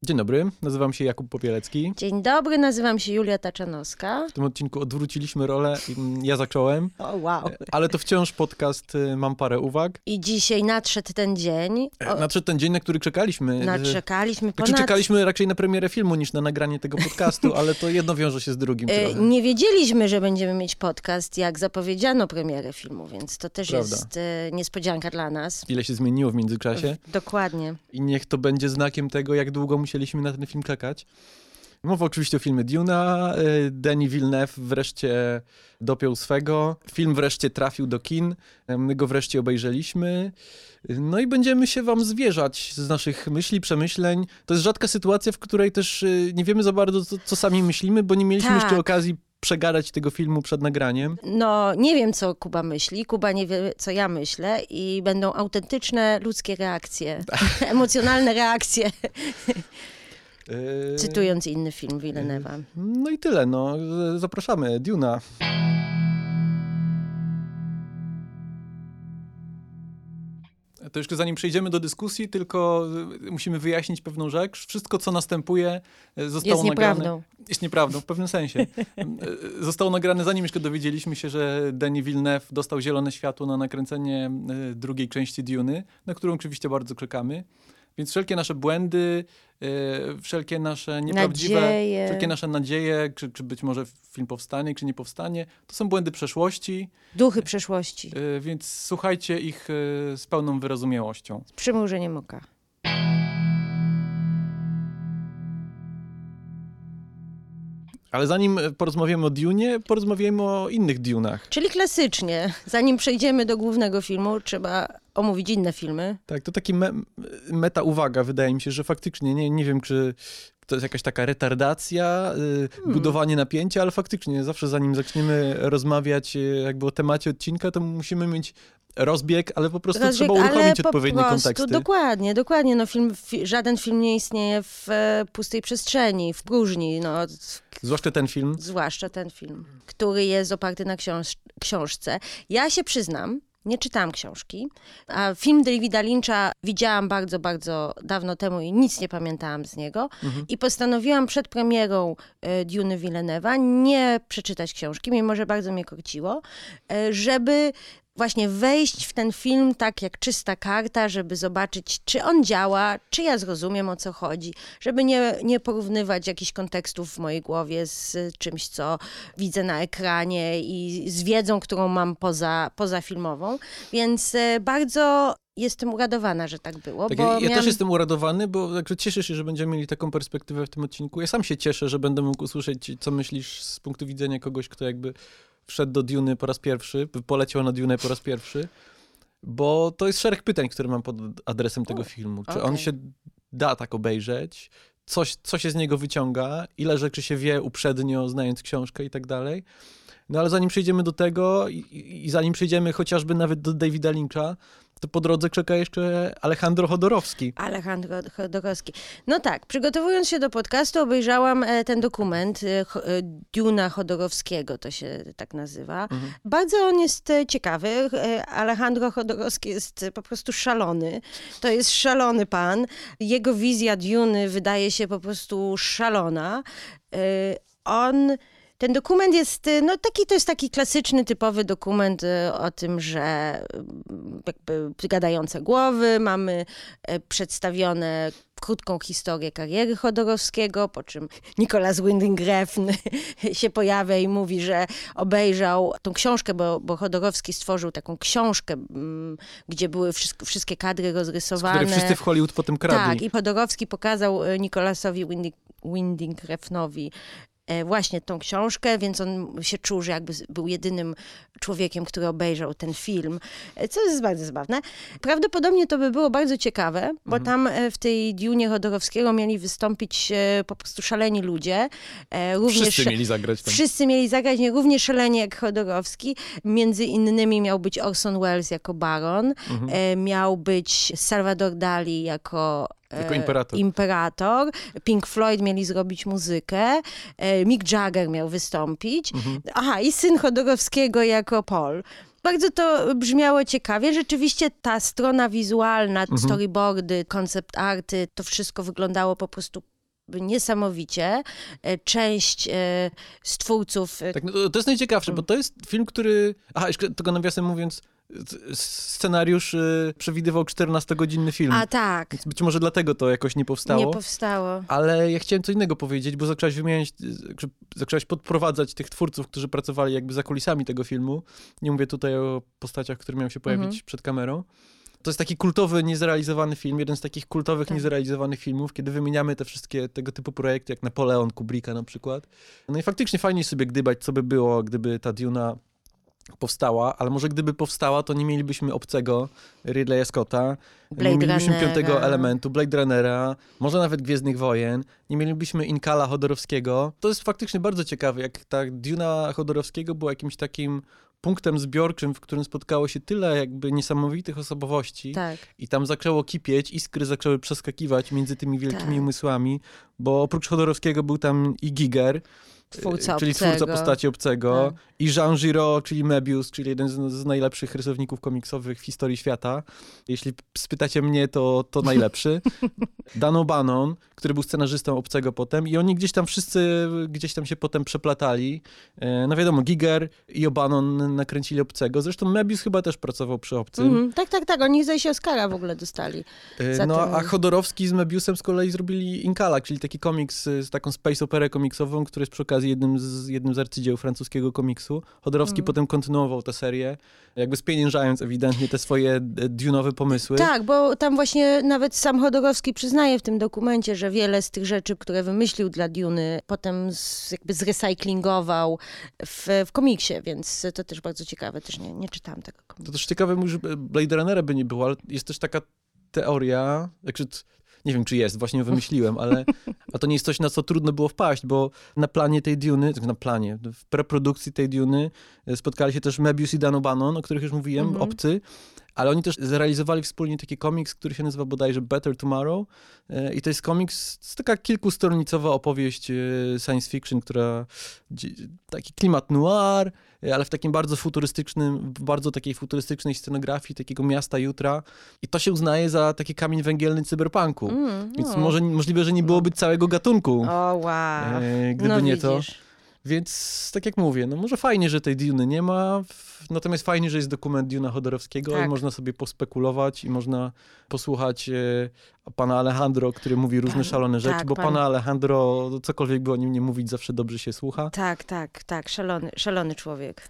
Dzień dobry, nazywam się Jakub Popielecki. Dzień dobry, nazywam się Julia Taczanowska. W tym odcinku odwróciliśmy rolę, ja zacząłem, wow. Ale to wciąż podcast Mam parę uwag. I dzisiaj nadszedł ten dzień. Nadszedł ten dzień, na który czekaliśmy. Czekaliśmy raczej na premierę filmu niż na nagranie tego podcastu, ale to jedno wiąże się z drugim trochę. Nie wiedzieliśmy, że będziemy mieć podcast, jak zapowiedziano premierę filmu, więc to też jest niespodzianka dla nas. Ile się zmieniło w międzyczasie. Dokładnie. I niech to będzie znakiem tego, jak długo musieliśmy na ten film czekać. Mowa oczywiście o filmie Duna. Denis Villeneuve wreszcie dopiął swego. Film wreszcie trafił do kin. My go wreszcie obejrzeliśmy. No i będziemy się wam zwierzać z naszych myśli, przemyśleń. To jest rzadka sytuacja, w której też nie wiemy za bardzo, co sami myślimy, bo nie mieliśmy jeszcze okazji przegadać tego filmu przed nagraniem. No, nie wiem, co Kuba myśli. Kuba nie wie, co ja myślę i będą autentyczne ludzkie reakcje, emocjonalne reakcje. Cytując inny film Villeneuve'a. No i tyle, zapraszamy. Duna. To jeszcze zanim przejdziemy do dyskusji, tylko musimy wyjaśnić pewną rzecz. Wszystko, co następuje, zostało nagrane. Jest nieprawdą, w pewnym sensie. Zostało nagrane, zanim jeszcze dowiedzieliśmy się, że Denis Villeneuve dostał zielone światło na nakręcenie drugiej części Duny, na którą oczywiście bardzo czekamy. Więc wszelkie nasze błędy, wszelkie nasze wszelkie nasze nadzieje, czy być może film powstanie, czy nie powstanie, to są błędy przeszłości. Duchy przeszłości. Więc słuchajcie ich z pełną wyrozumiałością. Z przymrużeniem oka. Ale zanim porozmawiamy o Dunie, porozmawiamy o innych Dunach. Czyli klasycznie, zanim przejdziemy do głównego filmu, trzeba omówić inne filmy. Tak, to taki meta uwaga, wydaje mi się, że faktycznie, nie wiem, czy to jest jakaś taka retardacja, budowanie napięcia, ale faktycznie zawsze zanim zaczniemy rozmawiać jakby o temacie odcinka, to musimy mieć rozbieg, ale po prostu trzeba uruchomić odpowiednie konteksty. Dokładnie. No żaden film nie istnieje w pustej przestrzeni, w próżni. Zwłaszcza ten film. Który jest oparty na książce. Ja się przyznam, nie czytałam książki, a film Davida Lyncha widziałam bardzo, bardzo dawno temu i nic nie pamiętałam z niego. I postanowiłam przed premierą Duny Villeneuve'a nie przeczytać książki, mimo że bardzo mnie korciło, żeby właśnie wejść w ten film tak jak czysta karta, żeby zobaczyć, czy on działa, czy ja zrozumiem, o co chodzi, żeby nie porównywać jakichś kontekstów w mojej głowie z czymś, co widzę na ekranie i z wiedzą, którą mam pozafilmową. Więc bardzo jestem uradowana, że tak było. Tak, ja też jestem uradowany, bo cieszę się, że będziemy mieli taką perspektywę w tym odcinku. Ja sam się cieszę, że będę mógł usłyszeć, co myślisz z punktu widzenia kogoś, kto jakby wszedł do Duny po raz pierwszy, poleciał na Dunę po raz pierwszy, bo to jest szereg pytań, które mam pod adresem tego filmu. Czy on się da tak obejrzeć? Co się z niego wyciąga? Ile rzeczy się wie uprzednio, znając książkę i tak dalej? No ale zanim przejdziemy do tego i zanim przejdziemy chociażby nawet do Davida Lyncha, to po drodze czeka jeszcze Alejandro Jodorowsky. No tak, przygotowując się do podcastu, obejrzałam ten dokument Duna Jodorowskiego, to się tak nazywa. Bardzo on jest ciekawy. Alejandro Jodorowski jest po prostu szalony. To jest szalony pan. Jego wizja Duny wydaje się po prostu szalona. Ten dokument jest, to jest taki klasyczny, typowy dokument o tym, że jakby gadające głowy, mamy przedstawione krótką historię kariery Jodorowskiego, po czym Nicolas Winding Refn się pojawia i mówi, że obejrzał tą książkę, bo Jodorowski stworzył taką książkę, gdzie były wszystkie kadry rozrysowane. Które wszyscy w Hollywood potem kradli. Tak, i Jodorowski pokazał Nicolasowi Winding Refnowi właśnie tą książkę, więc on się czuł, że jakby był jedynym człowiekiem, który obejrzał ten film, co jest bardzo zabawne. Prawdopodobnie to by było bardzo ciekawe, bo tam w tej Dunie Jodorowskiego mieli wystąpić po prostu szaleni ludzie. Wszyscy mieli zagrać tam. Wszyscy mieli zagrać, równie szaleni jak Jodorowski. Między innymi miał być Orson Welles jako Baron, miał być Salvador Dali jako imperator. Pink Floyd mieli zrobić muzykę. Mick Jagger miał wystąpić. Aha, i syn Jodorowskiego jako Paul. Bardzo to brzmiało ciekawie. Rzeczywiście ta strona wizualna, storyboardy, koncept arty, to wszystko wyglądało po prostu niesamowicie. Część z twórców... Tak, no, to jest najciekawsze, bo to jest film, który... Aha, jeszcze tylko nawiasem mówiąc, scenariusz przewidywał 14-godzinny film. A tak. Więc być może dlatego to jakoś nie powstało. Nie powstało. Ale ja chciałem co innego powiedzieć, bo zaczęłaś podprowadzać tych twórców, którzy pracowali jakby za kulisami tego filmu. Nie mówię tutaj o postaciach, które miały się pojawić przed kamerą. To jest taki kultowy, niezrealizowany film, jeden z takich kultowych, niezrealizowanych filmów, kiedy wymieniamy te wszystkie tego typu projekty, jak Napoleon Kubricka na przykład. No i faktycznie fajnie sobie gdybać, co by było, gdyby ta Duna powstała, ale może gdyby powstała, to nie mielibyśmy Obcego, Ridleya Scotta, nie mielibyśmy Piątego Elementu, Blade Runnera, może nawet Gwiezdnych Wojen, nie mielibyśmy Inkala Chodorowskiego. To jest faktycznie bardzo ciekawe, jak ta Duna Chodorowskiego była jakimś takim punktem zbiorczym, w którym spotkało się tyle jakby niesamowitych osobowości i tam zaczęło kipieć, iskry zaczęły przeskakiwać między tymi wielkimi umysłami, bo oprócz Chodorowskiego był tam i Giger, czyli twórca postaci Obcego, i Jean Giraud, czyli Mebius, czyli jeden z najlepszych rysowników komiksowych w historii świata. Jeśli spytacie mnie, to najlepszy. Dan O'Bannon, który był scenarzystą Obcego potem i oni wszyscy się potem przeplatali. No wiadomo, Giger i O'Bannon nakręcili Obcego. Zresztą Mebius chyba też pracował przy Obcym. Tak. Oni zdaje się Oscara w ogóle dostali. A Chodorowski z Mebiusem z kolei zrobili Inkala, czyli taki komiks z taką space operę komiksową, który jest przy okazji jednym z arcydzieł francuskiego komiksu. Chodorowski potem kontynuował tę serię, jakby spieniężając ewidentnie te swoje dunowe pomysły. Tak, bo tam właśnie nawet sam Chodorowski przyznaje w tym dokumencie, że wiele z tych rzeczy, które wymyślił dla Duny, potem jakby zrecyklingował w komiksie, więc to też bardzo ciekawe. Też nie czytałam tego komiksu. To też ciekawe, że Blade Runnera by nie było, ale jest też taka teoria, nie wiem, czy jest, właśnie ją wymyśliłem, ale to nie jest coś, na co trudno było wpaść, bo na planie tej Duny, w preprodukcji tej Duny spotkali się też Mebius i Dan O'Bannon, o których już mówiłem, Obcy, ale oni też zrealizowali wspólnie taki komiks, który się nazywa bodajże Better Tomorrow i to jest komiks, to jest taka kilkustronicowa opowieść science fiction, taki klimat noir, ale w takim bardzo takiej futurystycznej scenografii, takiego miasta jutra i to się uznaje za taki kamień węgielny cyberpunku. Więc możliwe, że nie byłoby całego gatunku. O, wow. Gdyby nie to. Więc tak jak mówię, może fajnie, że tej Duny nie ma, natomiast fajnie, że jest dokument Duna Chodorowskiego i można sobie pospekulować i można posłuchać pana Alejandro, który mówi różne szalone rzeczy, bo pana Alejandro, cokolwiek by o nim nie mówić, zawsze dobrze się słucha. Tak, szalony człowiek.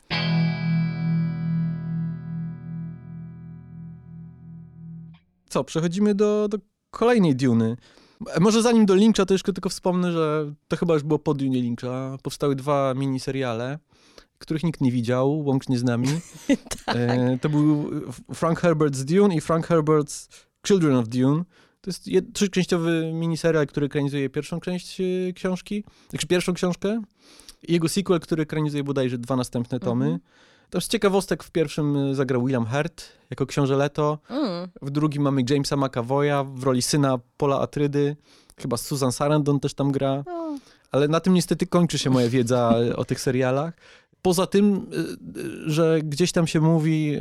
Co, przechodzimy do kolejnej Duny. Może zanim do Lyncha, to jeszcze tylko wspomnę, że to chyba już było po Dunie Lyncha. Powstały 2 miniseriale, których nikt nie widział, łącznie z nami. To był Frank Herbert's Dune i Frank Herbert's Children of Dune. To jest 3-częściowy miniserial, który ekranizuje pierwszą część książki, pierwszą książkę. I jego sequel, który ekranizuje bodajże 2 następne tomy. To z ciekawostek w pierwszym zagrał William Hurt jako książę Leto. W drugim mamy Jamesa McAvoya w roli syna Paula Atreidy. Chyba Susan Sarandon też tam gra. Ale na tym niestety kończy się moja wiedza o tych serialach. Poza tym, że gdzieś tam się mówi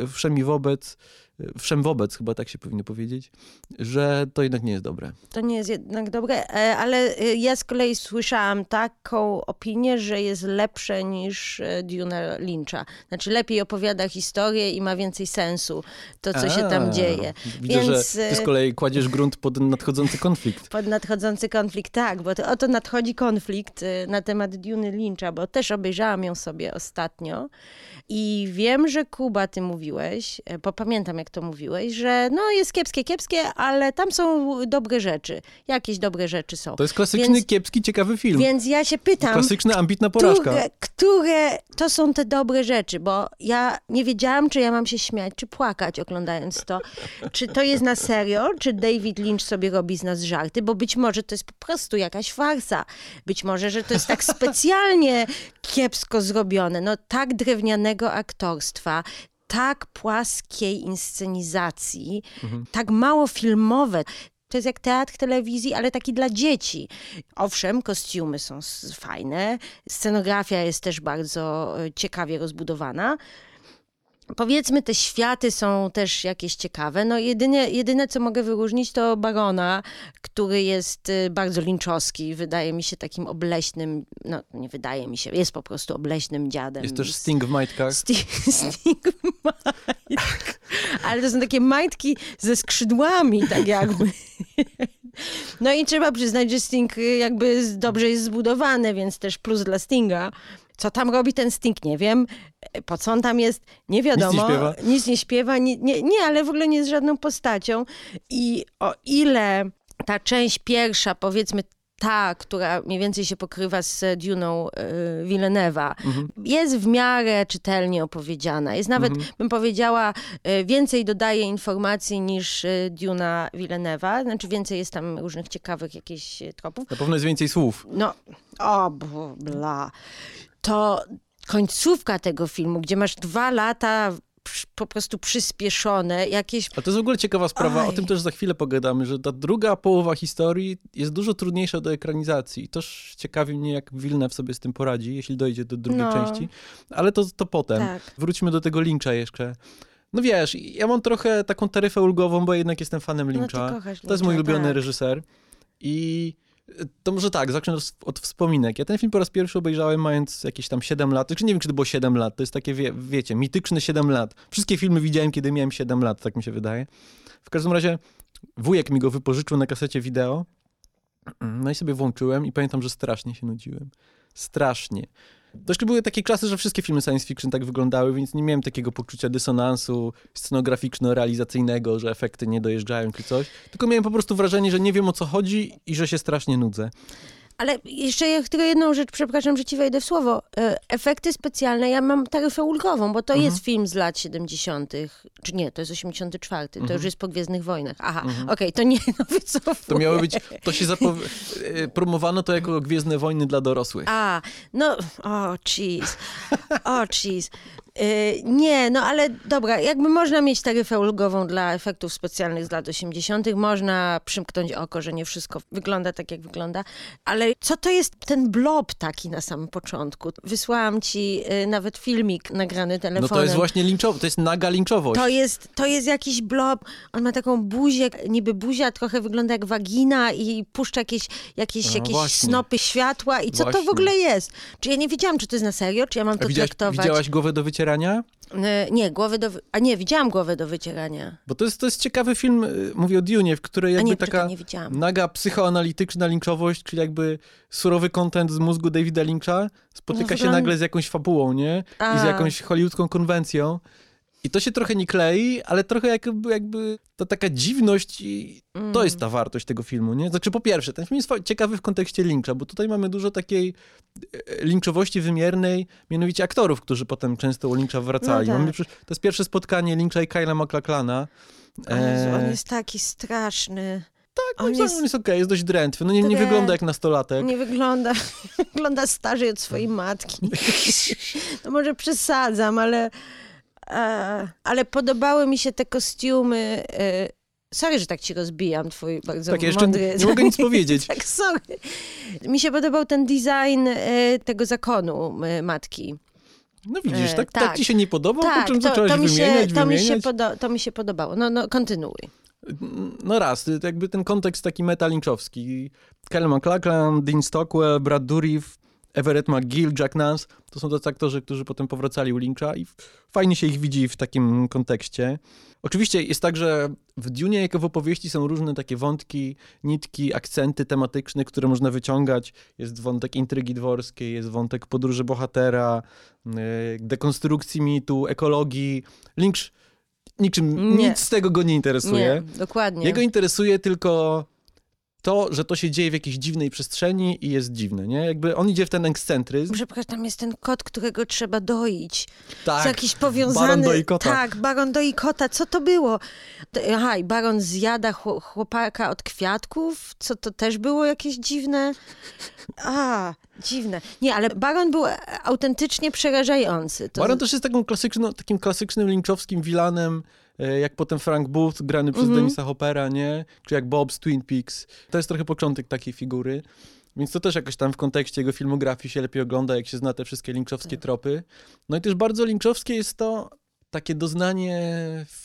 wszem wobec, chyba tak się powinno powiedzieć, że to jednak nie jest dobre. To nie jest jednak dobre, ale ja z kolei słyszałam taką opinię, że jest lepsze niż Duna Lyncha. Znaczy lepiej opowiada historię i ma więcej sensu to, co się tam dzieje. Widzę, że ty z kolei kładziesz grunt pod nadchodzący konflikt. Pod nadchodzący konflikt, tak, bo oto nadchodzi konflikt na temat Duny Lyncha, bo też obejrzałam ją sobie ostatnio i wiem, że Kuba, ty mówiłeś, bo pamiętam jak to mówiłeś, że jest kiepskie, ale tam są dobre rzeczy. Jakieś dobre rzeczy są. To jest klasyczny, kiepski, ciekawy film. Więc ja się pytam, klasyczna, ambitna porażka. Które to są te dobre rzeczy, bo ja nie wiedziałam, czy ja mam się śmiać, czy płakać oglądając to. Czy to jest na serio, czy David Lynch sobie robi z nas żarty, bo być może to jest po prostu jakaś farsa. Być może, że to jest tak specjalnie kiepsko zrobione. Tak drewnianego aktorstwa, tak płaskiej inscenizacji, tak mało filmowe. To jest jak teatr telewizji, ale taki dla dzieci. Owszem, kostiumy są fajne, scenografia jest też bardzo ciekawie rozbudowana, Powiedzmy, te światy są też jakieś ciekawe. No jedyne, co mogę wyróżnić, to Barona, który jest bardzo linczowski. Wydaje mi się takim obleśnym, no nie wydaje mi się, jest po prostu obleśnym dziadem. Jest też Sting w majtkach. Sting w majtkach. Ale to są takie majtki ze skrzydłami, tak jakby. No i trzeba przyznać, że Sting jakby dobrze jest zbudowany, więc też plus dla Stinga. Co tam robi ten Sting, nie wiem. Po co on tam jest, nie wiadomo. Nic nie śpiewa. Nie, ale w ogóle nie jest żadną postacią. I o ile ta część pierwsza, powiedzmy ta, która mniej więcej się pokrywa z Dune'ą Villeneuve'a, jest w miarę czytelnie opowiedziana. Jest nawet, bym powiedziała, więcej dodaje informacji niż Dune'a Villeneuve'a. Znaczy więcej jest tam różnych ciekawych jakichś tropów. Na pewno jest więcej słów. No, bla. To końcówka tego filmu, gdzie masz 2 lata po prostu przyspieszone, jakieś... A to jest w ogóle ciekawa sprawa, o tym też za chwilę pogadamy, że ta druga połowa historii jest dużo trudniejsza do ekranizacji. I też ciekawi mnie, jak Villeneuve sobie z tym poradzi, jeśli dojdzie do drugiej części. Ale to potem. Tak. Wróćmy do tego Lyncha jeszcze. No wiesz, ja mam trochę taką taryfę ulgową, bo jednak jestem fanem Lyncha. No, to jest mój ulubiony reżyser. I to może tak, zacznę od wspominek. Ja ten film po raz pierwszy obejrzałem mając jakieś tam 7 lat. Czy nie wiem, czy to było 7 lat. To jest takie, wiecie, mityczne 7 lat. Wszystkie filmy widziałem, kiedy miałem 7 lat, tak mi się wydaje. W każdym razie wujek mi go wypożyczył na kasecie wideo. No i sobie włączyłem i pamiętam, że strasznie się nudziłem. Strasznie. To jeszcze były takie czasy, że wszystkie filmy science fiction tak wyglądały, więc nie miałem takiego poczucia dysonansu scenograficzno-realizacyjnego, że efekty nie dojeżdżają czy coś. Tylko miałem po prostu wrażenie, że nie wiem, o co chodzi i że się strasznie nudzę. Ale jeszcze ja tylko jedną rzecz, przepraszam, że ci wejdę w słowo. Efekty specjalne, ja mam taryfę ulgową, bo to jest film z lat 70. Czy nie, to jest 84. To już jest po Gwiezdnych Wojnach. Aha, okej, to nie, no wycofuję. To miało być, to się promowano to jako Gwiezdne Wojny dla dorosłych. Jeez. Nie, no ale dobra, jakby można mieć taryfę ulgową dla efektów specjalnych z lat 80., można przymknąć oko, że nie wszystko wygląda tak, jak wygląda, ale co to jest ten blob taki na samym początku? Wysłałam ci nawet filmik nagrany telefonem. No to jest właśnie linczowo, to jest naga linczowość. To jest jakiś blob, on ma taką buzię, niby buzia trochę wygląda jak wagina i puszcza jakieś snopy światła i co to w ogóle jest? Czy ja nie wiedziałam, czy to jest na serio, czy ja mam to traktować? Widziałaś głowę do wycierania? Nie, widziałam głowę do wycierania. Bo to jest ciekawy film, mówię o Dune'ie, w której jakby taka naga psychoanalityczna linczowość, czyli jakby surowy content z mózgu Davida Lyncha spotyka się nagle z jakąś fabułą, nie? I z jakąś hollywoodzką konwencją. I to się trochę nie klei, ale trochę jakby to taka dziwność i to jest ta wartość tego filmu, nie? Znaczy po pierwsze, ten film jest ciekawy w kontekście Lyncha, bo tutaj mamy dużo takiej linczowości wymiernej, mianowicie aktorów, którzy potem często u Lyncha wracali. No tak. To jest pierwsze spotkanie Lyncha i Kyla MacLachlana. On jest taki straszny. Tak, on jest okej, jest dość drętwy. No nie wygląda jak nastolatek. Nie wygląda, wygląda starzej od swojej matki. No może przesadzam, ale podobały mi się te kostiumy. Sorry, że tak ci rozbijam, twój bardzo mądry... Nie mogę nic powiedzieć. Tak, sorry. Mi się podobał ten design tego zakonu matki. No widzisz, tak ci się nie podobał? Po czym zaczęłaś wymieniać? To mi się podobało. No kontynuuj. No raz, jakby ten kontekst taki meta-lynchowski. Kyle MacLachlan, Dean Stockwell, Brad Dourif, Everett McGill, Jack Nance, to są tacy aktorzy, którzy potem powracali u Lyncha i fajnie się ich widzi w takim kontekście. Oczywiście jest tak, że w Dune'ie jako w opowieści są różne takie wątki, nitki, akcenty tematyczne, które można wyciągać. Jest wątek intrygi dworskiej, jest wątek podróży bohatera, dekonstrukcji mitu, ekologii. Lynch nic z tego go nie interesuje. Nie, dokładnie. Jego interesuje tylko to, że to się dzieje w jakiejś dziwnej przestrzeni i jest dziwne, nie? Jakby on idzie w ten ekscentryzm. Przepraszam, tam jest ten kot, którego trzeba doić. Tak, jest jakiś powiązany... Baron doi kota. Tak, Baron doi kota. Co to było? Aha, i Baron zjada chłopaka od kwiatków? Co to też było jakieś dziwne? Dziwne. Nie, ale Baron był autentycznie przerażający. Baron też jest takim klasycznym lynchowskim vilanem, jak potem Frank Booth, grany przez Denisa Hoppera, nie? Czy jak Bob z Twin Peaks. To jest trochę początek takiej figury. Więc to też jakoś tam w kontekście jego filmografii się lepiej ogląda, jak się zna te wszystkie lynchowskie tropy. No i też bardzo lynchowskie jest to, takie doznanie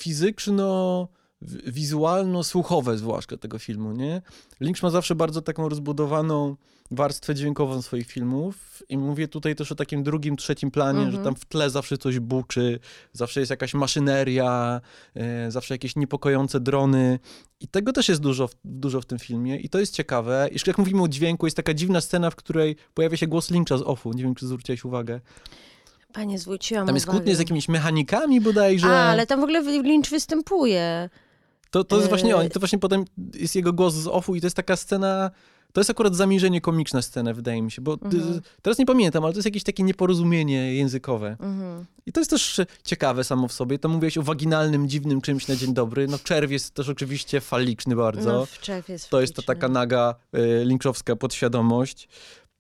fizyczno-wizualno-słuchowe zwłaszcza tego filmu, nie? Lynch ma zawsze bardzo taką rozbudowaną warstwę dźwiękową swoich filmów i mówię tutaj też o takim drugim, trzecim planie, że tam w tle zawsze coś buczy, zawsze jest jakaś maszyneria, zawsze jakieś niepokojące drony i tego też jest dużo w tym filmie i to jest ciekawe. Jeszcze jak mówimy o dźwięku, jest taka dziwna scena, w której pojawia się głos Lyncha z Offu, nie wiem, czy zwróciłeś uwagę. Panie, zwróciłam Tam jest uwagę. kłótnie z jakimiś mechanikami bodajże. Ale tam w ogóle Lynch występuje. To jest właśnie on, to właśnie potem jest jego głos z Offu i to jest taka scena, to jest akurat zamierzenie komiczna scena, wydaje mi się, bo teraz nie pamiętam, ale to jest jakieś takie nieporozumienie językowe. I to jest też ciekawe samo w sobie. To mówiłeś o waginalnym, dziwnym czymś na dzień dobry. No czerw jest też oczywiście faliczny bardzo. No, czerw jest to jest to taka naga lynchowska podświadomość.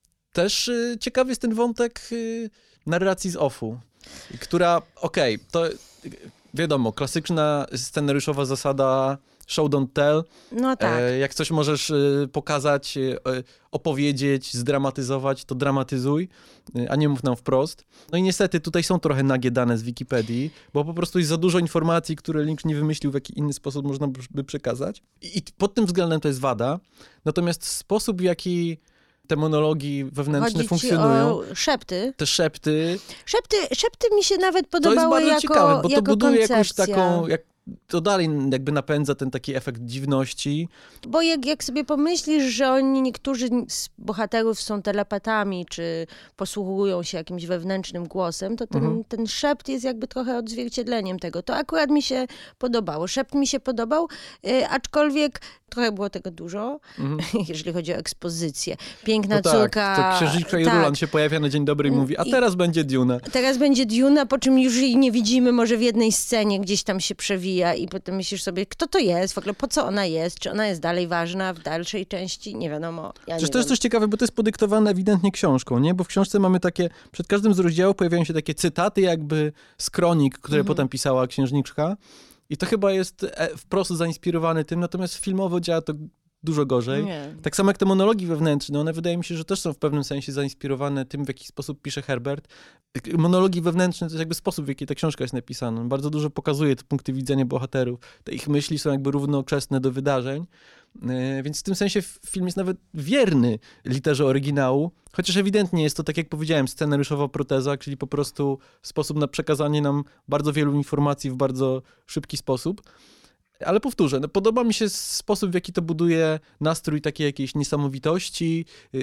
Też ciekawy jest ten wątek narracji z Offu, która, to wiadomo, klasyczna scenariuszowa zasada show don't tell. No tak. Jak coś możesz pokazać, opowiedzieć, zdramatyzować, to dramatyzuj, a nie mów nam wprost. No i niestety tutaj są trochę nagie dane z Wikipedii, bo po prostu jest za dużo informacji, które Lynch nie wymyślił, w jaki inny sposób można by przekazać. I pod tym względem to jest wada. Natomiast sposób, w jaki te monologi wewnętrzne Chodzi funkcjonują. Ci o szepty. Te szepty. Szepty mi się nawet To podobały jest bardzo ciekawe, bo to buduje jakąś koncepcja. taką, to dalej jakby napędza ten taki efekt dziwności. Bo jak sobie pomyślisz, że niektórzy z bohaterów są telepatami, czy posługują się jakimś wewnętrznym głosem, to ten szept jest jakby trochę odzwierciedleniem tego. To akurat mi się podobało. Szept mi się podobał, aczkolwiek trochę było tego dużo, jeżeli chodzi o ekspozycję. Piękna córka. To księżniczka Irulan się pojawia na dzień dobry i mówi, a teraz będzie Duna. Teraz będzie Duna, po czym już jej nie widzimy, może w jednej scenie gdzieś tam się przewija i potem myślisz sobie, kto to jest, w ogóle po co ona jest, czy ona jest dalej ważna w dalszej części, nie wiadomo. Przecież to jest coś ciekawe, bo to jest podyktowane ewidentnie książką, nie? Bo w książce mamy takie, przed każdym z rozdziałów pojawiają się takie cytaty jakby z kronik, które potem pisała księżniczka. I to chyba jest wprost zainspirowane tym, natomiast filmowo działa to dużo gorzej. Nie. Tak samo jak te monologi wewnętrzne, one wydaje mi się, że też są w pewnym sensie zainspirowane tym, w jaki sposób pisze Herbert. Monologi wewnętrzne to jest jakby sposób, w jaki ta książka jest napisana. On bardzo dużo pokazuje te punkty widzenia bohaterów. Te ich myśli są jakby równoczesne do wydarzeń. Więc w tym sensie film jest nawet wierny literze oryginału, chociaż ewidentnie jest to, tak jak powiedziałem, scenariuszowa proteza, czyli po prostu sposób na przekazanie nam bardzo wielu informacji w bardzo szybki sposób. Ale powtórzę, podoba mi się sposób, w jaki to buduje nastrój takiej jakiejś niesamowitości,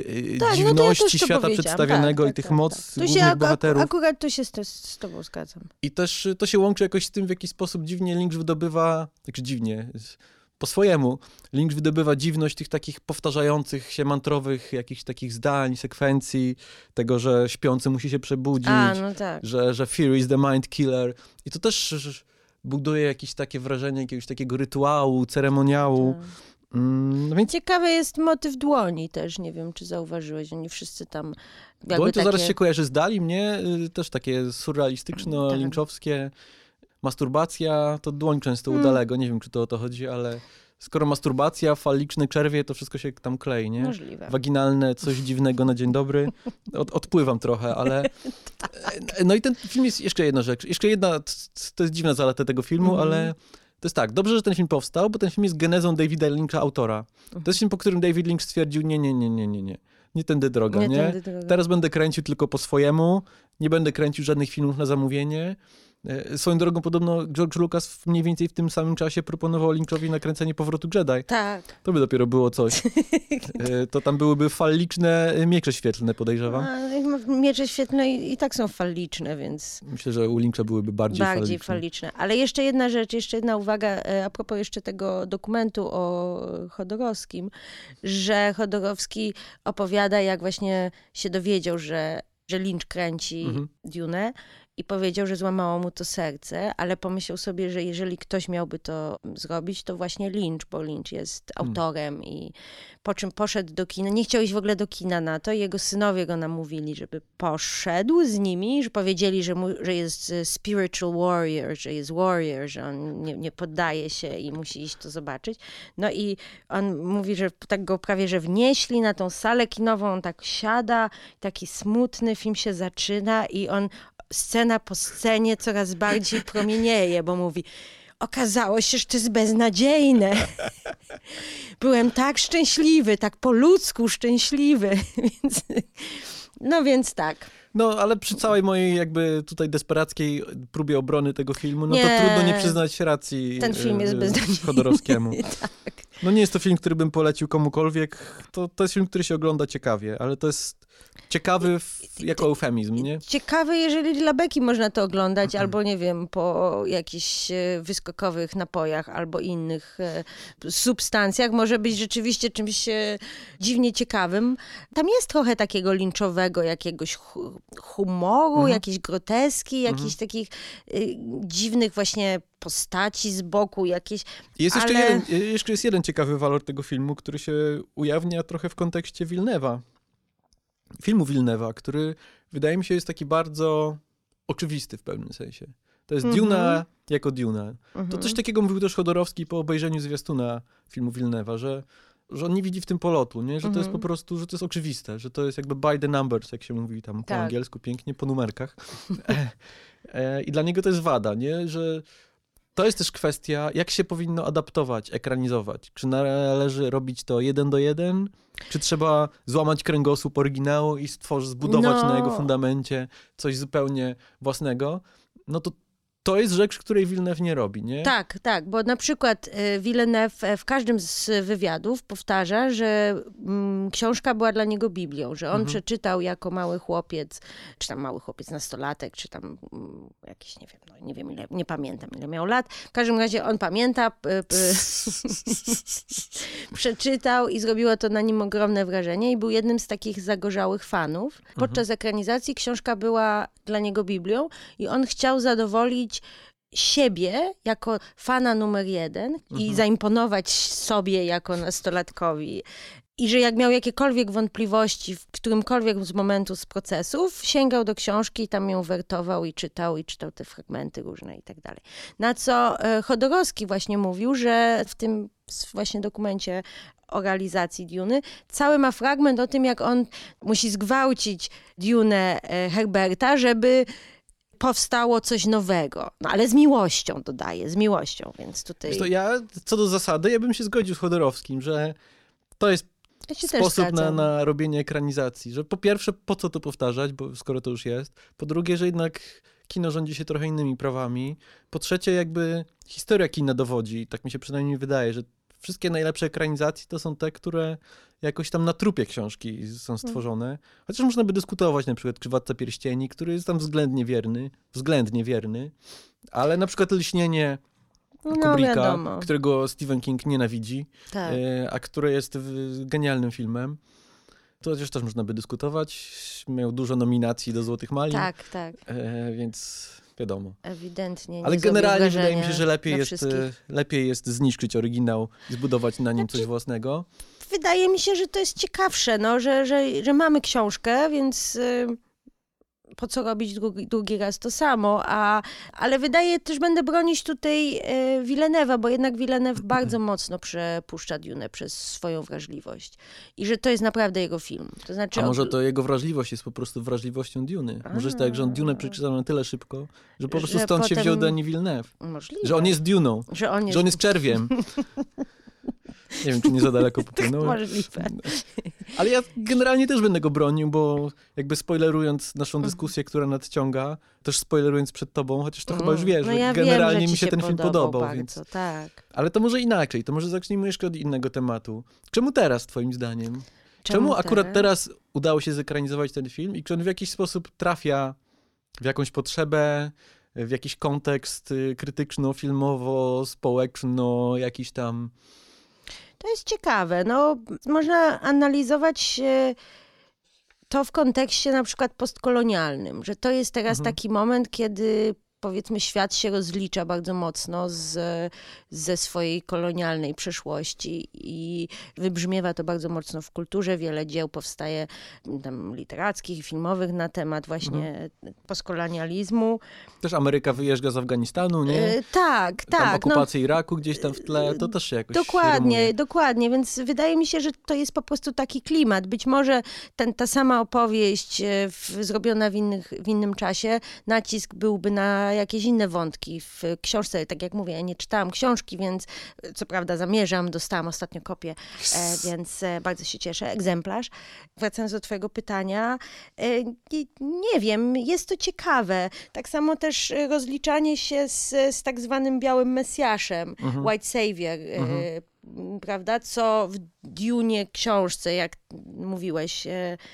dziwności świata przedstawionego i tych moc głównych bohaterów. Akurat tu się z tobą zgadzam. I też to się łączy jakoś z tym, w jaki sposób dziwnie Lynch wydobywa, znaczy dziwnie, po swojemu, Lynch wydobywa dziwność tych takich powtarzających się mantrowych jakichś takich zdań, sekwencji, tego, że śpiący musi się przebudzić, że fear is the mind killer. I to też buduje jakieś takie wrażenie jakiegoś takiego rytuału, ceremoniału. No więc... Ciekawy jest motyw dłoni też, nie wiem, czy zauważyłeś, oni wszyscy tam jakby dłoń to zaraz się kojarzy z Dali, mnie też takie surrealistyczno-lynchowskie. Masturbacja, to dłoń często udalego, nie wiem, czy to o to chodzi, ale skoro masturbacja, faliczne czerwie, to wszystko się tam klei, nie? Możliwe. Waginalne, coś dziwnego na dzień dobry. Odpływam trochę, ale... No i ten film jest jeszcze jedna rzecz. Jeszcze jedna, to jest dziwna zaleta tego filmu, ale to jest tak, dobrze, że ten film powstał, bo ten film jest genezą Davida Lyncha, autora. To jest film, po którym David Lynch stwierdził, nie. Nie tędy droga, nie? Teraz będę kręcił tylko po swojemu, nie będę kręcił żadnych filmów na zamówienie. Swoją drogą podobno George Lucas mniej więcej w tym samym czasie proponował Lynchowi nakręcenie Powrotu Jedi. Tak. To by dopiero było coś. To tam byłyby faliczne miecze świetlne, podejrzewam. Miecze świetlne i tak są faliczne, więc... Myślę, że u Lyncha byłyby bardziej faliczne. Ale jeszcze jedna rzecz, jeszcze jedna uwaga, a propos jeszcze tego dokumentu o Chodorowskim, że Chodorowski opowiada, jak właśnie się dowiedział, że Lynch kręci Dune i powiedział, że złamało mu to serce, ale pomyślał sobie, że jeżeli ktoś miałby to zrobić, to właśnie Lynch, bo Lynch jest autorem i po czym poszedł do kina. Nie chciał iść w ogóle do kina na to i jego synowie go namówili, żeby poszedł z nimi, że powiedzieli, że jest spiritual warrior, że jest warrior, że on nie poddaje się i musi iść to zobaczyć. No i on mówi, że tak go prawie, że wnieśli na tą salę kinową, on tak siada, taki smutny, film się zaczyna i on scena po scenie coraz bardziej promienieje, bo mówi, okazało się, że to jest beznadziejne. Byłem tak szczęśliwy, tak po ludzku szczęśliwy. Więc tak. No, ale przy całej mojej jakby tutaj desperackiej próbie obrony tego filmu, no Nie. to trudno nie przyznać racji Ten film jest beznadziejny. Chodorowskiemu. Tak. No nie jest to film, który bym polecił komukolwiek. To jest film, który się ogląda ciekawie, ale to jest ciekawy jako eufemizm, nie? Ciekawe, jeżeli dla beki można to oglądać, albo nie wiem, po jakichś wyskokowych napojach, albo innych substancjach, może być rzeczywiście czymś dziwnie ciekawym. Tam jest trochę takiego linczowego jakiegoś humoru, jakiejś groteski, jakichś takich dziwnych właśnie postaci z boku jakieś. Jest jeszcze jest jeden ciekawy walor tego filmu, który się ujawnia trochę w kontekście Villeneuve'a. Filmu Villeneuve'a, który wydaje mi się jest taki bardzo oczywisty w pewnym sensie. To jest Duna jako Duna. To coś takiego mówił też Chodorowski po obejrzeniu zwiastuna filmu Villeneuve'a, że on nie widzi w tym polotu, nie? Że to jest po prostu, że to jest oczywiste, że to jest jakby by the numbers, jak się mówi tam po angielsku pięknie, po numerkach. I dla niego to jest wada, nie? Że to jest też kwestia, jak się powinno adaptować, ekranizować. Czy należy robić to 1:1, czy trzeba złamać kręgosłup oryginału i zbudować na jego fundamencie coś zupełnie własnego. No to jest rzecz, której Villeneuve nie robi, nie? Tak, bo na przykład Villeneuve w każdym z wywiadów powtarza, że książka była dla niego Biblią, że on przeczytał jako mały chłopiec, czy tam mały chłopiec, nastolatek, czy tam jakiś, nie wiem ile, nie pamiętam ile miał lat. W każdym razie on pamięta, przeczytał i zrobiło to na nim ogromne wrażenie i był jednym z takich zagorzałych fanów. Podczas ekranizacji książka była dla niego Biblią i on chciał zadowolić siebie jako fana numer 1 i zaimponować sobie jako nastolatkowi. I że jak miał jakiekolwiek wątpliwości w którymkolwiek z momentów z procesów, sięgał do książki i tam ją wertował i czytał te fragmenty różne i tak dalej. Na co Chodorowski właśnie mówił, że w tym właśnie dokumencie o realizacji Duny, cały ma fragment o tym, jak on musi zgwałcić Dunę Herberta, żeby powstało coś nowego. No ale z miłością, dodaję, z miłością, więc tutaj... Wiesz to ja, co do zasady, ja bym się zgodził z Chodorowskim, że to jest sposób na robienie ekranizacji. Że po pierwsze, po co to powtarzać, bo skoro to już jest. Po drugie, że jednak kino rządzi się trochę innymi prawami. Po trzecie, jakby historia kina dowodzi, tak mi się przynajmniej wydaje, że wszystkie najlepsze ekranizacje to są te, które jakoś tam na trupie książki są stworzone. Chociaż można by dyskutować na przykład Władca Pierścieni, który jest tam względnie wierny, ale na przykład Lśnienie Kubricka, którego Stephen King nienawidzi, a które jest genialnym filmem. To też można by dyskutować. Miał dużo nominacji do Złotych Malin. Tak. Więc wiadomo. Ewidentnie. Ale generalnie wydaje mi się, że lepiej jest zniszczyć oryginał i zbudować na nim coś własnego. Wydaje mi się, że to jest ciekawsze, no, że mamy książkę, więc po co robić drugi raz to samo, ale też będę bronić tutaj Villeneuve'a, bo jednak Villeneuve bardzo mocno przepuszcza Dunę przez swoją wrażliwość i że to jest naprawdę jego film. To znaczy, a może to jego wrażliwość jest po prostu wrażliwością Duny? Może jest tak, że on Dunę przeczytał na tyle szybko, że po prostu stąd się wziął Denis Villeneuve. Możliwe. Że on jest Duną, że on jest czerwiem. Nie wiem, czy nie za daleko popłynąłem. Możliwe. Ale ja generalnie też będę go bronił, bo jakby spoilerując naszą dyskusję, która nadciąga, też spoilerując przed tobą, chociaż to chyba już wiesz, no że ja generalnie wiem, że mi się ten film podobał. Bardzo, więc... tak. Ale to może inaczej, to może zacznijmy jeszcze od innego tematu. Czemu teraz, twoim zdaniem? Czemu akurat teraz udało się zekranizować ten film i czy on w jakiś sposób trafia w jakąś potrzebę, w jakiś kontekst krytyczno-filmowo-społeczno, jakiś tam... To jest ciekawe. No, można analizować to w kontekście na przykład postkolonialnym, że to jest teraz taki moment, kiedy powiedzmy świat się rozlicza bardzo mocno ze swojej kolonialnej przeszłości i wybrzmiewa to bardzo mocno w kulturze. Wiele dzieł powstaje tam literackich, filmowych na temat właśnie postkolonializmu. Też Ameryka wyjeżdża z Afganistanu, nie? Tak. Tam okupacja Iraku gdzieś tam w tle, to też się jakoś Dokładnie, więc wydaje mi się, że to jest po prostu taki klimat. Być może ta sama opowieść zrobiona w innym czasie, nacisk byłby na jakieś inne wątki w książce. Tak jak mówię, ja nie czytałam książki, więc co prawda dostałam ostatnio kopię, więc bardzo się cieszę. Egzemplarz. Wracając do twojego pytania, nie wiem, jest to ciekawe. Tak samo też rozliczanie się z tak zwanym białym Mesjaszem, White Savior, prawda, co w Dune książce, jak mówiłeś,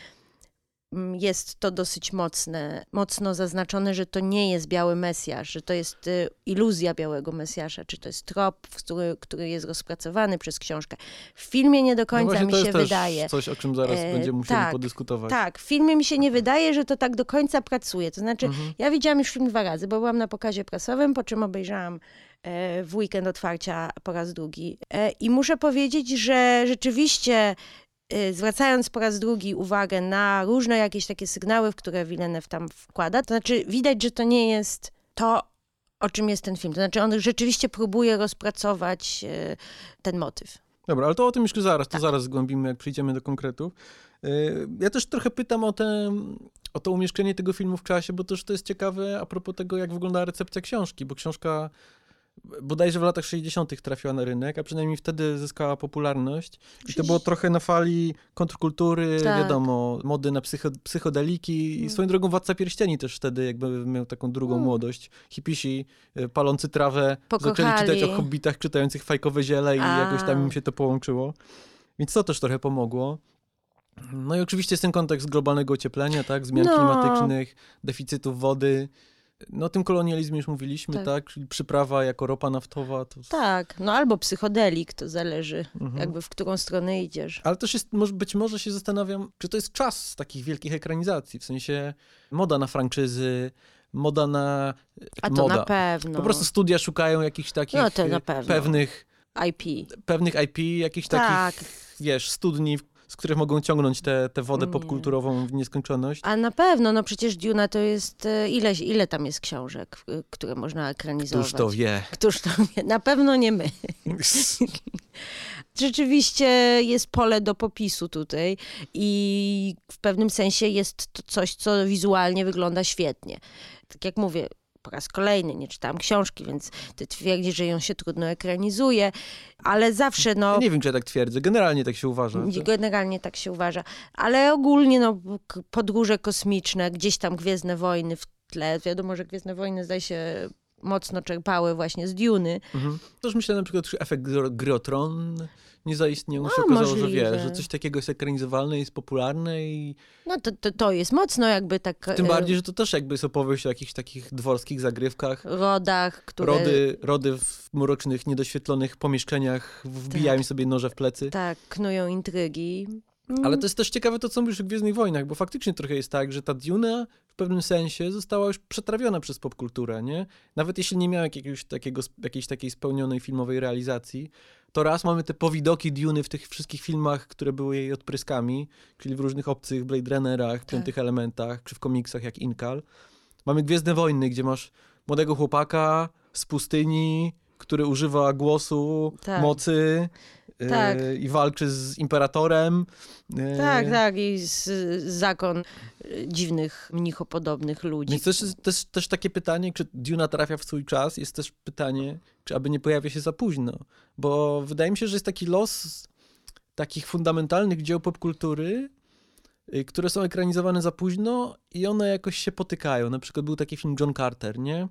jest to dosyć mocno zaznaczone, że to nie jest biały Mesjasz, że to jest iluzja białego Mesjasza, czy to jest trop, który jest rozpracowany przez książkę. W filmie nie do końca mi się wydaje. Coś, o czym zaraz będziemy musieli podyskutować. Tak, w filmie mi się nie wydaje, że to tak do końca pracuje. To znaczy, ja widziałam już film 2 razy, bo byłam na pokazie prasowym, po czym obejrzałam w weekend otwarcia po raz drugi. I muszę powiedzieć, że rzeczywiście zwracając po raz drugi uwagę na różne jakieś takie sygnały, w które Villeneuve tam wkłada, to znaczy widać, że to nie jest to, o czym jest ten film. To znaczy on rzeczywiście próbuje rozpracować ten motyw. Dobra, ale to o tym jeszcze zaraz, to zaraz zgłębimy, jak przyjdziemy do konkretów. Ja też trochę pytam o to umieszczenie tego filmu w czasie, bo też to jest ciekawe a propos tego, jak wygląda recepcja książki, bo książka bodajże w latach 60. trafiła na rynek, a przynajmniej wtedy zyskała popularność. I to było trochę na fali kontrkultury, wiadomo, mody na psychodeliki. I swoją drogą Władca Pierścieni też wtedy jakby miał taką drugą młodość. Hipisi, palący trawę, zaczęli czytać o hobbitach czytających fajkowe ziele i jakoś tam im się to połączyło. Więc to też trochę pomogło. No i oczywiście jest ten kontekst globalnego ocieplenia, tak, zmian klimatycznych, deficytów wody. No o tym kolonializmie już mówiliśmy, tak? Czyli przyprawa jako ropa naftowa. To... Tak, no albo psychodelik, to zależy jakby w którą stronę idziesz. Ale też jest, być może się zastanawiam, czy to jest czas takich wielkich ekranizacji, w sensie moda na franczyzy, moda na... A to na pewno. Po prostu studia szukają jakichś takich pewnych IP, jakichś takich, wiesz, studni, z których mogą ciągnąć tę wodę popkulturową w nieskończoność. A na pewno, no przecież Duna to jest, ile tam jest książek, które można ekranizować? Któż to wie? Na pewno nie my. Rzeczywiście jest pole do popisu tutaj i w pewnym sensie jest to coś, co wizualnie wygląda świetnie. Tak jak mówię, po raz kolejny nie czytałam książki, więc ty twierdzisz, że ją się trudno ekranizuje, ale zawsze Ja nie wiem, czy ja tak twierdzę. Generalnie tak się uważa. Generalnie tak się uważa. Ale ogólnie podróże kosmiczne, gdzieś tam Gwiezdne Wojny w tle. Wiadomo, że Gwiezdne Wojny zdaje się mocno czerpały właśnie z Duny. Też myślę na przykład, że efekt Gry o Tron nie zaistniał. Się okazało, że coś takiego jest ekranizowalne, jest popularne i... No to jest mocno jakby tak... Tym bardziej, że to też jakby jest opowieść o jakichś takich dworskich zagrywkach. Rodach, które... Rody w mrocznych, niedoświetlonych pomieszczeniach wbijają sobie noże w plecy. Tak, knują intrygi. Ale to jest też ciekawe to, co mówisz o Gwiezdnych Wojnach, bo faktycznie trochę jest tak, że ta Duna w pewnym sensie została już przetrawiona przez popkulturę, nie? Nawet jeśli nie miała jakiejś takiej spełnionej filmowej realizacji, to raz mamy te powidoki Duny w tych wszystkich filmach, które były jej odpryskami, czyli w różnych obcych Blade Runnerach, Piątych Elementach, czy w komiksach jak Inkal. Mamy Gwiezdne Wojny, gdzie masz młodego chłopaka z pustyni, który używa głosu, mocy i walczy z imperatorem. Tak, i zakon dziwnych, mnichopodobnych ludzi. Więc też takie pytanie, czy Duna trafia w swój czas, jest też pytanie, czy aby nie pojawia się za późno. Bo wydaje mi się, że jest taki los takich fundamentalnych dzieł popkultury, które są ekranizowane za późno i one jakoś się potykają. Na przykład był taki film John Carter, nie?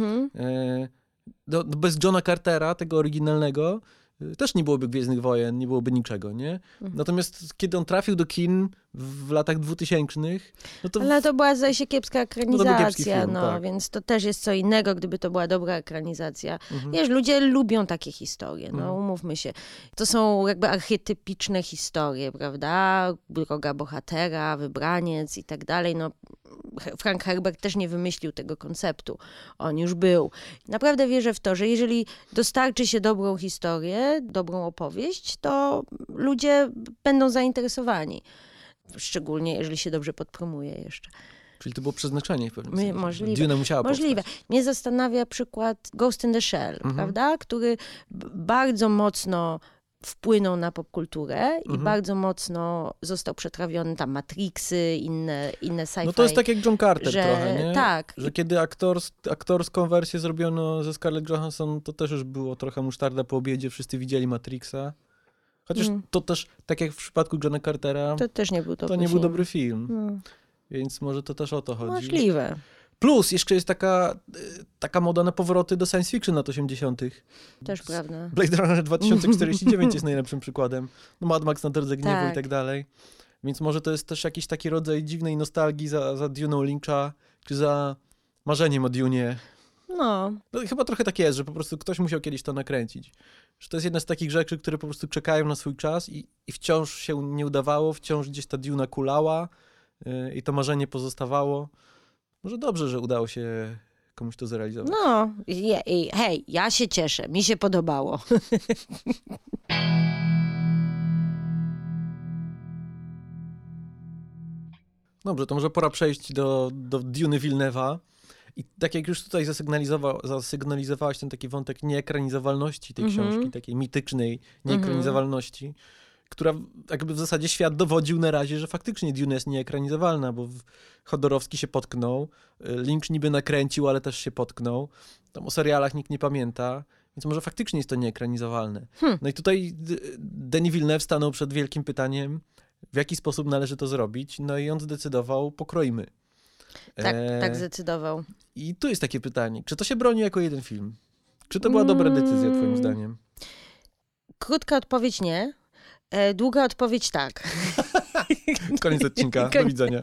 Bez Johna Cartera, tego oryginalnego, też nie byłoby Gwiezdnych Wojen, nie byłoby niczego, nie? Natomiast kiedy on trafił do kin w latach 2000, no to... Ale to była, zdaje się, kiepska ekranizacja, film, tak. Więc to też jest co innego, gdyby to była dobra ekranizacja. Wiesz, ludzie lubią takie historie, umówmy się. To są jakby archetypiczne historie, prawda? Droga bohatera, wybraniec i tak dalej, Frank Herbert też nie wymyślił tego konceptu. On już był. Naprawdę wierzę w to, że jeżeli dostarczy się dobrą historię, dobrą opowieść, to ludzie będą zainteresowani. Szczególnie, jeżeli się dobrze podpromuje jeszcze. Czyli to było przeznaczenie w pewnym sensie. Możliwe. Duna musiała Możliwe. powstać. Mnie zastanawia przykład Ghost in the Shell, prawda? Który bardzo mocno wpłynął na popkulturę i bardzo mocno został przetrawiony, tam Matrixy, inne sci-fi. No to jest tak jak John Carter trochę, nie? Tak. Że kiedy aktorską wersję zrobiono ze Scarlett Johansson, to też już było trochę musztarda po obiedzie, wszyscy widzieli Matrixa. Chociaż to też, tak jak w przypadku Johna Cartera, to też nie był dobry to nie film. był dobry film. Więc może to też o to chodzi. Możliwe. Plus jeszcze jest taka moda na powroty do science fiction lat 80. Też prawda. Blade Runner 2049 jest najlepszym przykładem. No Mad Max na drodze gniewu i tak dalej. Więc może to jest też jakiś taki rodzaj dziwnej nostalgii za Dune'ą Lyncha, czy za marzeniem o Dune'ie. No, Chyba trochę tak jest, że po prostu ktoś musiał kiedyś to nakręcić. Że to jest jedna z takich rzeczy, które po prostu czekają na swój czas i wciąż się nie udawało, wciąż gdzieś ta Duna kulała i to marzenie pozostawało. Może dobrze, że udało się komuś to zrealizować. no. Hej, ja się cieszę. Mi się podobało. Dobrze, to może pora przejść do Duny Villeneuve'a. I tak jak już tutaj zasygnalizowałaś ten taki wątek nieekranizowalności tej książki, takiej mitycznej nieekranizowalności, która jakby w zasadzie świat dowodził na razie, że faktycznie Duna jest nieekranizowalna, bo Chodorowski się potknął, Lynch niby nakręcił, ale też się potknął. Tam o serialach nikt nie pamięta, więc może faktycznie jest to nieekranizowalne. No i tutaj Denis Villeneuve stanął przed wielkim pytaniem, w jaki sposób należy to zrobić, no i on zdecydował, pokroimy. Tak zdecydował. I tu jest takie pytanie, czy to się broni jako jeden film? Czy to była dobra decyzja, twoim zdaniem? Krótka odpowiedź nie. Długa odpowiedź tak. Koniec odcinka, do widzenia.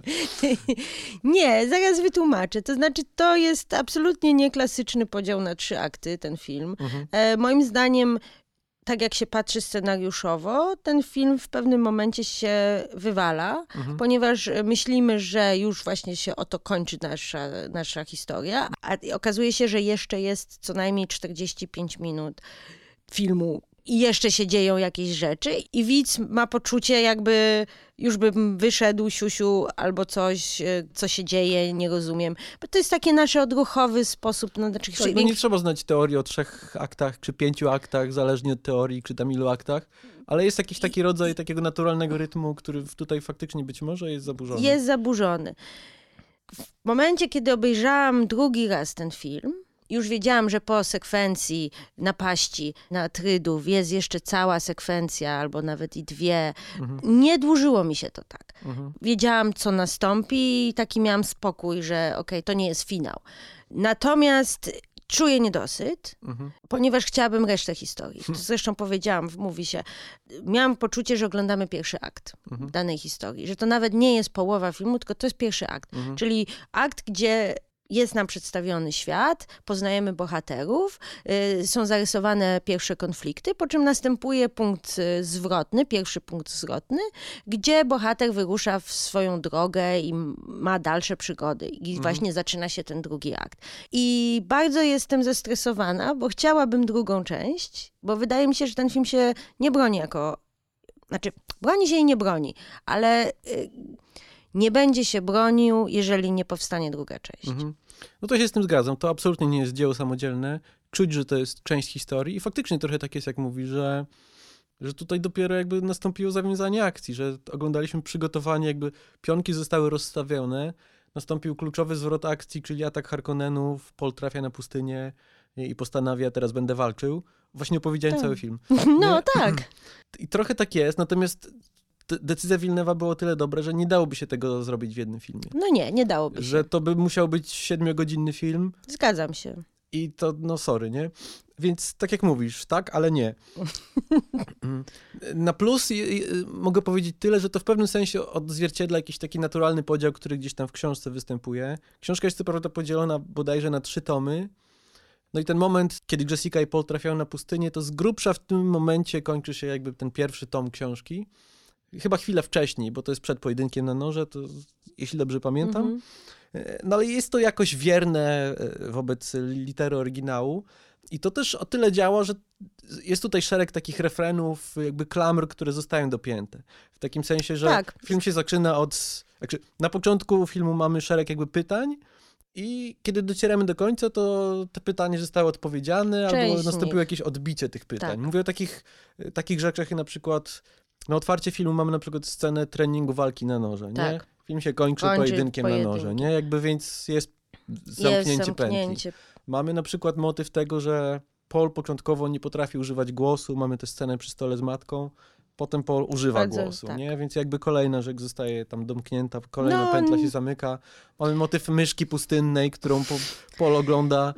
Nie, zaraz wytłumaczę. To znaczy, to jest absolutnie nieklasyczny podział na 3 akty, ten film. Moim zdaniem, tak jak się patrzy scenariuszowo, ten film w pewnym momencie się wywala, ponieważ myślimy, że już właśnie się oto kończy nasza historia, a okazuje się, że jeszcze jest co najmniej 45 minut filmu i jeszcze się dzieją jakieś rzeczy i widz ma poczucie, jakby już bym wyszedł, siusiu, albo coś, co się dzieje, nie rozumiem. Bo to jest taki nasz odruchowy sposób. No, znaczy, tak, no nie trzeba znać teorii o 3 aktach, czy 5 aktach, zależnie od teorii, czy tam ilu aktach, ale jest jakiś taki rodzaj takiego naturalnego rytmu, który tutaj faktycznie być może jest zaburzony. Jest zaburzony. W momencie, kiedy obejrzałam drugi raz ten film, już wiedziałam, że po sekwencji napaści na Atrydów jest jeszcze cała sekwencja, albo nawet i 2. Nie dłużyło mi się to tak. Wiedziałam, co nastąpi i taki miałam spokój, że okej, to nie jest finał. Natomiast czuję niedosyt, ponieważ chciałabym resztę historii. To zresztą powiedziałam, mówi się, miałam poczucie, że oglądamy pierwszy akt danej historii, że to nawet nie jest połowa filmu, tylko to jest pierwszy akt. Czyli akt, gdzie jest nam przedstawiony świat, poznajemy bohaterów, są zarysowane pierwsze konflikty, po czym następuje pierwszy punkt zwrotny, gdzie bohater wyrusza w swoją drogę i ma dalsze przygody. I właśnie zaczyna się ten drugi akt. I bardzo jestem zestresowana, bo chciałabym drugą część, bo wydaje mi się, że ten film się nie broni broni się i nie broni, ale nie będzie się bronił, jeżeli nie powstanie druga część. No to się z tym zgadzam. To absolutnie nie jest dzieło samodzielne. Czuć, że to jest część historii i faktycznie trochę tak jest, jak mówi, że tutaj dopiero jakby nastąpiło zawiązanie akcji, że oglądaliśmy przygotowanie, jakby pionki zostały rozstawione, nastąpił kluczowy zwrot akcji, czyli atak Harkonnenów, Paul trafia na pustynię i postanawia, teraz będę walczył. Właśnie opowiedziałem cały film. No tak. I trochę tak jest, natomiast decyzja Villeneuve'a była o tyle dobra, że nie dałoby się tego zrobić w jednym filmie. No nie dałoby się. Że to by musiał być 7-godzinny film. Zgadzam się. I to, no sorry, nie? Więc tak jak mówisz, tak, ale nie. Na plus mogę powiedzieć tyle, że to w pewnym sensie odzwierciedla jakiś taki naturalny podział, który gdzieś tam w książce występuje. Książka jest co prawda podzielona bodajże na 3 tomy. No i ten moment, kiedy Jessica i Paul trafiają na pustynię, to z grubsza w tym momencie kończy się jakby ten pierwszy tom książki. Chyba chwilę wcześniej, bo to jest przed pojedynkiem na noże, to jeśli dobrze pamiętam. No ale jest to jakoś wierne wobec litery oryginału i to też o tyle działa, że jest tutaj szereg takich refrenów, jakby klamr, które zostają dopięte. W takim sensie, że film się zaczyna od... na początku filmu mamy szereg jakby pytań i kiedy docieramy do końca, to te pytania zostały odpowiedziane albo nastąpiło jakieś odbicie tych pytań. Mówię o takich rzeczach jak na przykład... Na otwarcie filmu mamy na przykład scenę treningu walki na noże, nie? Film się kończy pojedynkiem na noże, nie? Jakby więc jest zamknięcie pętli. Mamy na przykład motyw tego, że Paul początkowo nie potrafi używać głosu, mamy tę scenę przy stole z matką, potem Paul używa głosu, nie? Więc jakby kolejna rzecz zostaje tam domknięta, kolejna pętla się zamyka. Mamy motyw myszki pustynnej, którą Paul ogląda.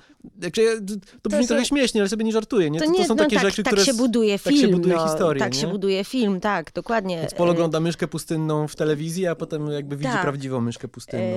To brzmi trochę śmiesznie, ale sobie nie żartuję, nie? To są takie rzeczy, które... Tak się buduje film, tak się buduje historię, tak się buduje film, tak, dokładnie. Więc Paul ogląda myszkę pustynną w telewizji, a potem jakby widzi prawdziwą myszkę pustynną.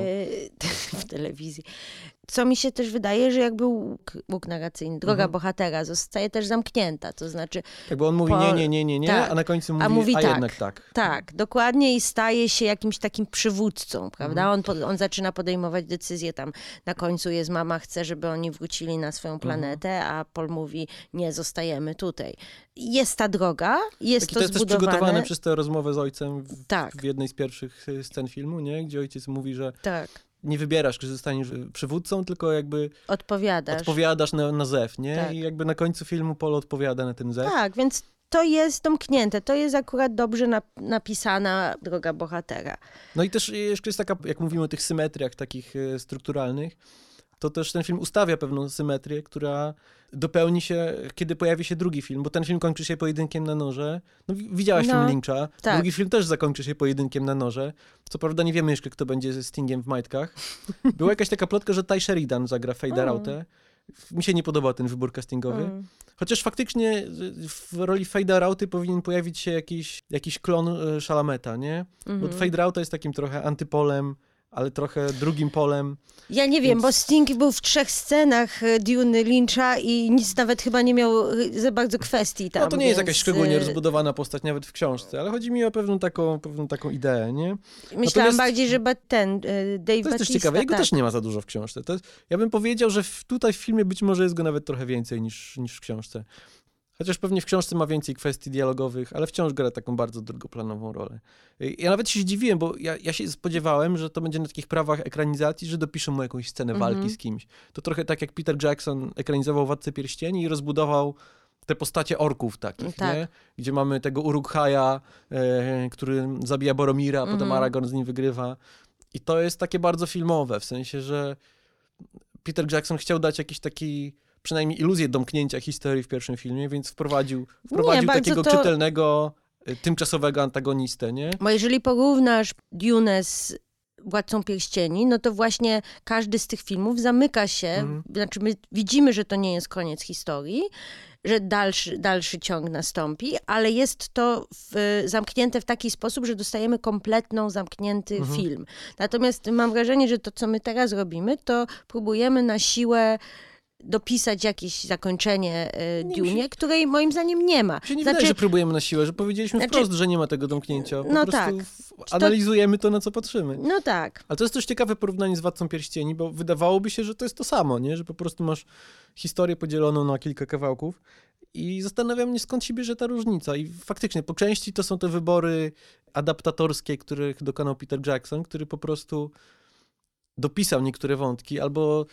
W telewizji. Co mi się też wydaje, że jakby łuk narracyjny, droga bohatera zostaje też zamknięta, to znaczy... Tak, bo on mówi nie, a na końcu mówi jednak tak. Tak, dokładnie i staje się jakimś takim przywódcą, prawda? On zaczyna podejmować decyzje tam. Na końcu jest mama chce, żeby oni wrócili na swoją planetę, a Paul mówi nie, zostajemy tutaj. Jest ta droga, jest to jest zbudowane. też przygotowane przez tę rozmowę z ojcem w jednej z pierwszych scen filmu, nie? Gdzie ojciec mówi, że nie wybierasz, czy zostaniesz przywódcą, tylko jakby odpowiadasz na zew, nie? Tak. I jakby na końcu filmu Paul odpowiada na ten zew. Tak, więc to jest domknięte, to jest akurat dobrze napisana droga bohatera. No i też jeszcze jest taka, jak mówimy o tych symetriach takich strukturalnych, to też ten film ustawia pewną symetrię, która dopełni się, kiedy pojawi się drugi film, bo ten film kończy się pojedynkiem na noże. No, widziałaś film Lyncha. Tak. Drugi film też zakończy się pojedynkiem na noże. Co prawda nie wiemy jeszcze, kto będzie ze Stingiem w majtkach. Była jakaś taka plotka, że Ty Sheridan zagra Fade-Rautę. Mi się nie podoba ten wybór castingowy. Chociaż faktycznie w roli Fade-Rauty powinien pojawić się jakiś klon Chalameta, nie? Bo Fade-Rauta jest takim trochę antypolem, ale trochę drugim polem. Ja nie wiem, bo Sting był w 3 scenach Dune Lyncha i nic nawet chyba nie miał za bardzo kwestii tam. No to nie jest jakaś szczególnie rozbudowana postać nawet w książce, ale chodzi mi o pewną taką ideę, nie? Myślałam bardziej, że Dave Bautista. To jest też ciekawe, jego też nie ma za dużo w książce. Ja bym powiedział, że tutaj w filmie być może jest go nawet trochę więcej niż w książce. Chociaż pewnie w książce ma więcej kwestii dialogowych, ale wciąż gra taką bardzo drugoplanową rolę. Ja nawet się zdziwiłem, bo ja się spodziewałem, że to będzie na takich prawach ekranizacji, że dopiszą mu jakąś scenę walki z kimś. To trochę tak jak Peter Jackson ekranizował Władcę Pierścieni i rozbudował te postacie orków takich, nie? Gdzie mamy tego Uruk-haja, który zabija Boromira, a potem Aragorn z nim wygrywa. I to jest takie bardzo filmowe, w sensie, że Peter Jackson chciał dać jakiś taki przynajmniej iluzję domknięcia historii w pierwszym filmie, więc wprowadził takiego czytelnego, tymczasowego antagonistę, nie? Bo jeżeli porównasz Dune z Władcą Pierścieni, no to właśnie każdy z tych filmów zamyka się, znaczy my widzimy, że to nie jest koniec historii, że dalszy ciąg nastąpi, ale jest to zamknięte w taki sposób, że dostajemy zamknięty film. Natomiast mam wrażenie, że to, co my teraz robimy, to próbujemy na siłę dopisać jakieś zakończenie Dune, której moim zdaniem nie ma. Nie wydaje, że próbujemy na siłę, że powiedzieliśmy wprost, że nie ma tego domknięcia. Po prostu analizujemy to, na co patrzymy. No tak. Ale to jest też ciekawe porównanie z Władcą Pierścieni, bo wydawałoby się, że to jest to samo, nie? Że po prostu masz historię podzieloną na kilka kawałków i zastanawiam mnie, skąd się bierze ta różnica. I faktycznie, po części to są te wybory adaptatorskie, których dokonał Peter Jackson, który po prostu dopisał niektóre wątki, albo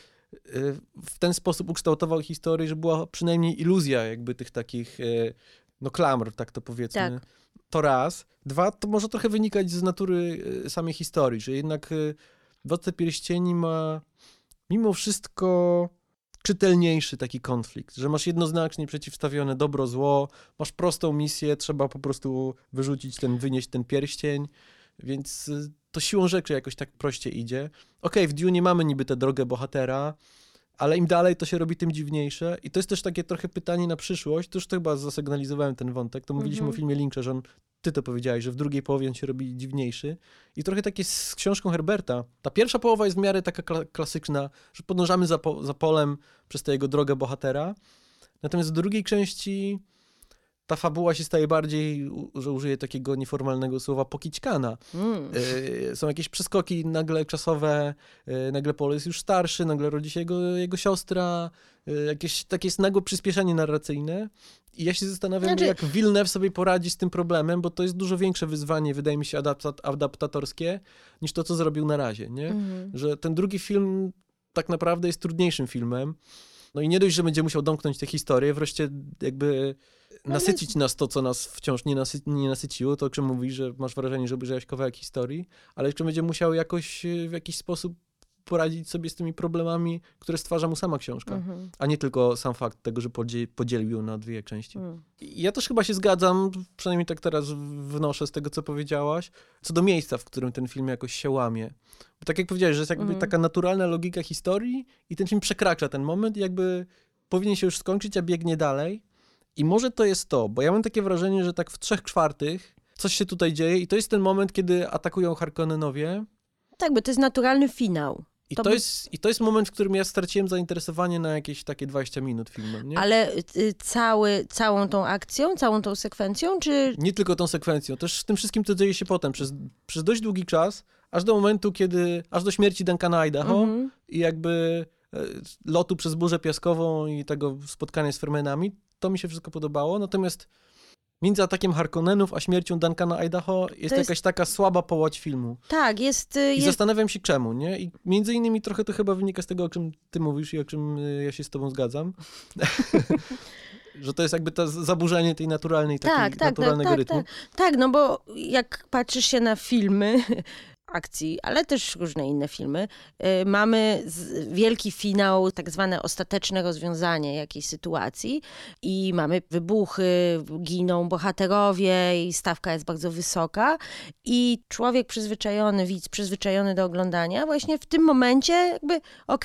w ten sposób ukształtował historię, że była przynajmniej iluzja jakby tych takich, klamr, tak to powiedzmy. Tak. To raz. 2, to może trochę wynikać z natury samej historii, że jednak Władca Pierścieni ma mimo wszystko czytelniejszy taki konflikt, że masz jednoznacznie przeciwstawione dobro, zło, masz prostą misję, trzeba po prostu wynieść ten pierścień, więc to siłą rzeczy jakoś tak prościej idzie. Okej, w Dune mamy niby tę drogę bohatera, ale im dalej to się robi, tym dziwniejsze. I to jest też takie trochę pytanie na przyszłość. To już to chyba zasygnalizowałem ten wątek. To mówiliśmy o filmie Lyncha, że ty to powiedziałeś, że w drugiej połowie on się robi dziwniejszy. I trochę tak jest z książką Herberta. Ta pierwsza połowa jest w miarę taka klasyczna, że podążamy za Polem przez tę jego drogę bohatera. Natomiast w drugiej części ta fabuła się staje bardziej, że użyję takiego nieformalnego słowa, pokićkana. Są jakieś przeskoki nagle czasowe, nagle Paul jest już starszy, nagle rodzi się jego siostra, jakieś takie jest nagłe przyspieszenie narracyjne. I ja się zastanawiam, jak Villeneuve sobie poradzi z tym problemem, bo to jest dużo większe wyzwanie, wydaje mi się, adaptatorskie, niż to, co zrobił na razie, nie? Że ten drugi film tak naprawdę jest trudniejszym filmem. No i nie dość, że będzie musiał domknąć tę historię, wreszcie jakby nasycić nas to, co nas wciąż nie nasyciło, to o czym mówisz, że masz wrażenie, że obejrzałeś kawałek historii, ale jeszcze będzie musiał jakoś w jakiś sposób poradzić sobie z tymi problemami, które stwarza mu sama książka, a nie tylko sam fakt tego, że podzielił ją na 2 części. Ja też chyba się zgadzam, przynajmniej tak teraz wnoszę z tego, co powiedziałaś, co do miejsca, w którym ten film jakoś się łamie. Bo tak jak powiedziałeś, że jest jakby taka naturalna logika historii i ten film przekracza ten moment i jakby powinien się już skończyć, a biegnie dalej. I może to jest to, bo ja mam takie wrażenie, że tak w 3/4 coś się tutaj dzieje i to jest ten moment, kiedy atakują Harkonnenowie. Tak, bo to jest naturalny finał. I to jest moment, w którym ja straciłem zainteresowanie na jakieś takie 20 minut filmem, nie? Ale całą tą akcją, całą tą sekwencją, czy... Nie tylko tą sekwencją, też tym wszystkim, co dzieje się potem, przez dość długi czas, aż do momentu, aż do śmierci Duncana Idaho i jakby lotu przez burzę piaskową i tego spotkania z Fremenami, to mi się wszystko podobało, natomiast między atakiem Harkonnenów a śmiercią Duncana Idaho jest jakaś taka słaba połać filmu. Tak, I zastanawiam się czemu, nie? I między innymi trochę to chyba wynika z tego, o czym ty mówisz i o czym ja się z tobą zgadzam. Że to jest jakby to zaburzenie tej naturalnej, naturalnego rytmu. Tak, no bo jak patrzysz się na filmy akcji, ale też różne inne filmy, mamy wielki finał, tak zwane ostateczne rozwiązanie jakiejś sytuacji i mamy wybuchy, giną bohaterowie i stawka jest bardzo wysoka i człowiek przyzwyczajony, widz przyzwyczajony do oglądania właśnie w tym momencie jakby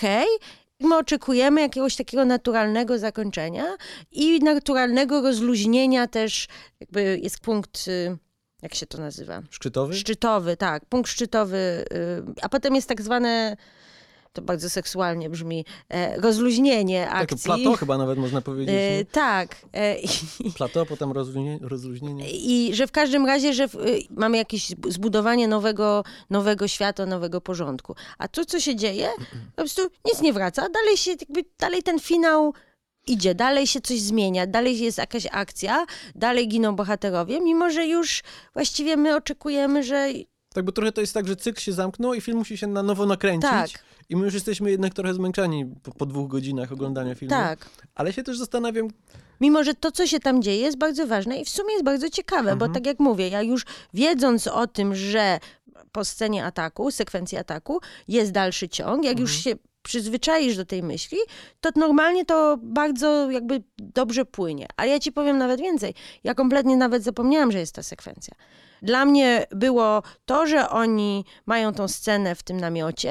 my oczekujemy jakiegoś takiego naturalnego zakończenia i naturalnego rozluźnienia też, jakby jest punkt... Jak się to nazywa? Szczytowy? Szczytowy, tak. Punkt szczytowy. A potem jest tak zwane, to bardzo seksualnie brzmi, rozluźnienie akcji. Tak, plateau chyba nawet można powiedzieć. Tak. Plateau, potem rozluźnienie. I że w każdym razie, że mamy jakieś zbudowanie nowego świata, nowego porządku. A to, co się dzieje, po prostu nic nie wraca. Dalej ten finał idzie, dalej się coś zmienia, dalej jest jakaś akcja, dalej giną bohaterowie, mimo że już właściwie my oczekujemy, że... Tak, bo trochę to jest tak, że cykl się zamknął i film musi się na nowo nakręcić. Tak. I my już jesteśmy jednak trochę zmęczeni po 2 godzinach oglądania filmu. Tak. Ale się też zastanawiam... Mimo że to, co się tam dzieje, jest bardzo ważne i w sumie jest bardzo ciekawe, bo tak jak mówię, ja już wiedząc o tym, że po scenie ataku, sekwencji ataku jest dalszy ciąg, jak już się przyzwyczaisz do tej myśli, to normalnie to bardzo jakby dobrze płynie. A ja ci powiem nawet więcej. Ja kompletnie nawet zapomniałam, że jest ta sekwencja. Dla mnie było to, że oni mają tą scenę w tym namiocie,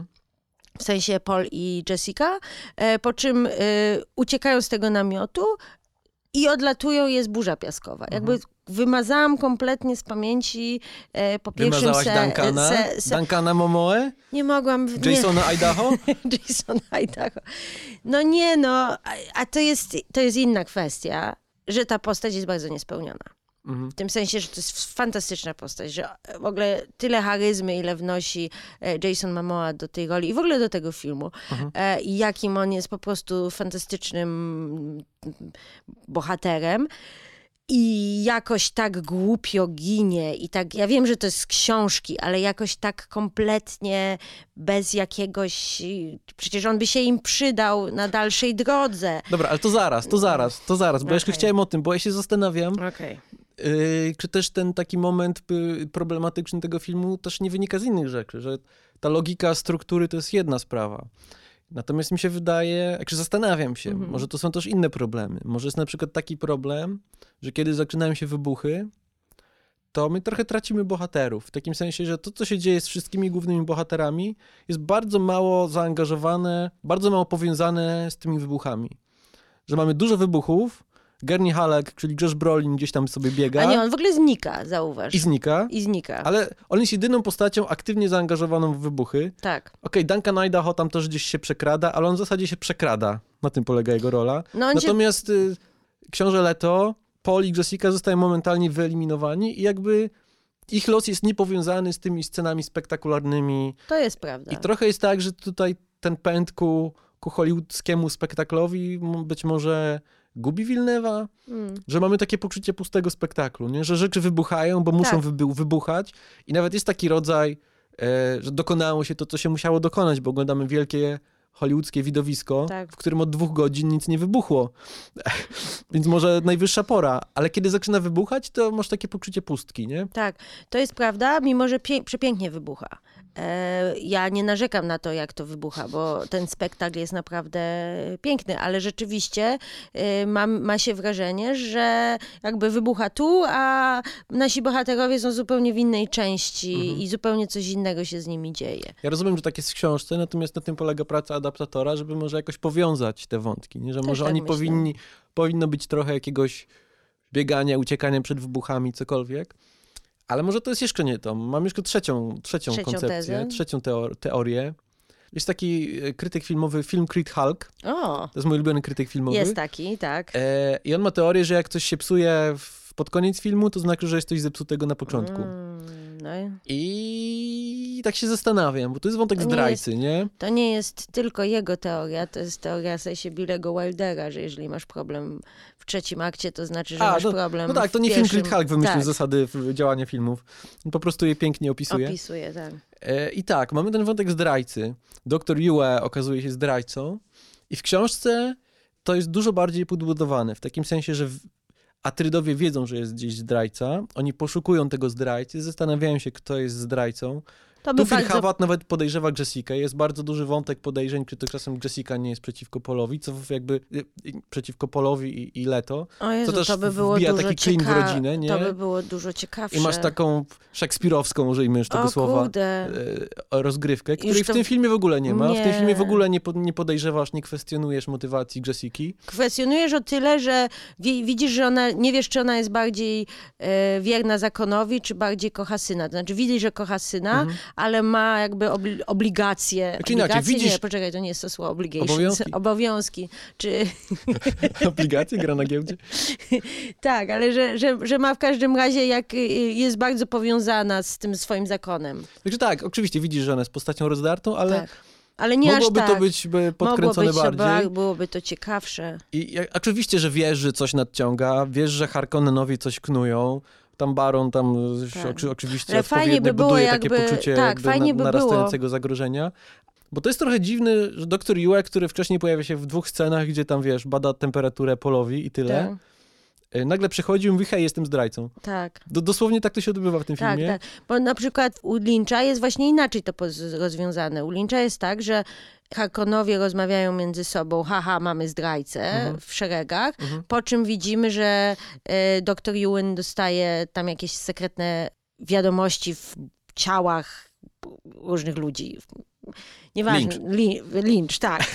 w sensie Paul i Jessica, po czym uciekają z tego namiotu i odlatują, jest burza piaskowa. Jakby wymazałam kompletnie z pamięci po pierwszym Duncana Momoe? Nie mogłam. Jasona Idaho? Jasona Idaho. No nie, a to jest inna kwestia, że ta postać jest bardzo niespełniona. W tym sensie, że to jest fantastyczna postać, że w ogóle tyle charyzmy, ile wnosi Jason Momoa do tej roli i w ogóle do tego filmu. I jakim on jest po prostu fantastycznym bohaterem. I jakoś tak głupio ginie i tak, ja wiem, że to jest z książki, ale jakoś tak kompletnie bez jakiegoś, przecież on by się im przydał na dalszej drodze. Dobra, ale to zaraz, bo jeszcze chciałem o tym, bo ja się zastanawiam, czy też ten taki moment problematyczny tego filmu też nie wynika z innych rzeczy, że ta logika struktury to jest jedna sprawa. Natomiast mi się wydaje, zastanawiam się, może to są też inne problemy. Może jest na przykład taki problem, że kiedy zaczynają się wybuchy, to my trochę tracimy bohaterów. W takim sensie, że to, co się dzieje z wszystkimi głównymi bohaterami, jest bardzo mało zaangażowane, bardzo mało powiązane z tymi wybuchami. Że mamy dużo wybuchów, Gurney Halleck, czyli Josh Brolin, gdzieś tam sobie biega. A nie, on w ogóle znika, zauważ. I znika. Ale on jest jedyną postacią aktywnie zaangażowaną w wybuchy. Tak. Duncan Idaho tam też gdzieś się przekrada, ale on w zasadzie się przekrada. Na tym polega jego rola. Natomiast książę Leto Paul i Jessica zostają momentalnie wyeliminowani i jakby ich los jest niepowiązany z tymi scenami spektakularnymi. To jest prawda. I trochę jest tak, że tutaj ten pęd ku hollywoodzkiemu spektaklowi być może gubi Villeneuve'a, że mamy takie poczucie pustego spektaklu, nie? Że rzeczy wybuchają, bo muszą wybuchać i nawet jest taki rodzaj, że dokonało się to, co się musiało dokonać, bo oglądamy wielkie hollywoodzkie widowisko, w którym od 2 godzin nic nie wybuchło. Więc może najwyższa pora, ale kiedy zaczyna wybuchać, to masz takie poczucie pustki, nie? Tak, to jest prawda, mimo że przepięknie wybucha. Ja nie narzekam na to, jak to wybucha, bo ten spektakl jest naprawdę piękny, ale rzeczywiście ma się wrażenie, że jakby wybucha tu, a nasi bohaterowie są zupełnie w innej części i zupełnie coś innego się z nimi dzieje. Ja rozumiem, że tak jest w książce, natomiast na tym polega praca adaptatora, żeby może jakoś powiązać te wątki, nie? Że też może tak oni myślę. powinno być trochę jakiegoś biegania, uciekania przed wybuchami, cokolwiek. Ale może to jest jeszcze nie to. Mam jeszcze trzecią koncepcję, tezę. trzecią teorię. Jest taki krytyk filmowy, Film Crit Hulk. O, To jest mój ulubiony krytyk filmowy. jest taki, tak. I on ma teorię, że jak coś się psuje pod koniec filmu, to znaczy, że jest coś zepsutego na początku. No. I tak się zastanawiam, bo to jest wątek zdrajcy, nie? To nie jest tylko jego teoria, to jest teoria w sensie Billego Wildera, że jeżeli masz problem w trzecim akcie, to znaczy, że masz problem No tak, to nie pierwszym. Film Crit Hulk wymyślił tak. zasady działania filmów. On po prostu je pięknie opisuje. Opisuje, tak. I tak, mamy ten wątek zdrajcy. Doktor Yue okazuje się zdrajcą i w książce to jest dużo bardziej podbudowane, w takim sensie, że Atrydowie wiedzą, że jest gdzieś zdrajca, oni poszukują tego zdrajcy, zastanawiają się, kto jest zdrajcą. Tu Phil Howard nawet podejrzewa Jessica. Jest bardzo duży wątek podejrzeń, czy to czasem Jessica nie jest przeciwko Paulowi, co jakby przeciwko Paulowi i Leto. O Jezu, to też to by było wbija dużo taki klin w rodzinę, nie? To by było dużo ciekawsze. I masz taką szekspirowską, użyjmy już tego słowa, kurde. rozgrywkę, której w tym filmie w ogóle nie ma. Nie. W tym filmie w ogóle nie podejrzewasz, nie kwestionujesz motywacji Jessiki. Kwestionujesz o tyle, że widzisz, że ona, nie wiesz, czy ona jest bardziej wierna zakonowi, czy bardziej kocha syna. To znaczy widzisz, że kocha syna, ale ma jakby obligacje. Czy inaczej, widzisz... Nie, poczekaj, to nie jest to słowo obligations. Obowiązki. Czy... Obligacje gra na giełdzie? Tak, ale że ma w każdym razie, jest bardzo powiązana z tym swoim zakonem. Także tak, oczywiście widzisz, że ona jest postacią rozdartą, ale... Tak. Ale nie mogłoby aż tak. to być podkręcone bardziej. Byłoby to ciekawsze. I oczywiście, że wiesz, że coś nadciąga, wiesz, że Harkonnenowi coś knują, tam Baron oczywiście ale fajnie by było buduje jakby, takie poczucie narastającego zagrożenia. Bo to jest trochę dziwne, że doktor Yue, który wcześniej pojawia się w 2 scenach, gdzie tam, wiesz, bada temperaturę Paulowi i tyle, nagle przychodzi i mówi, hej, jestem zdrajcą. Tak. Dosłownie tak to się odbywa w tym filmie. Tak. Bo na przykład u Lyncha jest właśnie inaczej to rozwiązane. U Lyncha jest tak, że Harkonnowie rozmawiają między sobą, mamy zdrajcę w szeregach, po czym widzimy, że dr Ewan dostaje tam jakieś sekretne wiadomości w ciałach różnych ludzi. Nieważne. Lynch, tak.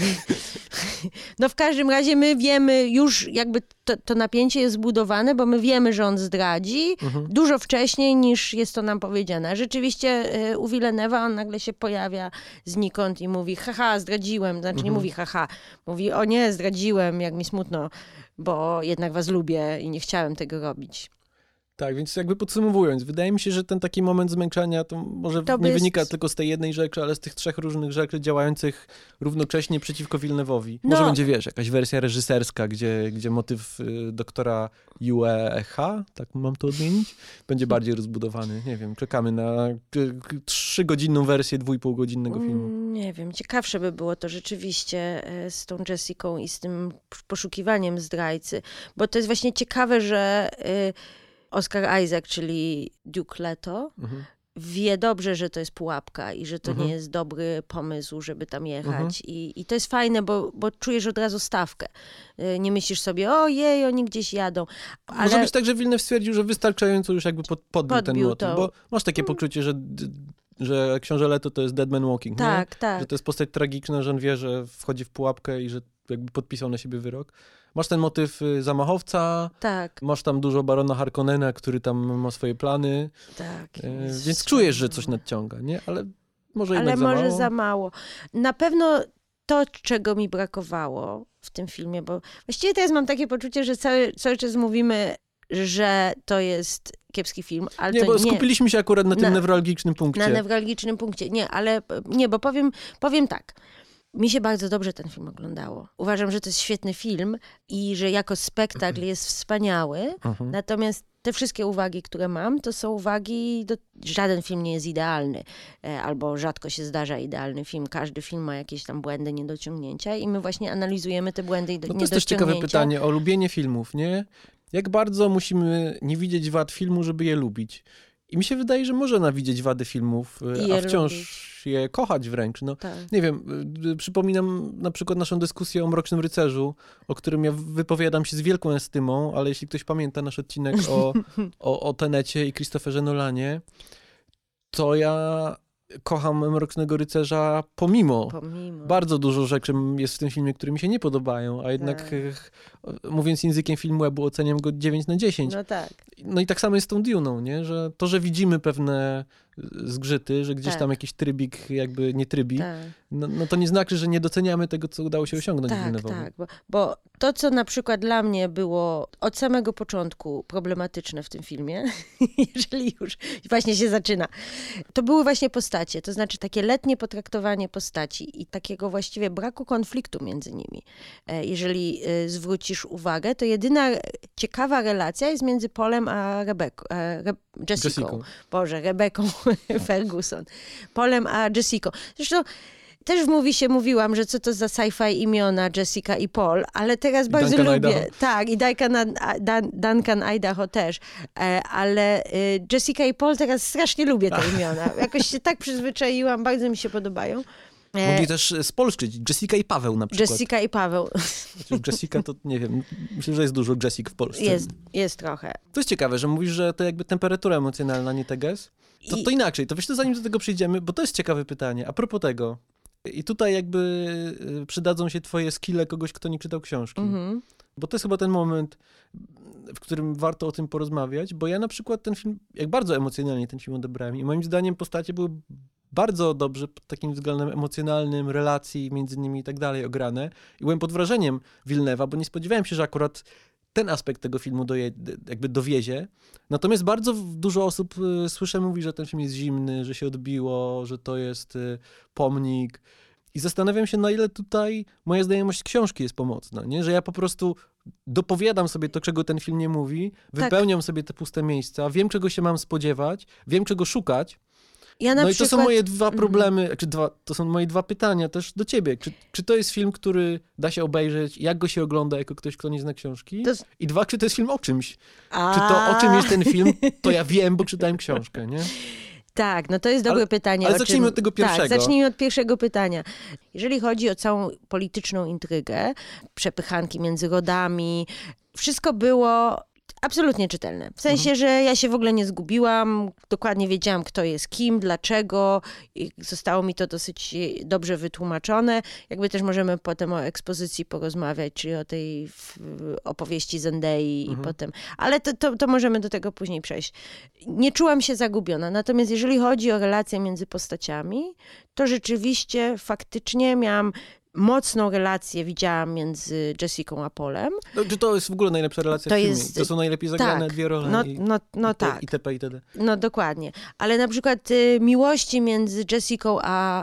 No w każdym razie my wiemy, już jakby to napięcie jest zbudowane, bo my wiemy, że on zdradzi dużo wcześniej niż jest to nam powiedziane. Rzeczywiście u Villeneuve'a on nagle się pojawia znikąd i mówi zdradziłem. Znaczy nie mówi mówi o nie, zdradziłem, jak mi smutno, bo jednak was lubię i nie chciałem tego robić. Tak, więc jakby podsumowując, wydaje mi się, że ten taki moment zmęczenia to może nie wynika tylko z tej jednej rzeczy, ale z tych 3 różnych rzeczy działających równocześnie przeciwko Villeneuve'owi. Może będzie, wiesz, jakaś wersja reżyserska, gdzie motyw doktora Yue, tak mam to odmienić, będzie bardziej rozbudowany. Nie wiem, czekamy na 3-godzinną wersję 2,5-godzinnego filmu. Nie wiem, ciekawsze by było to rzeczywiście z tą Jessicą i z tym poszukiwaniem zdrajcy, bo to jest właśnie ciekawe, że Oscar Isaac, czyli Duke Leto, wie dobrze, że to jest pułapka i że to nie jest dobry pomysł, żeby tam jechać. I to jest fajne, bo czujesz od razu stawkę. Nie myślisz sobie, ojej, oni gdzieś jadą. Ale... Może być tak, że Villeneuve stwierdził, że wystarczająco już jakby podbił ten motyw, bo masz takie poczucie, że książę Leto to jest Dead Man Walking, tak, nie? Tak. Że to jest postać tragiczna, że on wie, że wchodzi w pułapkę i że jakby podpisał na siebie wyrok. Masz ten motyw zamachowca, masz tam dużo barona Harkonnena, który tam ma swoje plany, więc czujesz, że coś nadciąga, nie? Ale może jednak za mało. Ale może za mało. Na pewno to, czego mi brakowało w tym filmie, bo właściwie teraz mam takie poczucie, że cały czas mówimy że to jest kiepski film, ale nie, to bo skupiliśmy się akurat na tym newralgicznym punkcie. Na newralgicznym punkcie. Nie, ale bo powiem tak. Mi się bardzo dobrze ten film oglądało. Uważam, że to jest świetny film i że jako spektakl jest wspaniały. Natomiast te wszystkie uwagi, które mam, to są uwagi, żaden film nie jest idealny, albo rzadko się zdarza idealny film. Każdy film ma jakieś tam błędy, niedociągnięcia i my właśnie analizujemy te błędy i niedociągnięcia. To jest też ciekawe pytanie o lubienie filmów, nie? Jak bardzo musimy nie widzieć wad filmu, żeby je lubić? I mi się wydaje, że można widzieć wady filmów, a wciąż je kochać wręcz. No, tak. Nie wiem, przypominam na przykład naszą dyskusję o Mrocznym Rycerzu, o którym ja wypowiadam się z wielką estymą, ale jeśli ktoś pamięta nasz odcinek o Tenecie i Christopherze Nolanie, to ja kocham Mrocznego Rycerza pomimo. Bardzo dużo rzeczy jest w tym filmie, które mi się nie podobają, a jednak mówiąc językiem filmu, ja oceniam go 9/10. No tak. No i tak samo jest z tą Dune'ą, nie? Że to, że widzimy pewne zgrzyty, że gdzieś tam jakiś trybik jakby nie trybi, no to nie znaczy, że nie doceniamy tego, co udało się osiągnąć w Villeneuve'owi. Tak, bo to, co na przykład dla mnie było od samego początku problematyczne w tym filmie, jeżeli już właśnie się zaczyna, to były właśnie postacie, to znaczy takie letnie potraktowanie postaci i takiego właściwie braku konfliktu między nimi. Jeżeli zwrócisz uwagę, to jedyna ciekawa relacja jest między Polem a Jessica. Boże, Rebeką Ferguson. Polem a Jessica. Zresztą też mówiłam, że co to za sci-fi imiona Jessica i Paul, ale teraz bardzo Duncan lubię. Idaho. Tak, i Duncan Idaho też. Ale Jessica i Paul teraz strasznie lubię te imiona. Jakoś się tak przyzwyczaiłam, bardzo mi się podobają. Mogli też spolszczyć. Jessica i Paweł na przykład. Jessica i Paweł. Znaczy Jessica to, nie wiem, myślę, że jest dużo Jessic w Polsce. Jest trochę. To jest ciekawe, że mówisz, że to jakby temperatura emocjonalna, nie teges. To inaczej. To wiesz, to zanim do tego przyjdziemy, bo to jest ciekawe pytanie. A propos tego. I tutaj jakby przydadzą się twoje skille kogoś, kto nie czytał książki. Bo to jest chyba ten moment, w którym warto o tym porozmawiać, bo ja na przykład ten film, jak bardzo emocjonalnie ten film odebrałem i moim zdaniem postacie były bardzo dobrze pod takim względem emocjonalnym, relacji między nimi i tak dalej ograne. I byłem pod wrażeniem Villeneuve'a, bo nie spodziewałem się, że akurat ten aspekt tego filmu jakby dowiezie. Natomiast bardzo dużo osób słyszę, mówi, że ten film jest zimny, że się odbiło, że to jest pomnik. I zastanawiam się, na ile tutaj moja znajomość książki jest pomocna, nie? Że ja po prostu dopowiadam sobie to, czego ten film nie mówi, wypełniam sobie te puste miejsca, wiem, czego się mam spodziewać, wiem, czego szukać. I to są moje dwa problemy, to są moje dwa pytania też do ciebie. Czy to jest film, który da się obejrzeć, jak go się ogląda jako ktoś, kto nie zna książki? I dwa, czy to jest film o czymś? Czy to, o czym jest ten film, to ja wiem, bo czytałem książkę, nie? Tak, no to jest dobre pytanie. Ale zacznijmy od tego pierwszego. Tak, zacznijmy od pierwszego pytania. Jeżeli chodzi o całą polityczną intrygę, przepychanki między rodami, wszystko było absolutnie czytelne. W sensie, że ja się w ogóle nie zgubiłam, dokładnie wiedziałam, kto jest kim, dlaczego i zostało mi to dosyć dobrze wytłumaczone. Jakby też możemy potem o ekspozycji porozmawiać, czyli o tej opowieści Zendai i potem. Ale to możemy do tego później przejść. Nie czułam się zagubiona. Natomiast jeżeli chodzi o relacje między postaciami, to rzeczywiście faktycznie miałam mocną relację widziałam między Jessicą a Polem. Czy to jest w ogóle najlepsza relacja w filmie? To są najlepiej zagrane dwie role tak. itp. itd. No dokładnie. Ale na przykład miłości między Jessicą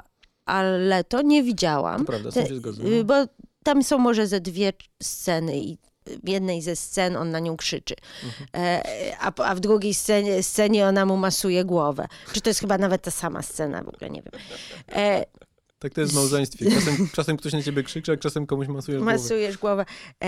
a Leto nie widziałam. To prawda, z tym się zgodzę. Bo tam są może ze dwie sceny i w jednej ze scen on na nią krzyczy, a w drugiej scenie ona mu masuje głowę. Czy to jest chyba nawet ta sama scena, w ogóle nie wiem. Tak to jest w małżeństwie. Czasem ktoś na ciebie krzyczy, a czasem komuś masujesz głowę.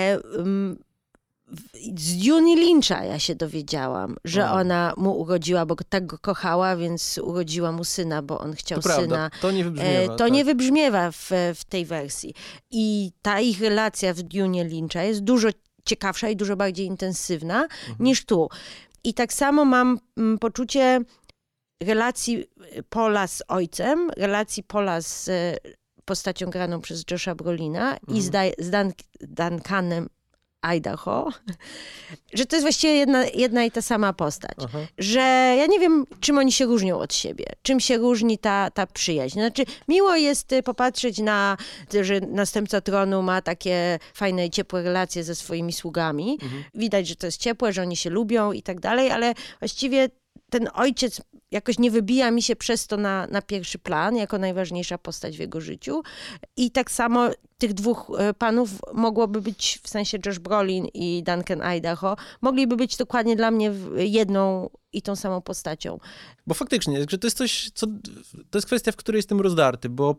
Z Dune Lyncha ja się dowiedziałam, że ona mu urodziła, bo tak go kochała, więc urodziła mu syna, bo on chciał to syna. Prawda. To nie wybrzmiewa. To nie wybrzmiewa w tej wersji. I ta ich relacja w Dune Lyncha jest dużo ciekawsza i dużo bardziej intensywna niż tu. I tak samo mam poczucie relacji Paula z ojcem, relacji Paula z postacią graną przez Josha Brolina i z Duncanem Idaho, że to jest właściwie jedna i ta sama postać. Aha. Że ja nie wiem, czym oni się różnią od siebie, czym się różni ta przyjaźń. Znaczy, miło jest popatrzeć na, że następca tronu ma takie fajne i ciepłe relacje ze swoimi sługami. Widać, że to jest ciepłe, że oni się lubią i tak dalej, ale właściwie ten ojciec jakoś nie wybija mi się przez to na pierwszy plan, jako najważniejsza postać w jego życiu. I tak samo tych dwóch panów mogłoby być, w sensie Josh Brolin i Duncan Idaho, mogliby być dokładnie dla mnie jedną i tą samą postacią. Bo faktycznie, że to jest coś, to jest kwestia, w której jestem rozdarty, bo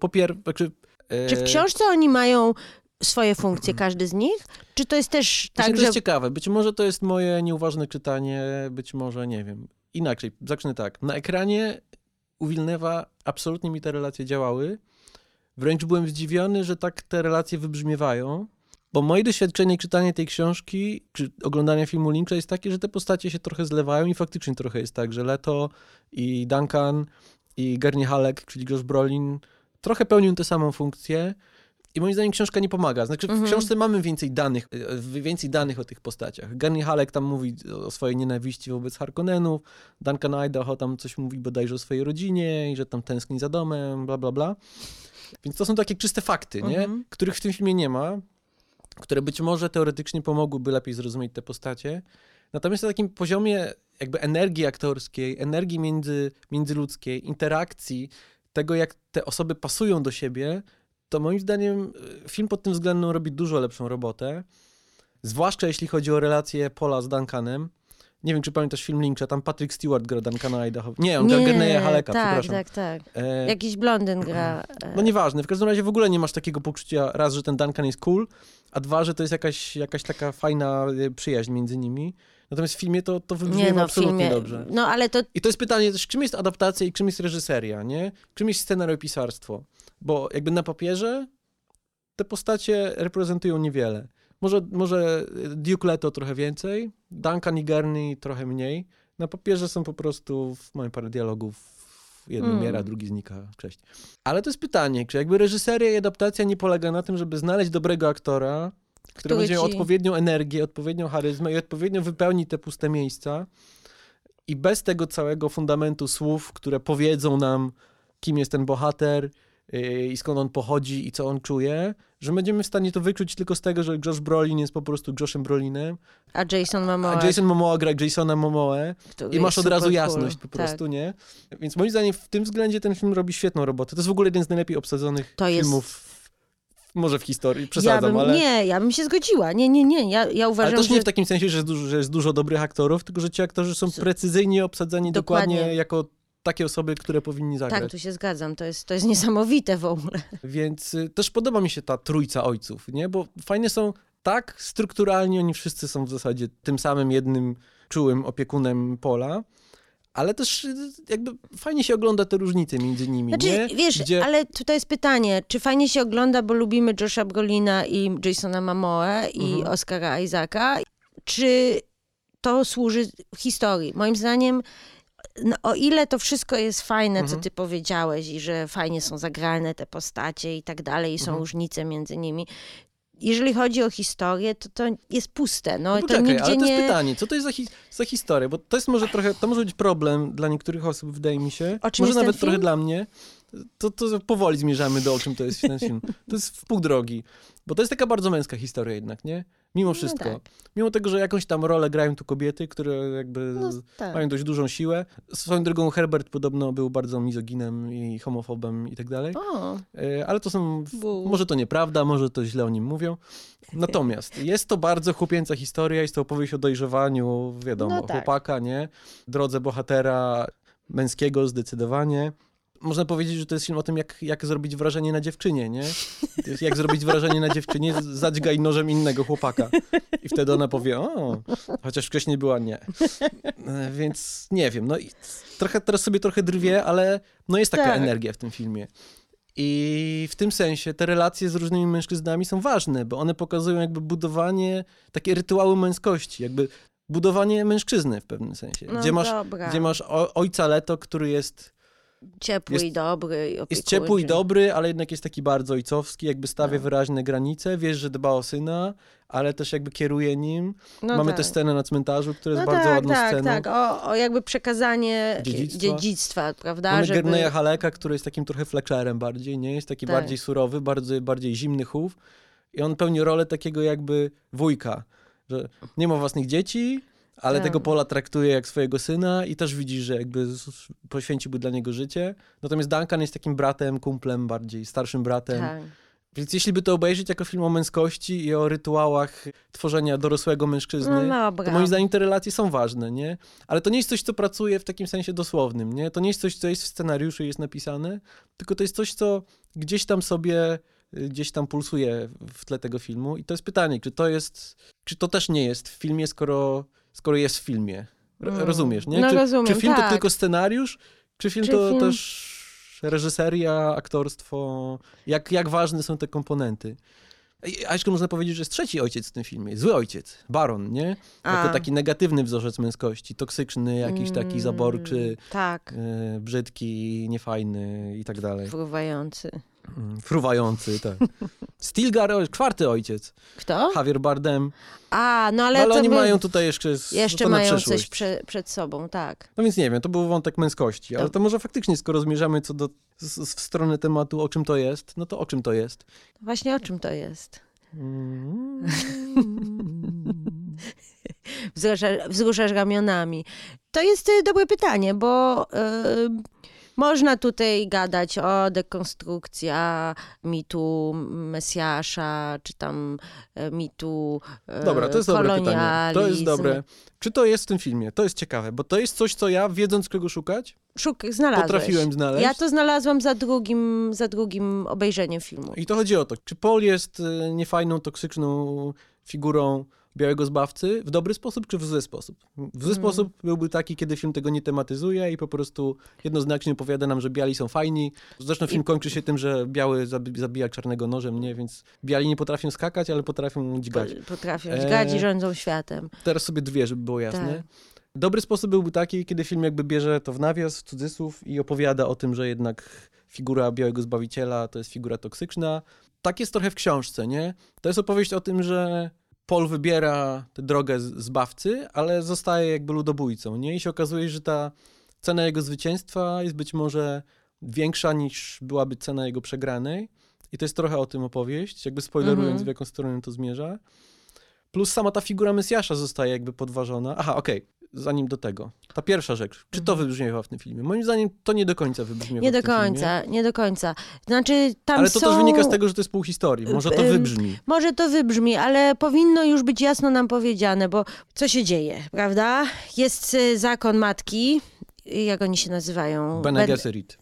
Czy w książce oni mają swoje funkcje, każdy z nich? Czy to jest też tak, to jest ciekawe. Być może to jest moje nieuważne czytanie, być może, nie wiem. Inaczej, zacznę tak. Na ekranie u Villeneuve'a absolutnie mi te relacje działały. Wręcz byłem zdziwiony, że tak te relacje wybrzmiewają, bo moje doświadczenie czytania tej książki, czy oglądania filmu Lyncha jest takie, że te postacie się trochę zlewają i faktycznie trochę jest tak, że Leto i Duncan i Gurney Halleck, czyli Josh Brolin, trochę pełnią tę samą funkcję. I moim zdaniem książka nie pomaga. Znaczy w książce mamy więcej danych o tych postaciach. Gurney Halleck tam mówi o swojej nienawiści wobec Harkonnenów, Duncan Idaho tam coś mówi bodajże o swojej rodzinie i że tam tęskni za domem, bla, bla, bla. Więc to są takie czyste fakty, nie? Których w tym filmie nie ma, które być może teoretycznie pomogłyby lepiej zrozumieć te postacie. Natomiast na takim poziomie jakby energii aktorskiej, energii międzyludzkiej, interakcji, tego jak te osoby pasują do siebie, to moim zdaniem film pod tym względem robi dużo lepszą robotę. Zwłaszcza jeśli chodzi o relację Paula z Duncanem. Nie wiem, czy pamiętasz film Lyncha, tam Patrick Stewart gra Duncana Idaho. Nie, on gra Gurneya Hallecka, przepraszam. Tak. Jakiś blondyn gra. No nieważne, w każdym razie w ogóle nie masz takiego poczucia, raz, że ten Duncan jest cool, a dwa, że to jest jakaś taka fajna przyjaźń między nimi. Natomiast w filmie to wybrzmiewa absolutnie dobrze. No, ale to... I to jest pytanie też, czym jest adaptacja i czym jest reżyseria, nie? Czym jest scenariopisarstwo? Bo jakby na papierze te postacie reprezentują niewiele. Może Duke Leto trochę więcej, Duncan i Gurney trochę mniej. Na papierze są po prostu, mamy parę dialogów, jeden umiera, drugi znika, cześć. Ale to jest pytanie, czy jakby reżyseria i adaptacja nie polega na tym, żeby znaleźć dobrego aktora, który będzie miał odpowiednią energię, odpowiednią charyzmę i odpowiednio wypełni te puste miejsca i bez tego całego fundamentu słów, które powiedzą nam, kim jest ten bohater i skąd on pochodzi i co on czuje, że będziemy w stanie to wykluć tylko z tego, że Josh Brolin jest po prostu Joshem Brolinem, a Jason Momoa gra Jasona Momoę i masz od razu jasność po prostu, nie? Więc moim zdaniem w tym względzie ten film robi świetną robotę. To jest w ogóle jeden z najlepiej obsadzonych filmów może w historii, przesadzam, ale... Nie, ja bym się zgodziła. Nie. Ja uważam, ale też nie w takim sensie, że jest dużo dobrych aktorów, tylko że ci aktorzy są precyzyjnie obsadzeni dokładnie jako takie osoby, które powinni zagrać. Tak, tu się zgadzam. To jest niesamowite w ogóle. Więc też podoba mi się ta trójca ojców, nie? Bo fajne są tak strukturalnie, oni wszyscy są w zasadzie tym samym jednym czułym opiekunem Paula, ale też jakby fajnie się ogląda te różnice między nimi, znaczy, nie? Wiesz, ale tutaj jest pytanie, czy fajnie się ogląda, bo lubimy Josha Brolina i Jasona Momoę i Oscara Isaaca, czy to służy historii? Moim zdaniem, no, o ile to wszystko jest fajne, co ty powiedziałeś i że fajnie są zagrane te postacie i tak dalej, i są różnice między nimi, jeżeli chodzi o historię, to jest puste. No, poczekaj, to nigdzie ale to jest pytanie, co to jest za historia? Bo to jest może trochę, to może być problem dla niektórych osób, wydaje mi się. Może nawet trochę dla mnie. To powoli zmierzamy do o czym to jest ten film. To jest w pół drogi. Bo to jest taka bardzo męska historia jednak, nie? Mimo wszystko. No tak. Mimo tego, że jakąś tam rolę grają tu kobiety, które jakby mają dość dużą siłę. Swoją drogą Herbert podobno był bardzo mizoginem i homofobem i tak dalej. Ale to są... Może to nieprawda, może to źle o nim mówią. Natomiast jest to bardzo chłopięca historia, jest to opowieść o dojrzewaniu, wiadomo, chłopaka, nie? Drodze bohatera męskiego zdecydowanie. Można powiedzieć, że to jest film o tym, jak zrobić wrażenie na dziewczynie, nie? Jak zrobić wrażenie na dziewczynie, zadźgaj nożem innego chłopaka. I wtedy ona powie, chociaż wcześniej była nie. Więc nie wiem, no i teraz sobie trochę drwię, ale no jest taka energia w tym filmie. I w tym sensie te relacje z różnymi mężczyznami są ważne, bo one pokazują jakby budowanie, takie rytuały męskości, jakby budowanie mężczyzny w pewnym sensie. Gdzie masz ojca Leto, który jest Ciepły i dobry. I jest opiekuńczy. ciepły i dobry, ale jednak jest taki bardzo ojcowski, jakby stawia wyraźne granice, wiesz, że dba o syna, ale też jakby kieruje nim. No Mamy tak. tę scenę na cmentarzu, która jest No bardzo ładną tak, sceną. tak, o jakby przekazanie Dziedzictwa. prawda? Mamy Gurney'a Hallecka, który jest takim trochę Fletcherem bardziej, nie? Jest taki Tak. bardziej surowy, bardziej zimny chów i on pełni rolę takiego jakby wujka, że nie ma własnych dzieci, ale Tak. tego Paula traktuje jak swojego syna i też widzi, że jakby poświęciłby dla niego życie. Natomiast Duncan jest takim bratem, kumplem bardziej, starszym bratem. Tak. Więc jeśli by to obejrzeć jako film o męskości i o rytuałach tworzenia dorosłego mężczyzny, No dobra. to moim zdaniem te relacje są ważne, nie? Ale to nie jest coś, co pracuje w takim sensie dosłownym, nie? To nie jest coś, co jest w scenariuszu i jest napisane, tylko to jest coś, co gdzieś tam pulsuje w tle tego filmu. I to jest pytanie, czy to też nie jest w filmie, skoro jest w filmie. Rozumiesz, nie? No czy, rozumiem, czy film tak. to tylko scenariusz, czy film to też reżyseria, aktorstwo, jak ważne są te komponenty. A jeszcze można powiedzieć, że jest trzeci ojciec w tym filmie, zły ojciec, Baron, nie? Jako taki negatywny wzorzec męskości, toksyczny, jakiś taki zaborczy, tak. Brzydki, niefajny i tak dalej. Fruwający, tak. Stilgar, czwarty ojciec. Kto? Javier Bardem. No ale oni mają tutaj jeszcze mają przyszłość. coś przed sobą, tak. No więc nie wiem, to był wątek męskości, ale to może faktycznie, skoro zmierzamy w stronę tematu, o czym to jest, no to o czym to jest? Właśnie o czym to jest? Wzruszasz ramionami. To jest dobre pytanie, bo można tutaj gadać o dekonstrukcja mitu Mesjasza, czy tam mitu Dobra, to jest dobre pytanie. To jest dobre. Czy to jest w tym filmie? To jest ciekawe, bo to jest coś, co ja, wiedząc czego szukać, potrafiłem znaleźć. Ja to znalazłam za drugim obejrzeniem filmu. I to chodzi o to, czy Paul jest niefajną, toksyczną figurą białego zbawcy w dobry sposób, czy w zły sposób? W zły sposób byłby taki, kiedy film tego nie tematyzuje i po prostu jednoznacznie opowiada nam, że biali są fajni. Zresztą film kończy się tym, że biały zabija czarnego nożem, nie? Więc biali nie potrafią skakać, ale potrafią dźgać. Potrafią dźgać i rządzą światem. Teraz sobie dwie, żeby było jasne. Tak. Dobry sposób byłby taki, kiedy film jakby bierze to w nawias, w cudzysłów i opowiada o tym, że jednak figura białego zbawiciela to jest figura toksyczna. Tak jest trochę w książce, nie? To jest opowieść o tym, że Paul wybiera tę drogę zbawcy, ale zostaje jakby ludobójcą, nie? I się okazuje, że ta cena jego zwycięstwa jest być może większa niż byłaby cena jego przegranej. I to jest trochę o tym opowieść, jakby spoilerując, w jaką stronę to zmierza. Plus sama ta figura Mesjasza zostaje jakby podważona. Aha, okej. Zanim do tego. Ta pierwsza rzecz. Czy to wybrzmiewa w tym filmie? Moim zdaniem to nie do końca wybrzmiewa Nie w do tym końca, filmie. nie do końca. Znaczy tam ale to też wynika z tego, że to jest pół historii. Może to wybrzmi. Może to wybrzmi, ale powinno już być jasno nam powiedziane, bo co się dzieje, prawda? Jest zakon matki, jak oni się nazywają? Bene Gesserit.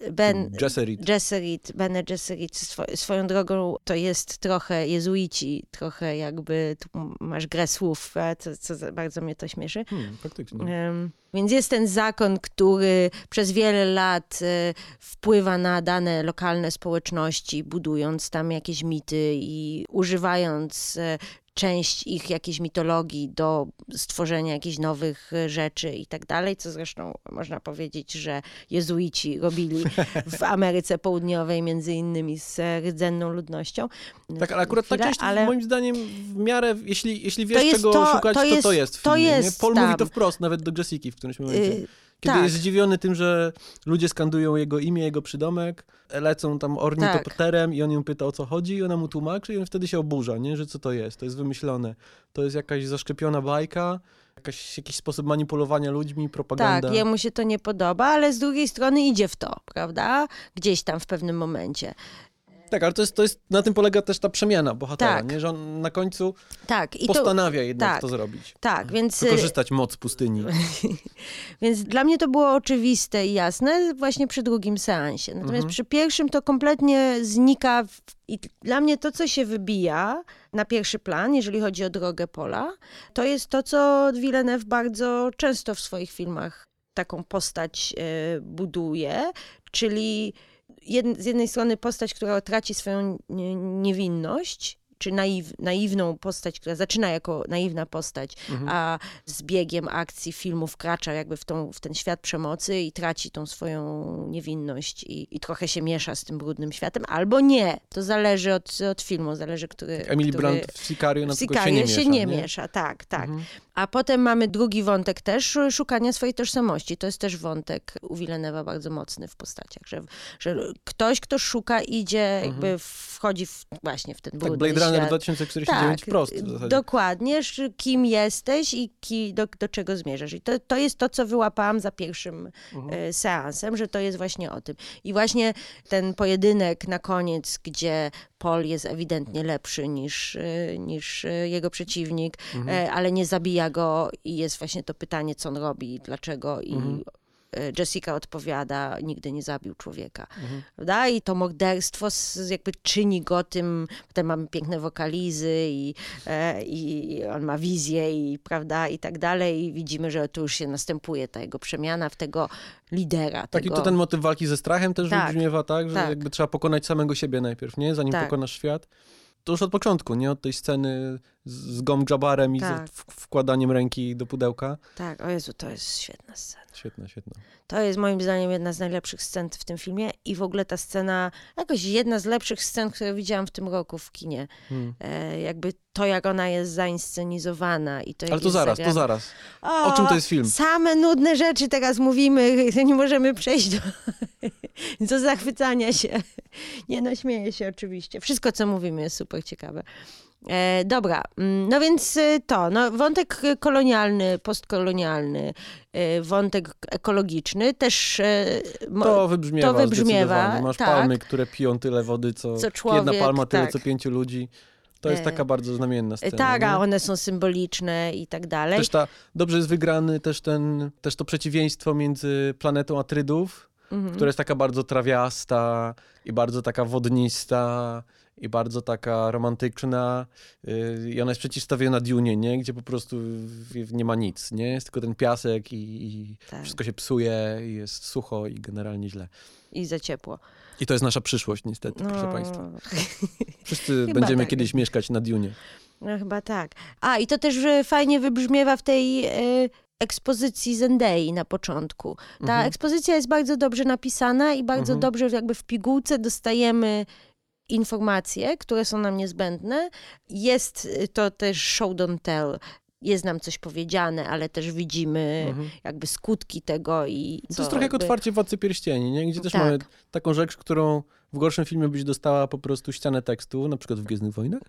Bene Gesserit. Swoją drogą to jest trochę jezuici, trochę jakby, tu masz grę słów, co bardzo mnie to śmieszy. Faktycznie. Więc jest ten zakon, który przez wiele lat wpływa na dane lokalne społeczności, budując tam jakieś mity i używając część ich jakiejś mitologii do stworzenia jakichś nowych rzeczy i tak dalej, co zresztą można powiedzieć, że jezuici robili w Ameryce Południowej, między innymi z rdzenną ludnością. Tak, ale akurat ta część moim zdaniem w miarę, jeśli wiesz jest czego szukać, to jest w filmie. Jest Paul tam. mówi to wprost, nawet do Jessiki w którymś momencie. Kiedy jest zdziwiony tym, że ludzie skandują jego imię, jego przydomek, lecą tam ornitopterem i on ją pyta, o co chodzi i ona mu tłumaczy i on wtedy się oburza, nie? Że co to jest wymyślone. To jest jakaś zaszczepiona bajka, jakiś sposób manipulowania ludźmi, propaganda. Tak, jemu się to nie podoba, ale z drugiej strony idzie w to, prawda? Gdzieś tam w pewnym momencie. Tak, ale to jest, na tym polega też ta przemiana bohatera, nie? Że on na końcu postanawia jednak to zrobić. Tak, więc... Wykorzystać moc pustyni. Więc dla mnie to było oczywiste i jasne właśnie przy drugim seansie. Natomiast przy pierwszym to kompletnie znika i dla mnie to, co się wybija na pierwszy plan, jeżeli chodzi o drogę Paula, to jest to, co Villeneuve bardzo często w swoich filmach taką postać buduje, czyli z jednej strony postać, która traci swoją niewinność czy naiwną postać, która zaczyna jako naiwna postać, a z biegiem akcji filmu wkracza jakby w ten świat przemocy i traci tą swoją niewinność i trochę się miesza z tym brudnym światem, albo nie. To zależy od filmu, zależy, który... Emily Blunt w Sicario na przykład się nie miesza. Tak. A potem mamy drugi wątek też, szukania swojej tożsamości. To jest też wątek u Villeneuve'a bardzo mocny w postaciach, że ktoś, kto szuka, idzie, jakby wchodzi właśnie w ten brudny Blade świat. Runner 2049 wprost w zasadzie. Dokładnie, kim jesteś i do czego zmierzasz. I to jest to, co wyłapałam za pierwszym seansem, że to jest właśnie o tym. I właśnie ten pojedynek na koniec, gdzie Paul jest ewidentnie lepszy niż jego przeciwnik, ale nie zabija go i jest właśnie to pytanie, co on robi, dlaczego i Jessica odpowiada, nigdy nie zabił człowieka. Prawda? I to morderstwo jakby czyni go tym, potem mamy piękne wokalizy i on ma wizję i prawda, i tak dalej i widzimy, że tu już się następuje ta jego przemiana w tego lidera. Tak, i to ten motyw walki ze strachem też wybrzmiewa, tak? Że tak. jakby trzeba pokonać samego siebie najpierw, nie? Zanim pokonasz świat. To już od początku, nie? Od tej sceny z Gom Jabbarem i wkładaniem ręki do pudełka. Tak, o Jezu, to jest świetna scena. Świetna. To jest moim zdaniem jedna z najlepszych scen w tym filmie i w ogóle ta scena, jakoś jedna z lepszych scen, które widziałam w tym roku w kinie. Jakby to, jak ona jest zainscenizowana. I to, ale to zaraz. O czym to jest film? Same nudne rzeczy teraz mówimy, nie możemy przejść do zachwycania się. Nie no, śmieję się oczywiście. Wszystko, co mówimy, jest super ciekawe. Dobra, no więc wątek kolonialny, postkolonialny, wątek ekologiczny też to wybrzmiewa. Masz tak. palmy, które piją tyle wody, co człowiek, jedna palma tyle, co 5 ludzi. To jest taka bardzo znamienna scena. Tak, a one są symboliczne i tak dalej. Też dobrze jest wygrany też to przeciwieństwo między planetą Atrydów, która jest taka bardzo trawiasta i bardzo taka wodnista i bardzo taka romantyczna i ona jest przeciwstawiona Dunie, nie? Gdzie po prostu nie ma nic, nie? Jest tylko ten piasek i wszystko się psuje i jest sucho i generalnie źle. I za ciepło. I to jest nasza przyszłość niestety, proszę Państwa. Wszyscy będziemy kiedyś mieszkać na Dunie. No chyba tak. I to też fajnie wybrzmiewa w tej ekspozycji Zendai na początku. Ta ekspozycja jest bardzo dobrze napisana i bardzo dobrze jakby w pigułce dostajemy informacje, które są nam niezbędne. Jest to też show don't tell. Jest nam coś powiedziane, ale też widzimy jakby skutki tego. To jest trochę jak otwarcie Władcy Pierścieni, nie? Gdzie też mamy taką rzecz, którą w gorszym filmie byś dostała po prostu ścianę tekstu, na przykład w Gwiezdnych Wojnach.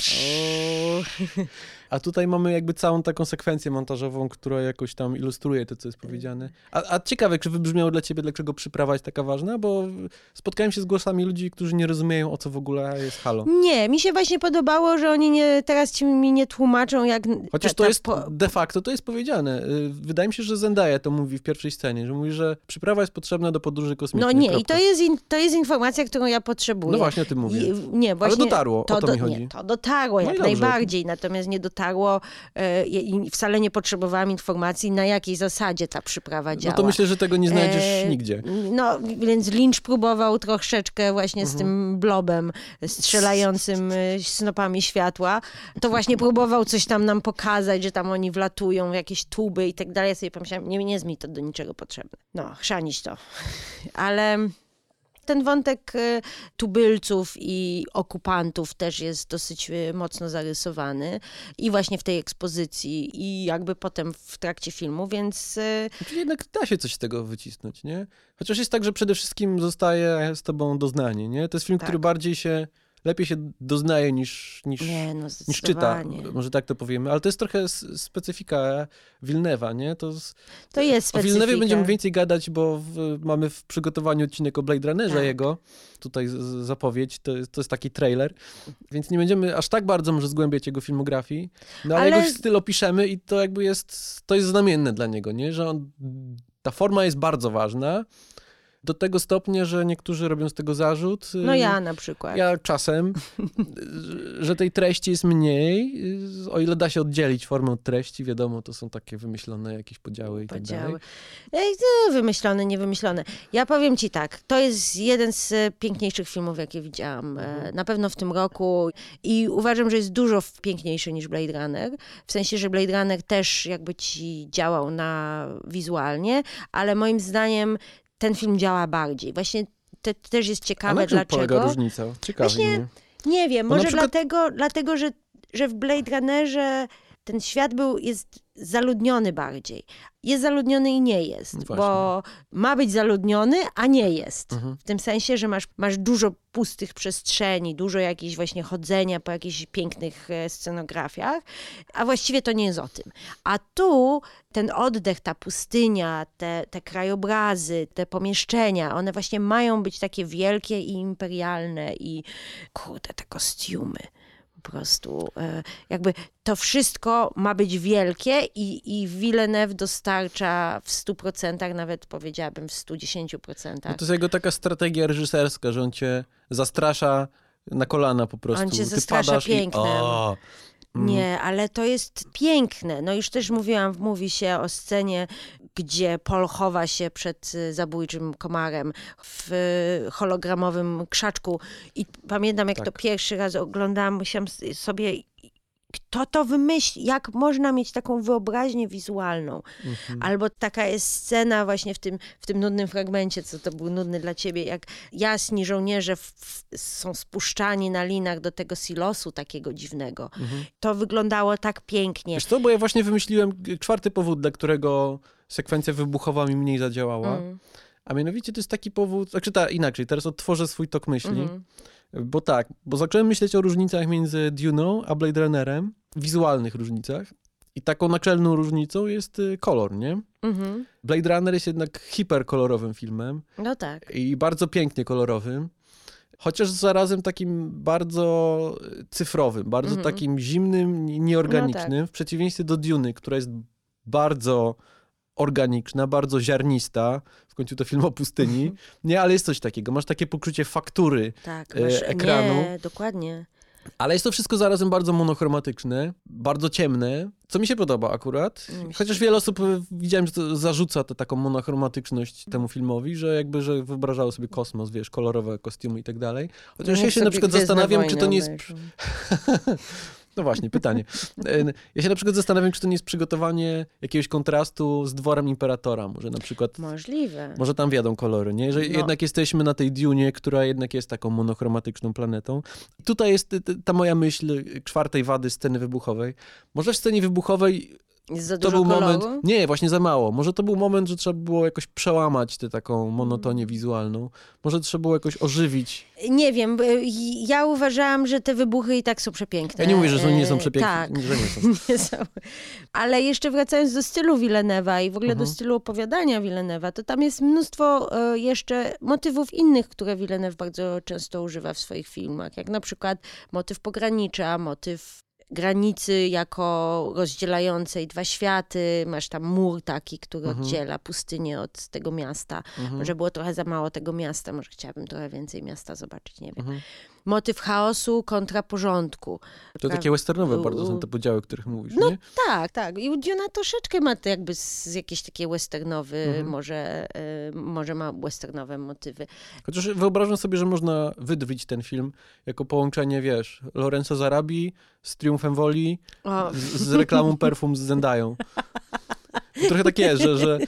A tutaj mamy jakby całą taką sekwencję montażową, która jakoś tam ilustruje to, co jest powiedziane. A ciekawe, czy wybrzmiało dla ciebie, dlaczego przyprawa jest taka ważna? Bo spotkałem się z głosami ludzi, którzy nie rozumieją, o co w ogóle jest Halo. Nie, mi się właśnie podobało, że oni teraz mi nie tłumaczą, jak... Chociaż to jest de facto, to jest powiedziane. Wydaje mi się, że Zendaya to mówi w pierwszej scenie, że mówi, że przyprawa jest potrzebna do podróży kosmicznej. No nie, i to jest informacja, którą ja potrzebuję. No właśnie o tym mówię. Nie, właśnie, ale dotarło, o to mi chodzi. Nie, to dotarło jak najbardziej, natomiast nie dotarło i wcale nie potrzebowałam informacji, na jakiej zasadzie ta przyprawa działa. No to myślę, że tego nie znajdziesz nigdzie. No, więc Lynch próbował troszeczkę właśnie z tym blobem strzelającym snopami światła. To właśnie próbował coś tam nam pokazać, że tam oni wlatują w jakieś tuby i tak dalej. Ja sobie pomyślałam, nie jest mi to do niczego potrzebne. No, chrzanić to. Ale ten wątek tubylców i okupantów też jest dosyć mocno zarysowany i właśnie w tej ekspozycji i jakby potem w trakcie filmu, więc... Czyli jednak da się coś z tego wycisnąć, nie? Chociaż jest tak, że przede wszystkim zostaje z tobą doznanie, nie? To jest film, który lepiej się doznaje niż czyta, może tak to powiemy, ale to jest trochę specyfika Villeneuve'a, nie? To jest specyfika. O Villeneuve'ie będziemy więcej gadać, bo mamy w przygotowaniu odcinek o Blade Runnerze jego, tutaj zapowiedź, to jest taki trailer, więc nie będziemy aż tak bardzo może zgłębiać jego filmografii, no ale jego styl opiszemy i to jakby to jest znamienne dla niego, nie? Że ta forma jest bardzo ważna, Do tego stopnia, że niektórzy robią z tego zarzut. No ja na przykład. Ja czasem, że tej treści jest mniej, o ile da się oddzielić formę od treści, wiadomo, to są takie wymyślone jakieś podziały i tak dalej. Wymyślone, niewymyślone. Ja powiem ci tak, to jest jeden z piękniejszych filmów, jakie widziałam. Na pewno w tym roku i uważam, że jest dużo piękniejszy niż Blade Runner. W sensie, że Blade Runner też jakby ci działał wizualnie, ale moim zdaniem ten film działa bardziej. Właśnie też jest ciekawe, dlaczego. Polega różnica? Ciekawi mnie. Nie wiem, Bo może przykład... dlatego że w Blade Runnerze ten świat jest zaludniony bardziej. Jest zaludniony i nie jest, Właśnie. bo ma być zaludniony, a nie jest. Mhm. W tym sensie, że masz dużo pustych przestrzeni, dużo jakichś właśnie chodzenia po jakichś pięknych scenografiach, a właściwie to nie jest o tym. A tu ten oddech, ta pustynia, te krajobrazy, te pomieszczenia, one właśnie mają być takie wielkie i imperialne i kurde, te kostiumy. Po prostu jakby to wszystko ma być wielkie i Villeneuve dostarcza w 100%, nawet powiedziałabym w 110%. No to jest jego taka strategia reżyserska, że on cię zastrasza na kolana po prostu. On cię zastrasza pięknem. Nie, ale to jest piękne. No już też mówi się o scenie, gdzie Paul chowa się przed zabójczym komarem w hologramowym krzaczku. I pamiętam, jak to pierwszy raz oglądałam, musiałam sobie... Kto to wymyśli? Jak można mieć taką wyobraźnię wizualną? Albo taka jest scena właśnie w tym nudnym fragmencie, co to był nudny dla ciebie, jak jasni żołnierze są spuszczani na linach do tego silosu takiego dziwnego. To wyglądało tak pięknie. Wiesz co, bo ja właśnie wymyśliłem 4. powód, dla którego sekwencja wybuchowa mi mniej zadziałała. A mianowicie to jest taki powód, inaczej, teraz odtworzę swój tok myśli. Bo zacząłem myśleć o różnicach między Dune'ą a Blade Runnerem, wizualnych różnicach. I taką naczelną różnicą jest kolor, nie? Blade Runner jest jednak hiperkolorowym filmem. No tak. I bardzo pięknie kolorowym. Chociaż zarazem takim bardzo cyfrowym, bardzo takim zimnym, nieorganicznym. No tak. W przeciwieństwie do Dune'y, która jest bardzo organiczna, bardzo ziarnista. W końcu to film o pustyni. Nie, ale jest coś takiego. Masz takie poczucie faktury ekranu. Nie, dokładnie. Ale jest to wszystko zarazem bardzo monochromatyczne, bardzo ciemne, co mi się podoba akurat. Chociaż wiele osób widziałem, że to zarzuca tę taką monochromatyczność temu filmowi, że wyobrażało sobie kosmos, wiesz, kolorowe kostiumy i tak dalej. Chociaż ja się na przykład zastanawiam, czy to nie jest... No właśnie, pytanie. Ja się na przykład zastanawiam, czy to nie jest przygotowanie jakiegoś kontrastu z dworem Imperatora. Może na przykład... Możliwe. Może tam wiadą kolory, nie? Że jednak jesteśmy na tej Dunie, która jednak jest taką monochromatyczną planetą. I tutaj jest ta moja myśl 4. wady sceny wybuchowej. Może w scenie wybuchowej jest za to dużo był koloru? moment... Nie, właśnie za mało. Może to był moment, że trzeba było jakoś przełamać tę taką monotonię wizualną. Może trzeba było jakoś ożywić. Nie wiem, ja uważałam, że te wybuchy i tak są przepiękne. Ja nie mówię, że nie są przepiękne. Tak. Że nie są. Nie są. Ale jeszcze wracając do stylu Villeneuve'a i w ogóle do stylu opowiadania Villeneuve'a, to tam jest mnóstwo jeszcze motywów innych, które Villeneuve bardzo często używa w swoich filmach. Jak na przykład motyw pogranicza, motyw granicy jako rozdzielającej 2 światy. Masz tam mur taki, który oddziela pustynię od tego miasta. Może było trochę za mało tego miasta, może chciałabym trochę więcej miasta zobaczyć, nie wiem. Motyw chaosu kontra porządku. To takie westernowe bardzo są te podziały, o których mówisz, no, nie? Tak. I Duna troszeczkę ma to jakby jakieś takie westernowe, może ma westernowe motywy. Chociaż wyobrażam sobie, że można wydrwić ten film jako połączenie, wiesz, Lorenzo z Arabii z Triumfem Woli, z reklamą perfum z Zendają. Trochę tak jest,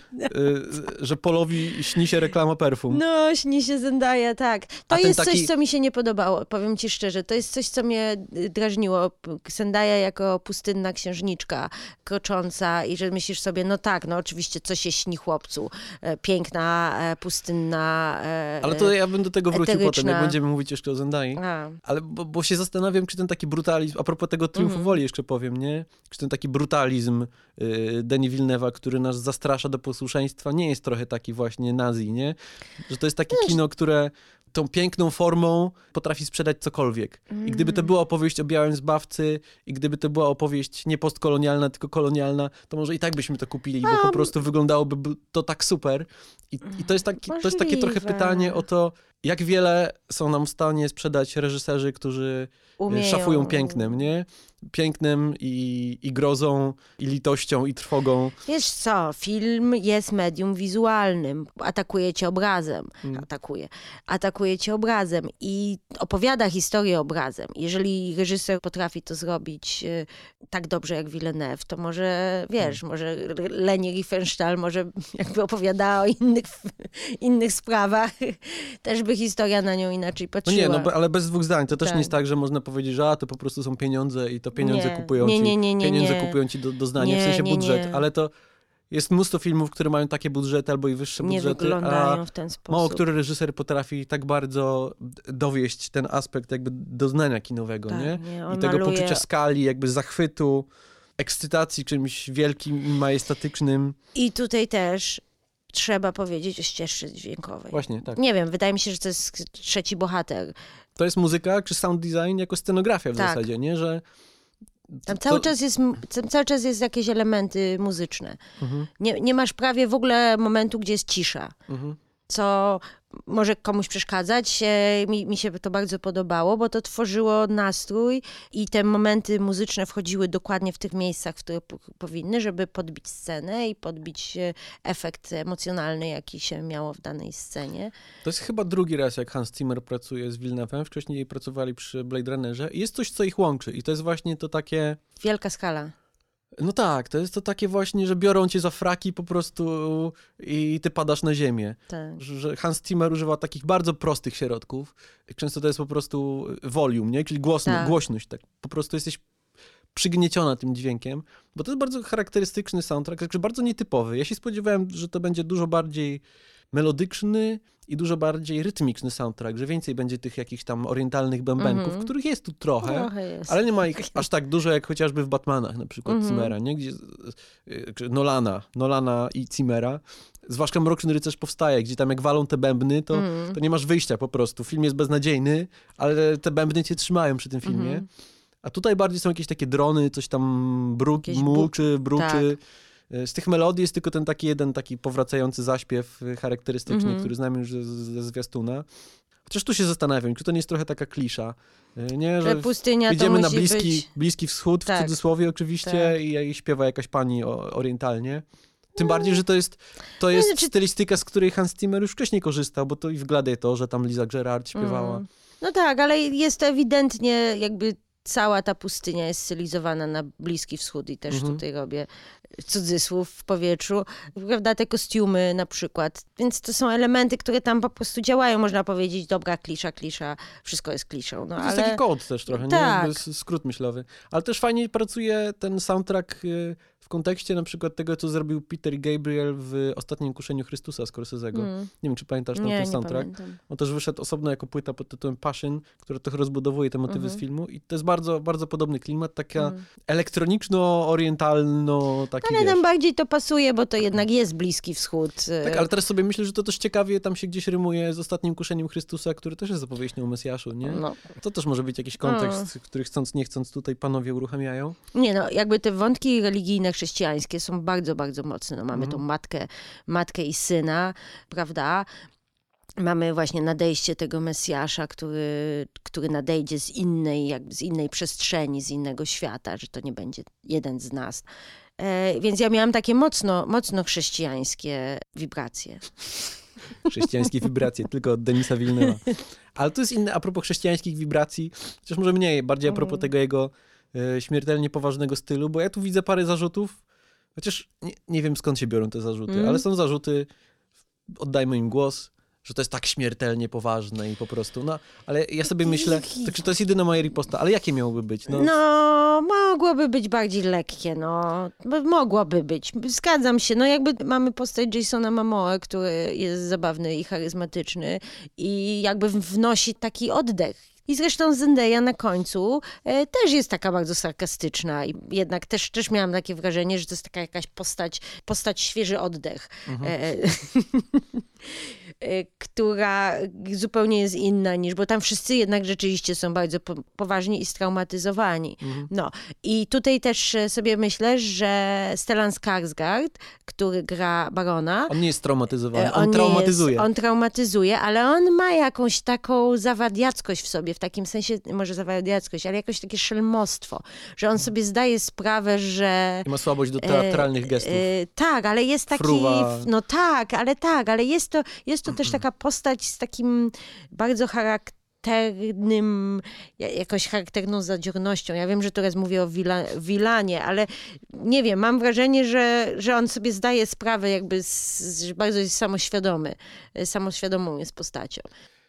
że Polowi śni się reklama perfum. No, śni się Zendaya, tak. To jest coś, co mi się nie podobało, powiem ci szczerze. To jest coś, co mnie drażniło. Zendaya jako pustynna księżniczka krocząca i że myślisz sobie, no tak, no oczywiście, co się śni chłopcu. Piękna, pustynna, ale to ja bym do tego wrócił eteryczna. potem, jak będziemy mówić jeszcze o Zendai. Ale bo się zastanawiam, czy ten taki brutalizm, a propos tego Triumfu Woli jeszcze powiem, nie? Czy ten taki brutalizm Denis Villeneuve'a, który nas zastrasza do posłuszeństwa, nie jest trochę taki właśnie nazi, nie? Że to jest takie kino, które tą piękną formą potrafi sprzedać cokolwiek. I gdyby to była opowieść o białym zbawcy i gdyby to była opowieść nie postkolonialna, tylko kolonialna, to może i tak byśmy to kupili, bo po prostu wyglądałoby to tak super. I to jest takie trochę pytanie o to, jak wiele są nam w stanie sprzedać reżyserzy, którzy szafują pięknem, nie? Pięknem i grozą, i litością, i trwogą. Wiesz co, film jest medium wizualnym. Atakuje cię obrazem. Atakuje cię obrazem i opowiada historię obrazem. Jeżeli reżyser potrafi to zrobić tak dobrze jak Villeneuve, to może, wiesz, może Leni Riefenstahl może jakby opowiadała o innych sprawach, też by historia na nią inaczej patrzyła. No nie, ale bez dwóch zdań. To też nie jest tak, że można powiedzieć, że to po prostu są pieniądze i to pieniądze kupują ci doznanie, w sensie budżet, ale to jest mnóstwo filmów, które mają takie budżety albo i wyższe budżety, nie wyglądają w ten sposób. Mało który reżyser potrafi tak bardzo dowieść ten aspekt jakby doznania kinowego, nie? I tego poczucia skali, jakby zachwytu, ekscytacji czymś wielkim i majestatycznym. I tutaj też trzeba powiedzieć o ścieżce dźwiękowej. Właśnie, tak. Nie wiem, wydaje mi się, że to jest trzeci bohater. To jest muzyka czy sound design jako scenografia w zasadzie, nie? Że tam cały czas jest jakieś elementy muzyczne. Nie masz prawie w ogóle momentu, gdzie jest cisza. Co może komuś przeszkadzać. Mi się to bardzo podobało, bo to tworzyło nastrój i te momenty muzyczne wchodziły dokładnie w tych miejscach, w które powinny, żeby podbić scenę i podbić efekt emocjonalny, jaki się miało w danej scenie. To jest chyba drugi raz, jak Hans Zimmer pracuje z Villeneuve'em. Wcześniej pracowali przy Blade Runnerze. I jest coś, co ich łączy. I to jest właśnie to takie... Wielka skala. No tak, to jest to takie właśnie, że biorą cię za fraki po prostu i ty padasz na ziemię. Tak. Że Hans Zimmer używa takich bardzo prostych środków. Często to jest po prostu volume, nie? Czyli głośność. Tak. Po prostu jesteś przygnieciona tym dźwiękiem, bo to jest bardzo charakterystyczny soundtrack, także bardzo nietypowy. Ja się spodziewałem, że to będzie dużo bardziej melodyczny i dużo bardziej rytmiczny soundtrack, że więcej będzie tych jakichś tam orientalnych bębenków, których jest tu trochę jest. Ale nie ma ich aż tak dużo, jak chociażby w Batmanach, na przykład Zimmera, nie? Gdzie, Nolana i Zimmera. Zwłaszcza Mroczny Rycerz powstaje, gdzie tam jak walą te bębny, to nie masz wyjścia po prostu. Film jest beznadziejny, ale te bębny cię trzymają przy tym filmie. A tutaj bardziej są jakieś takie drony, coś tam bruczy. Tak. Z tych melodii jest tylko ten taki jeden taki powracający zaśpiew charakterystyczny, który znamy już ze zwiastuna. Chociaż tu się zastanawiam, czy to nie jest trochę taka klisza, nie? Że pustynia idziemy to na Bliski Wschód, w cudzysłowie oczywiście, i śpiewa jakaś pani orientalnie. Tym bardziej, że to jest stylistyka, z której Hans Zimmer już wcześniej korzystał, bo to i w Gladiatorze tam Liza Gerard śpiewała. No tak, ale jest to ewidentnie jakby cała ta pustynia jest stylizowana na Bliski Wschód i też tutaj robię cudzysłów w powietrzu, prawda, te kostiumy na przykład, więc to są elementy, które tam po prostu działają, można powiedzieć, dobra, klisza, wszystko jest kliszą. No, to jest taki kod też trochę, tak. nie? Skrót myślowy. Ale też fajnie pracuje ten soundtrack w kontekście na przykład tego, co zrobił Peter Gabriel w Ostatnim Kuszeniu Chrystusa Scorsese'ego. Nie wiem, czy pamiętasz ten soundtrack? On też wyszedł osobno jako płyta pod tytułem Passion, która trochę rozbudowuje te motywy z filmu i to jest bardzo, bardzo podobny klimat, taka elektroniczno-orientalno, taki, ale nam bardziej to pasuje, bo to jednak jest Bliski Wschód. Tak, ale teraz sobie myślę, że to też ciekawie tam się gdzieś rymuje z Ostatnim Kuszeniem Chrystusa, który też jest opowieścią o Mesjaszu, nie? No. To też może być jakiś kontekst, który chcąc, nie chcąc tutaj panowie uruchamiają. Nie no, jakby te wątki religijne, chrześcijańskie są bardzo, bardzo mocne. No, mamy tą matkę i syna, prawda? Mamy właśnie nadejście tego Mesjasza, który nadejdzie z innej przestrzeni, z innego świata, że to nie będzie jeden z nas. Więc ja miałam takie mocno chrześcijańskie wibracje. Chrześcijańskie wibracje, tylko od Denisa Villeneuve'a. Ale to jest inne, a propos chrześcijańskich wibracji, chociaż może mniej, bardziej a propos tego jego śmiertelnie poważnego stylu, bo ja tu widzę parę zarzutów, chociaż nie wiem skąd się biorą te zarzuty, ale są zarzuty, oddajmy im głos, że to jest tak śmiertelnie poważne i po prostu, no, ale ja sobie myślę, czy to jest jedyna moja riposta, ale jakie miałoby być? No, mogłoby być bardziej lekkie, no, mogłoby być, zgadzam się, no jakby mamy postać Jasona Momoa, który jest zabawny i charyzmatyczny i jakby wnosi taki oddech. I zresztą Zendaya na końcu też jest taka bardzo sarkastyczna i jednak też miałam takie wrażenie, że to jest taka jakaś postać świeży oddech. która zupełnie jest inna niż, bo tam wszyscy jednak rzeczywiście są bardzo poważni i straumatyzowani. No i tutaj też sobie myślę, że Stellan Skarsgård, który gra barona... On nie jest traumatyzowany, on traumatyzuje. On traumatyzuje, ale on ma jakąś taką zawadiackość w sobie, w takim sensie, może zawadiackość, ale jakoś takie szelmostwo, że on sobie zdaje sprawę, że... I ma słabość do teatralnych gestów. Tak, ale jest taki... Fruwa. No tak, ale jest to też taka postać z takim bardzo jakąś charakterną zadziornością. Ja wiem, że teraz mówię o Wilanie, ale nie wiem, mam wrażenie, że on sobie zdaje sprawę jakby, że bardzo jest samoświadomy. Samoświadomą jest postacią.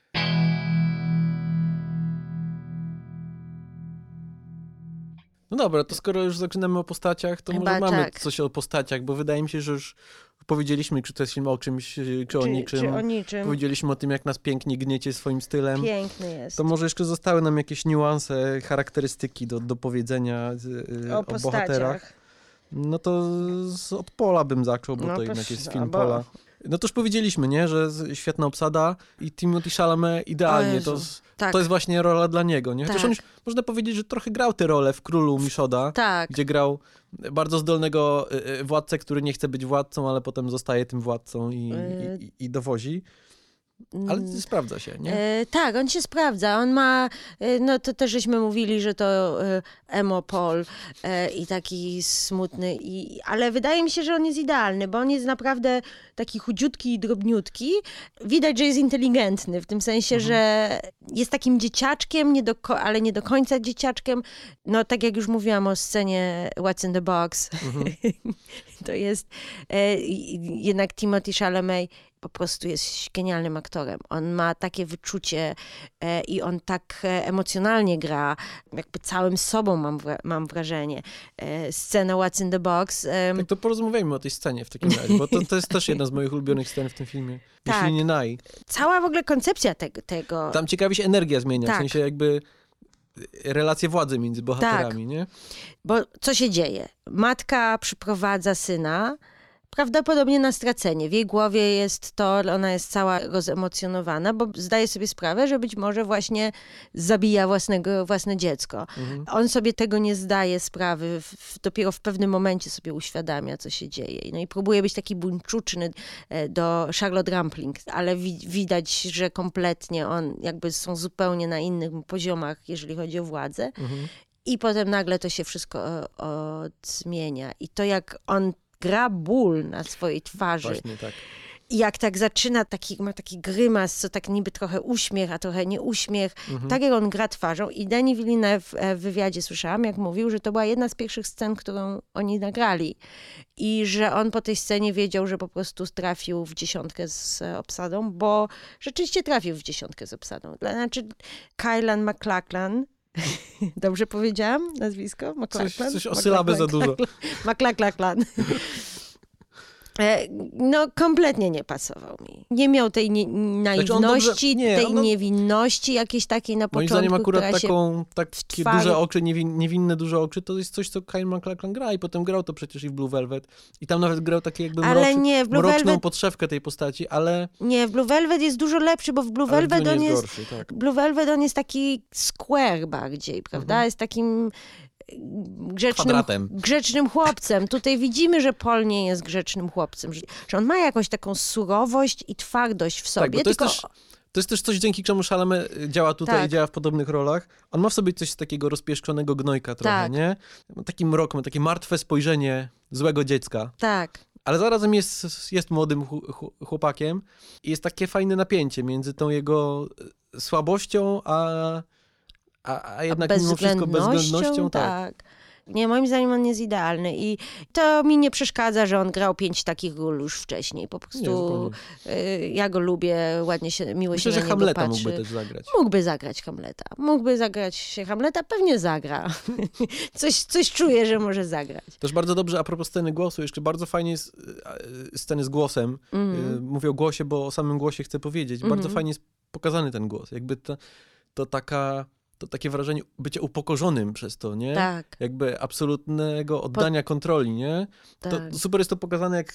No dobra, to skoro już zaczynamy o postaciach, to Chyba może mamy tak. coś o postaciach, bo wydaje mi się, że już powiedzieliśmy, czy to jest film o czymś, czy o niczym. Czy o niczym. Powiedzieliśmy o tym, jak nas pięknie gniecie swoim stylem. Piękny jest. To może jeszcze zostały nam jakieś niuanse, charakterystyki do powiedzenia o bohaterach. No to od Pola bym zaczął, bo to jednak jest film Pola. No to już powiedzieliśmy, nie, że świetna obsada i Timothée Chalamet idealnie. To jest właśnie rola dla niego, nie? Chociaż on już, można powiedzieć, że trochę grał tę rolę w Królu Mishoda, gdzie grał bardzo zdolnego władcę, który nie chce być władcą, ale potem zostaje tym władcą i dowozi. Ale sprawdza się, nie? Tak, on się sprawdza. On ma, no to też żeśmy mówili, że to emo Paul i taki smutny, ale wydaje mi się, że on jest idealny, bo on jest naprawdę taki chudziutki i drobniutki. Widać, że jest inteligentny, w tym sensie, że jest takim dzieciaczkiem, ale nie do końca dzieciaczkiem. No tak jak już mówiłam o scenie What's in the Box, to jest jednak Timothée Chalamet po prostu jest genialnym aktorem. On ma takie wyczucie i on tak emocjonalnie gra, jakby całym sobą mam wrażenie. Scena What's in the Box. Tak, to porozmawiajmy o tej scenie w takim razie, bo to jest też jedna z moich ulubionych scen w tym filmie. Jeśli nie naj. Cała w ogóle koncepcja tego. Tam ciekawie się energia zmienia, w sensie jakby relacje władzy między bohaterami, nie? Bo co się dzieje? Matka przyprowadza syna, prawdopodobnie na stracenie. W jej głowie jest to, ona jest cała rozemocjonowana, bo zdaje sobie sprawę, że być może właśnie zabija własne dziecko. On sobie tego nie zdaje sprawy, dopiero w pewnym momencie sobie uświadamia, co się dzieje. No i próbuje być taki buńczuczny do Charlotte Rampling, ale widać, że kompletnie jakby są zupełnie na innych poziomach, jeżeli chodzi o władzę. I potem nagle to się wszystko zmienia. I to jak on gra ból na swojej twarzy. Właśnie tak. I jak tak zaczyna, ma taki grymas, co tak niby trochę uśmiech, a trochę nie uśmiech. Tak jak on gra twarzą. I Denis Villeneuve w wywiadzie słyszałam, jak mówił, że to była jedna z pierwszych scen, którą oni nagrali. I że on po tej scenie wiedział, że po prostu trafił w 10 z obsadą, bo rzeczywiście trafił w 10 z obsadą. Znaczy Kyle MacLachlan, dobrze powiedziałam nazwisko? Coś o sylabę za dużo. MacLachlan. No, kompletnie nie pasował mi. Nie miał tej naiwności, tej niewinności jakiejś takiej na początku, moim zdaniem akurat takie duże oczy, niewinne duże oczy, to jest coś, co Kyle MacLachlan gra i potem grał to przecież i w Blue Velvet. I tam nawet grał takie jakby mroczną podszewkę tej postaci, ale... Nie, w Blue Velvet jest dużo lepszy, bo w Blue Velvet on jest... Gorszy, tak. Blue Velvet on jest taki square bardziej, prawda? Jest takim... grzecznym chłopcem. Tutaj widzimy, że Paul nie jest grzecznym chłopcem, że on ma jakąś taką surowość i twardość w sobie. Tak, to jest też coś, dzięki czemu Chalamet działa tutaj i działa w podobnych rolach. On ma w sobie coś takiego rozpieszczonego gnojka trochę, nie? Taki mrok, ma takie martwe spojrzenie złego dziecka. Tak. Ale zarazem jest młodym chłopakiem i jest takie fajne napięcie między tą jego słabością, a jednak mimo wszystko bezwzględnością. Tak. Nie, moim zdaniem on jest idealny i to mi nie przeszkadza, że on grał 5 takich ról już wcześniej. Po prostu ja go lubię, ładnie się, miło Myślę, się na że niego Hamleta patrzy. mógłby też zagrać. Mógłby zagrać Hamleta. Pewnie zagra. Coś czuję, że może zagrać. Też bardzo dobrze, a propos sceny głosu, jeszcze bardzo fajnie jest sceny z głosem. Mówię o głosie, bo o samym głosie chcę powiedzieć. Bardzo fajnie jest pokazany ten głos. Jakby to takie wrażenie bycia upokorzonym przez to, nie? Tak. Jakby absolutnego oddania kontroli, nie? To super jest to pokazane, jak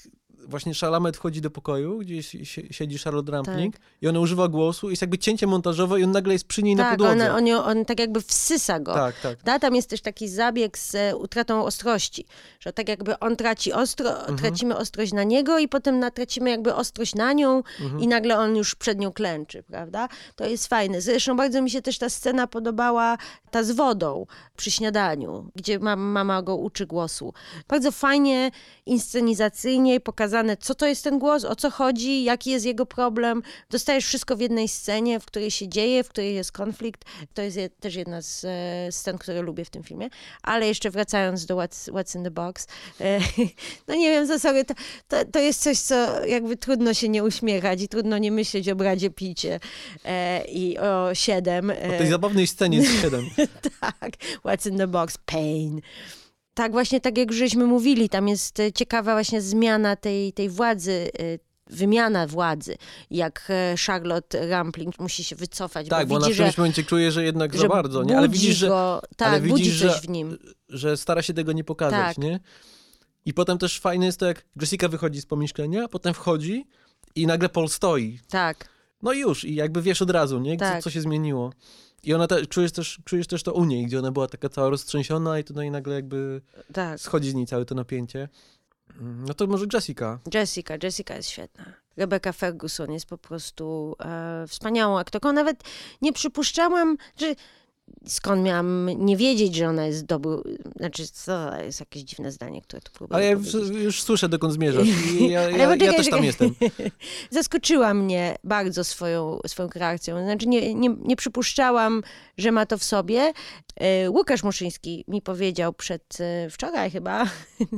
właśnie Chalamet wchodzi do pokoju, gdzie siedzi Charlotte Rampling i ona używa głosu, jest jakby cięcie montażowe i on nagle jest przy niej na podłodze. On tak jakby wsysa go. Tak. Tam jest też taki zabieg z utratą ostrości, że tak jakby on traci tracimy ostrość na niego i potem tracimy jakby ostrość na nią i nagle on już przed nią klęczy, prawda? To jest fajne. Zresztą bardzo mi się też ta scena podobała, ta z wodą przy śniadaniu, gdzie mama go uczy głosu. Bardzo fajnie, inscenizacyjnie pokazane, co to jest ten głos, o co chodzi, jaki jest jego problem. Dostajesz wszystko w jednej scenie, w której się dzieje, w której jest konflikt. To jest też jedna z scen, które lubię w tym filmie. Ale jeszcze wracając do What's in the Box, no nie wiem, sorry, to jest coś, co jakby trudno się nie uśmiechać i trudno nie myśleć o Bradzie Pitcie i o 7. O tej zabawnej scenie z 7. Tak, What's in the Box, pain. Tak, właśnie tak jak żeśmy mówili, tam jest ciekawa właśnie zmiana tej władzy, wymiana władzy, jak Charlotte Rampling musi się wycofać, tak, bo ona widzi, w którymś momencie czuje, że jednak za bardzo, nie? Ale widzisz, budzi coś w nim. Że stara się tego nie pokazać, nie? I potem też fajne jest to, jak Jessica wychodzi z pomieszczenia, a potem wchodzi i nagle Paul stoi. Tak. No i już, i jakby wiesz od razu, nie? Co się zmieniło. I ona czujesz też to u niej, gdzie ona była taka cała roztrzęsiona i tutaj nagle jakby schodzi z niej całe to napięcie. No to może Jessica. Jessica jest świetna. Rebecca Ferguson jest po prostu wspaniałą aktorką. Nawet nie przypuszczałam, że skąd miałam nie wiedzieć, że ona jest dobrą... Znaczy, to jest jakieś dziwne zdanie, które tu próbuję Ale ja już słyszę, dokąd zmierzasz. Ja też tam jestem. Zaskoczyła mnie bardzo swoją kreacją. Znaczy, nie przypuszczałam, że ma to w sobie. Łukasz Muszyński mi powiedział wczoraj chyba,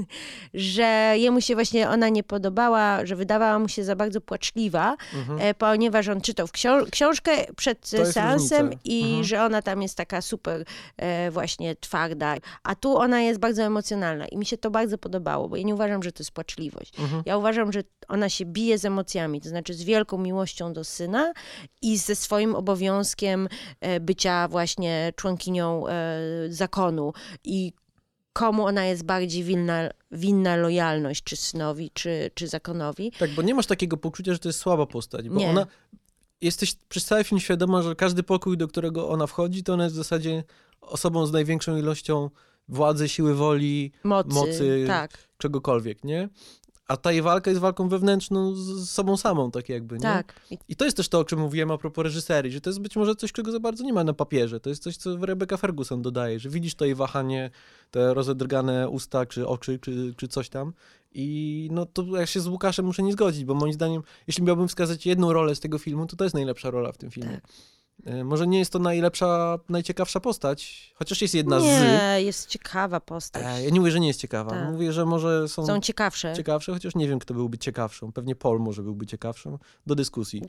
że jemu się właśnie ona nie podobała, że wydawała mu się za bardzo płaczliwa, ponieważ on czytał książkę przed seansem i że ona tam jest taka super właśnie twarda, a tu ona jest bardzo emocjonalna i mi się to bardzo podobało, bo ja nie uważam, że to jest płaczliwość. Ja uważam, że ona się bije z emocjami, to znaczy z wielką miłością do syna i ze swoim obowiązkiem bycia właśnie członkinią zakonu i komu ona jest bardziej winna lojalność, czy synowi, czy zakonowi. Tak, bo nie masz takiego poczucia, że to jest słaba postać, bo ona... Jesteś przez cały film świadoma, że każdy pokój, do którego ona wchodzi, to ona jest w zasadzie osobą z największą ilością władzy, siły woli, mocy czegokolwiek, nie? A ta jej walka jest walką wewnętrzną z sobą samą, tak jakby, nie? Tak. I to jest też to, o czym mówiłem a propos reżyserii, że to jest być może coś, czego za bardzo nie ma na papierze. To jest coś, co Rebecca Ferguson dodaje, że widzisz to jej wahanie, te rozedrgane usta, czy oczy, czy coś tam. I no to ja się z Łukaszem muszę nie zgodzić, bo moim zdaniem, jeśli miałbym wskazać jedną rolę z tego filmu, to jest najlepsza rola w tym filmie. Tak. Może nie jest to najciekawsza postać, chociaż jest jedna Nie, jest ciekawa postać. Ja nie mówię, że nie jest ciekawa. Tak. Mówię, że może są ciekawsze, chociaż nie wiem, kto byłby ciekawszą. Pewnie Paul może byłby ciekawszą. Do dyskusji.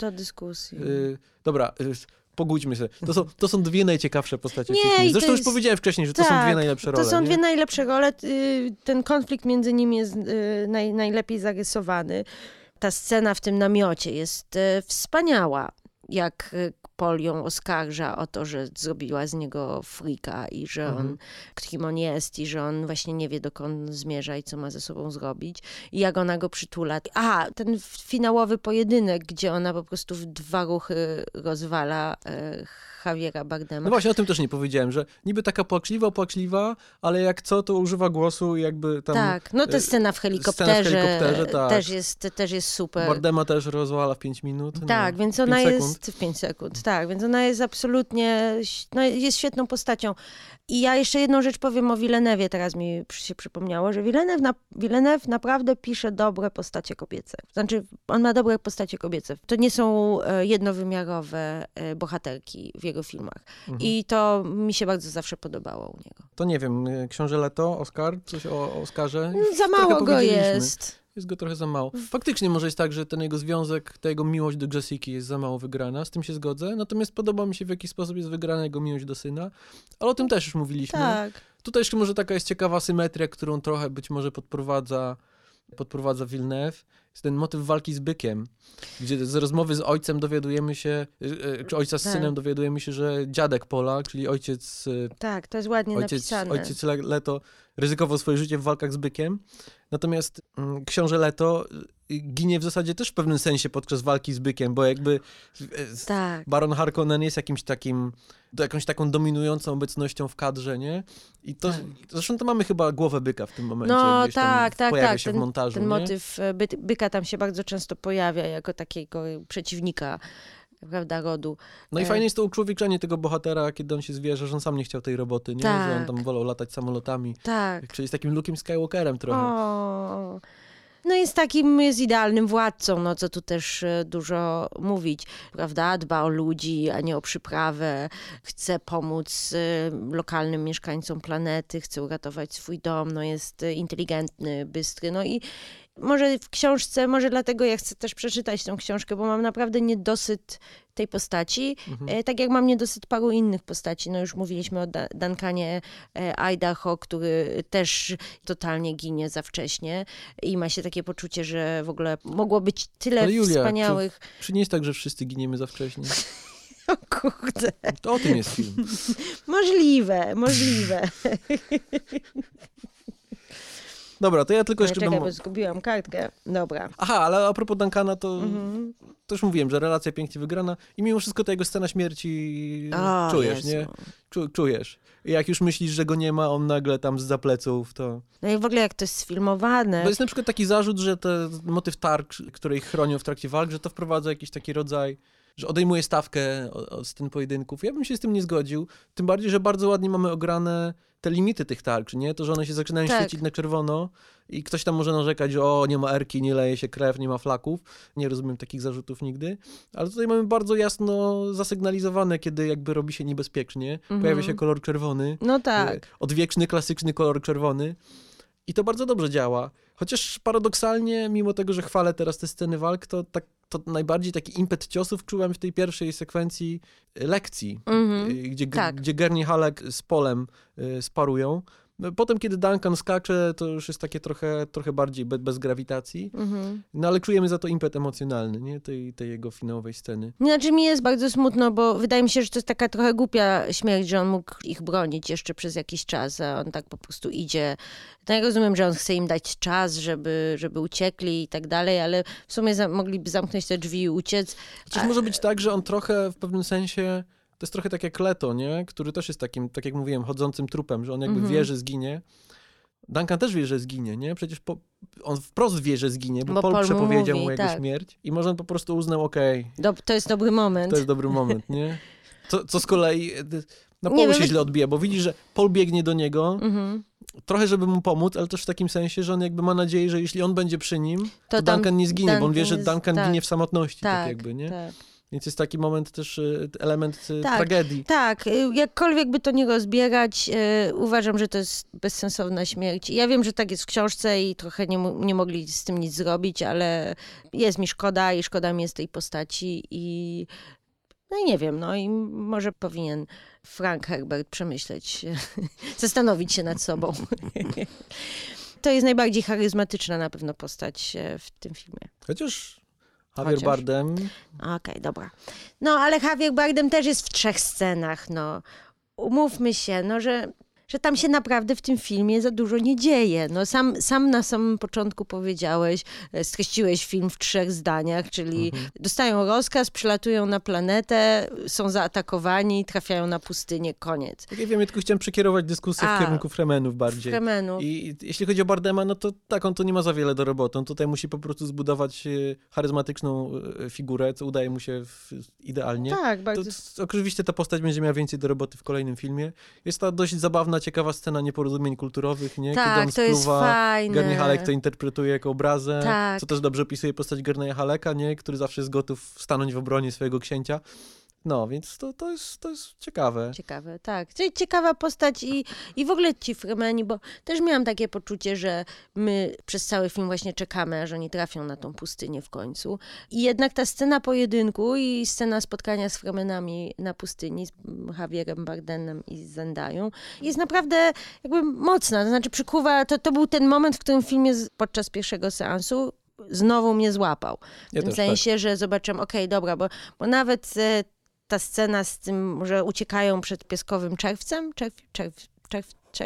Dobra, pogódźmy się. To są dwie najciekawsze postacie w tym filmie. Zresztą już powiedziałem wcześniej, że to są dwie najlepsze role. To są dwie najlepsze role. Ten konflikt między nimi jest najlepiej zarysowany. Ta scena w tym namiocie jest wspaniała. Jak Paul ją oskarża o to, że zrobiła z niego freaka i że on, kim on jest i że on właśnie nie wie, dokąd zmierza i co ma ze sobą zrobić. I jak ona go przytula. Ten finałowy pojedynek, gdzie ona po prostu w 2 ruchy rozwala Javiera Bardema. No właśnie, o tym też nie powiedziałem, że niby taka płaczliwa, ale jak co, to używa głosu i jakby tam... Tak, no ta scena w helikopterze tak. też jest super. Bardema też rozwala w 5 minut. Tak, więc ona jest... W 5 sekund, tak, więc ona jest absolutnie... No, jest świetną postacią. I ja jeszcze jedną rzecz powiem o Villeneuve'ie, teraz mi się przypomniało, że Villeneuve naprawdę pisze dobre postacie kobiece. Znaczy, on ma dobre postacie kobiece. To nie są jednowymiarowe bohaterki w jego filmach. I to mi się bardzo zawsze podobało u niego. To nie wiem, Książę Leto, Oscar? Coś o Oscarze? Za mało go jest. Jest go trochę za mało. Faktycznie może jest tak, że ten jego związek, ta jego miłość do Jessiki jest za mało wygrana, z tym się zgodzę, natomiast podoba mi się, w jaki sposób jest wygrana jego miłość do syna, ale o tym też już mówiliśmy. Tak. Tutaj jeszcze może taka jest ciekawa symetria, którą trochę być może podprowadza Villeneuve. Jest ten motyw walki z bykiem, gdzie z rozmowy z ojcem dowiadujemy się, czy ojca z synem dowiadujemy się, że dziadek Paula, czyli ojciec... Tak, to jest ładnie napisane. Ojciec Leto ryzykował swoje życie w walkach z bykiem. Natomiast Książę Leto ginie w zasadzie też w pewnym sensie podczas walki z bykiem, bo jakby Tak. Baron Harkonnen jest jakąś taką dominującą obecnością w kadrze, nie? I to, zresztą to mamy chyba głowę byka w tym momencie, No gdzieś tam pojawia się w montażu, ten nie? motyw byka tam się bardzo często pojawia jako takiego przeciwnika, prawda, rodu. No i fajnie jest to uczłowieczenie tego bohatera, kiedy on się zwierza, że on sam nie chciał tej roboty, nie? Tak. Że on tam wolał latać samolotami. Tak. Czyli jest takim Luke'em Skywalkerem trochę. O. No jest idealnym władcą, no co tu też dużo mówić, prawda? Dba o ludzi, a nie o przyprawę, chce pomóc lokalnym mieszkańcom planety, chce uratować swój dom, no jest inteligentny, bystry, no i może w książce, może dlatego ja chcę też przeczytać tę książkę, bo mam naprawdę niedosyt tej postaci, tak jak mam niedosyt paru innych postaci. No już mówiliśmy o Duncanie Idaho, który też totalnie ginie za wcześnie i ma się takie poczucie, że w ogóle mogło być tyle Ale Julia, wspaniałych... Czy nie jest tak, że wszyscy giniemy za wcześnie? O kurde. To o tym jest film. Możliwe. Dobra, to ja tylko jeszcze... Czekaj, bo zgubiłam kartkę. Dobra. Aha, ale a propos Duncana, to już mówiłem, że relacja pięknie wygrana i mimo wszystko ta jego scena śmierci czujesz, Jezu. nie? Czujesz. I jak już myślisz, że go nie ma, on nagle tam zza pleców, to... No i w ogóle jak to jest sfilmowane. To jest na przykład taki zarzut, że ten motyw tarcz, który ich chronią w trakcie walk, że to wprowadza jakiś taki rodzaj, że odejmuje stawkę od scen pojedynków. Ja bym się z tym nie zgodził, tym bardziej, że bardzo ładnie mamy ograne te limity tych tarcz, nie? To, że one się zaczynają świecić na czerwono i ktoś tam może narzekać, że nie ma erki, nie leje się krew, nie ma flaków. Nie rozumiem takich zarzutów nigdy. Ale tutaj mamy bardzo jasno zasygnalizowane, kiedy jakby robi się niebezpiecznie. Pojawia się kolor czerwony. No tak. Odwieczny, klasyczny kolor czerwony. I to bardzo dobrze działa. Chociaż paradoksalnie, mimo tego, że chwalę teraz te sceny walk, to najbardziej taki impet ciosów czułem w tej pierwszej sekwencji lekcji, gdzie Gurney Halleck z Polem sparują. Potem, kiedy Duncan skacze, to już jest takie trochę bardziej bez grawitacji. No ale czujemy za to impet emocjonalny, nie? Tej jego finałowej sceny. Znaczy mi jest bardzo smutno, bo wydaje mi się, że to jest taka trochę głupia śmierć, że on mógł ich bronić jeszcze przez jakiś czas, a on tak po prostu idzie. No ja rozumiem, że on chce im dać czas, żeby uciekli i tak dalej, ale w sumie mogliby zamknąć te drzwi i uciec. Chociaż może być tak, że on trochę w pewnym sensie... To jest trochę tak jak Leto, nie? Który też jest takim, tak jak mówiłem, chodzącym trupem, że on jakby wie, że zginie. Duncan też wie, że zginie, nie? Przecież on wprost wie, że zginie, bo Paul przepowiedział mu jego śmierć i może on po prostu uznał, to jest dobry moment. To jest dobry moment, nie? Co z kolei Paulu się źle odbija, bo widzi, że Paul biegnie do niego, trochę żeby mu pomóc, ale też w takim sensie, że on jakby ma nadzieję, że jeśli on będzie przy nim, to Duncan nie zginie, bo on wie, że Duncan ginie w samotności, tak jakby, nie? Tak. Więc jest taki moment też, element tragedii. Tak, jakkolwiek by to nie rozbierać, uważam, że to jest bezsensowna śmierć. Ja wiem, że tak jest w książce i trochę nie mogli z tym nic zrobić, ale jest mi szkoda i szkoda mi jest tej postaci i no i nie wiem, no i może powinien Frank Herbert przemyśleć, zastanowić się nad sobą. To jest najbardziej charyzmatyczna na pewno postać w tym filmie. Chociaż Javier Bardem. Okej, dobra. No, ale Javier Bardem też jest w 3 scenach, no. Umówmy się, no, że tam się naprawdę w tym filmie za dużo nie dzieje. No, sam na samym początku powiedziałeś, streściłeś film w 3 zdaniach, czyli dostają rozkaz, przylatują na planetę, są zaatakowani, trafiają na pustynię, koniec. Tak, ja wiem, ja tylko chciałem przekierować dyskusję w kierunku Fremenów bardziej. Fremenów. I jeśli chodzi o Bardema, no to tak, on tu nie ma za wiele do roboty. On tutaj musi po prostu zbudować charyzmatyczną figurę, co udaje mu się idealnie. Tak, bardzo. Oczywiście ta postać będzie miała więcej do roboty w kolejnym filmie. Jest ta dość zabawna, ciekawa scena nieporozumień kulturowych, nie? Tak, kiedy on to jest fajne. Gurney Halleck to interpretuje jako obrazę, tak. Co też dobrze opisuje postać Gurneya Hallecka, nie? Który zawsze jest gotów stanąć w obronie swojego księcia. No, więc to jest ciekawe. Ciekawe, tak. Czyli ciekawa postać i w ogóle ci Fremeni, bo też miałam takie poczucie, że my przez cały film właśnie czekamy, aż oni trafią na tą pustynię w końcu. I jednak ta scena pojedynku i scena spotkania z Fremenami na pustyni, z Javierem Bardemem i z Zendają, jest naprawdę jakby mocna. To znaczy przykuwa, to był ten moment, w którym film podczas pierwszego seansu znowu mnie złapał. W tym sensie, że zobaczyłem, dobra, bo nawet ta scena z tym, że uciekają przed pieskowym czerwcem,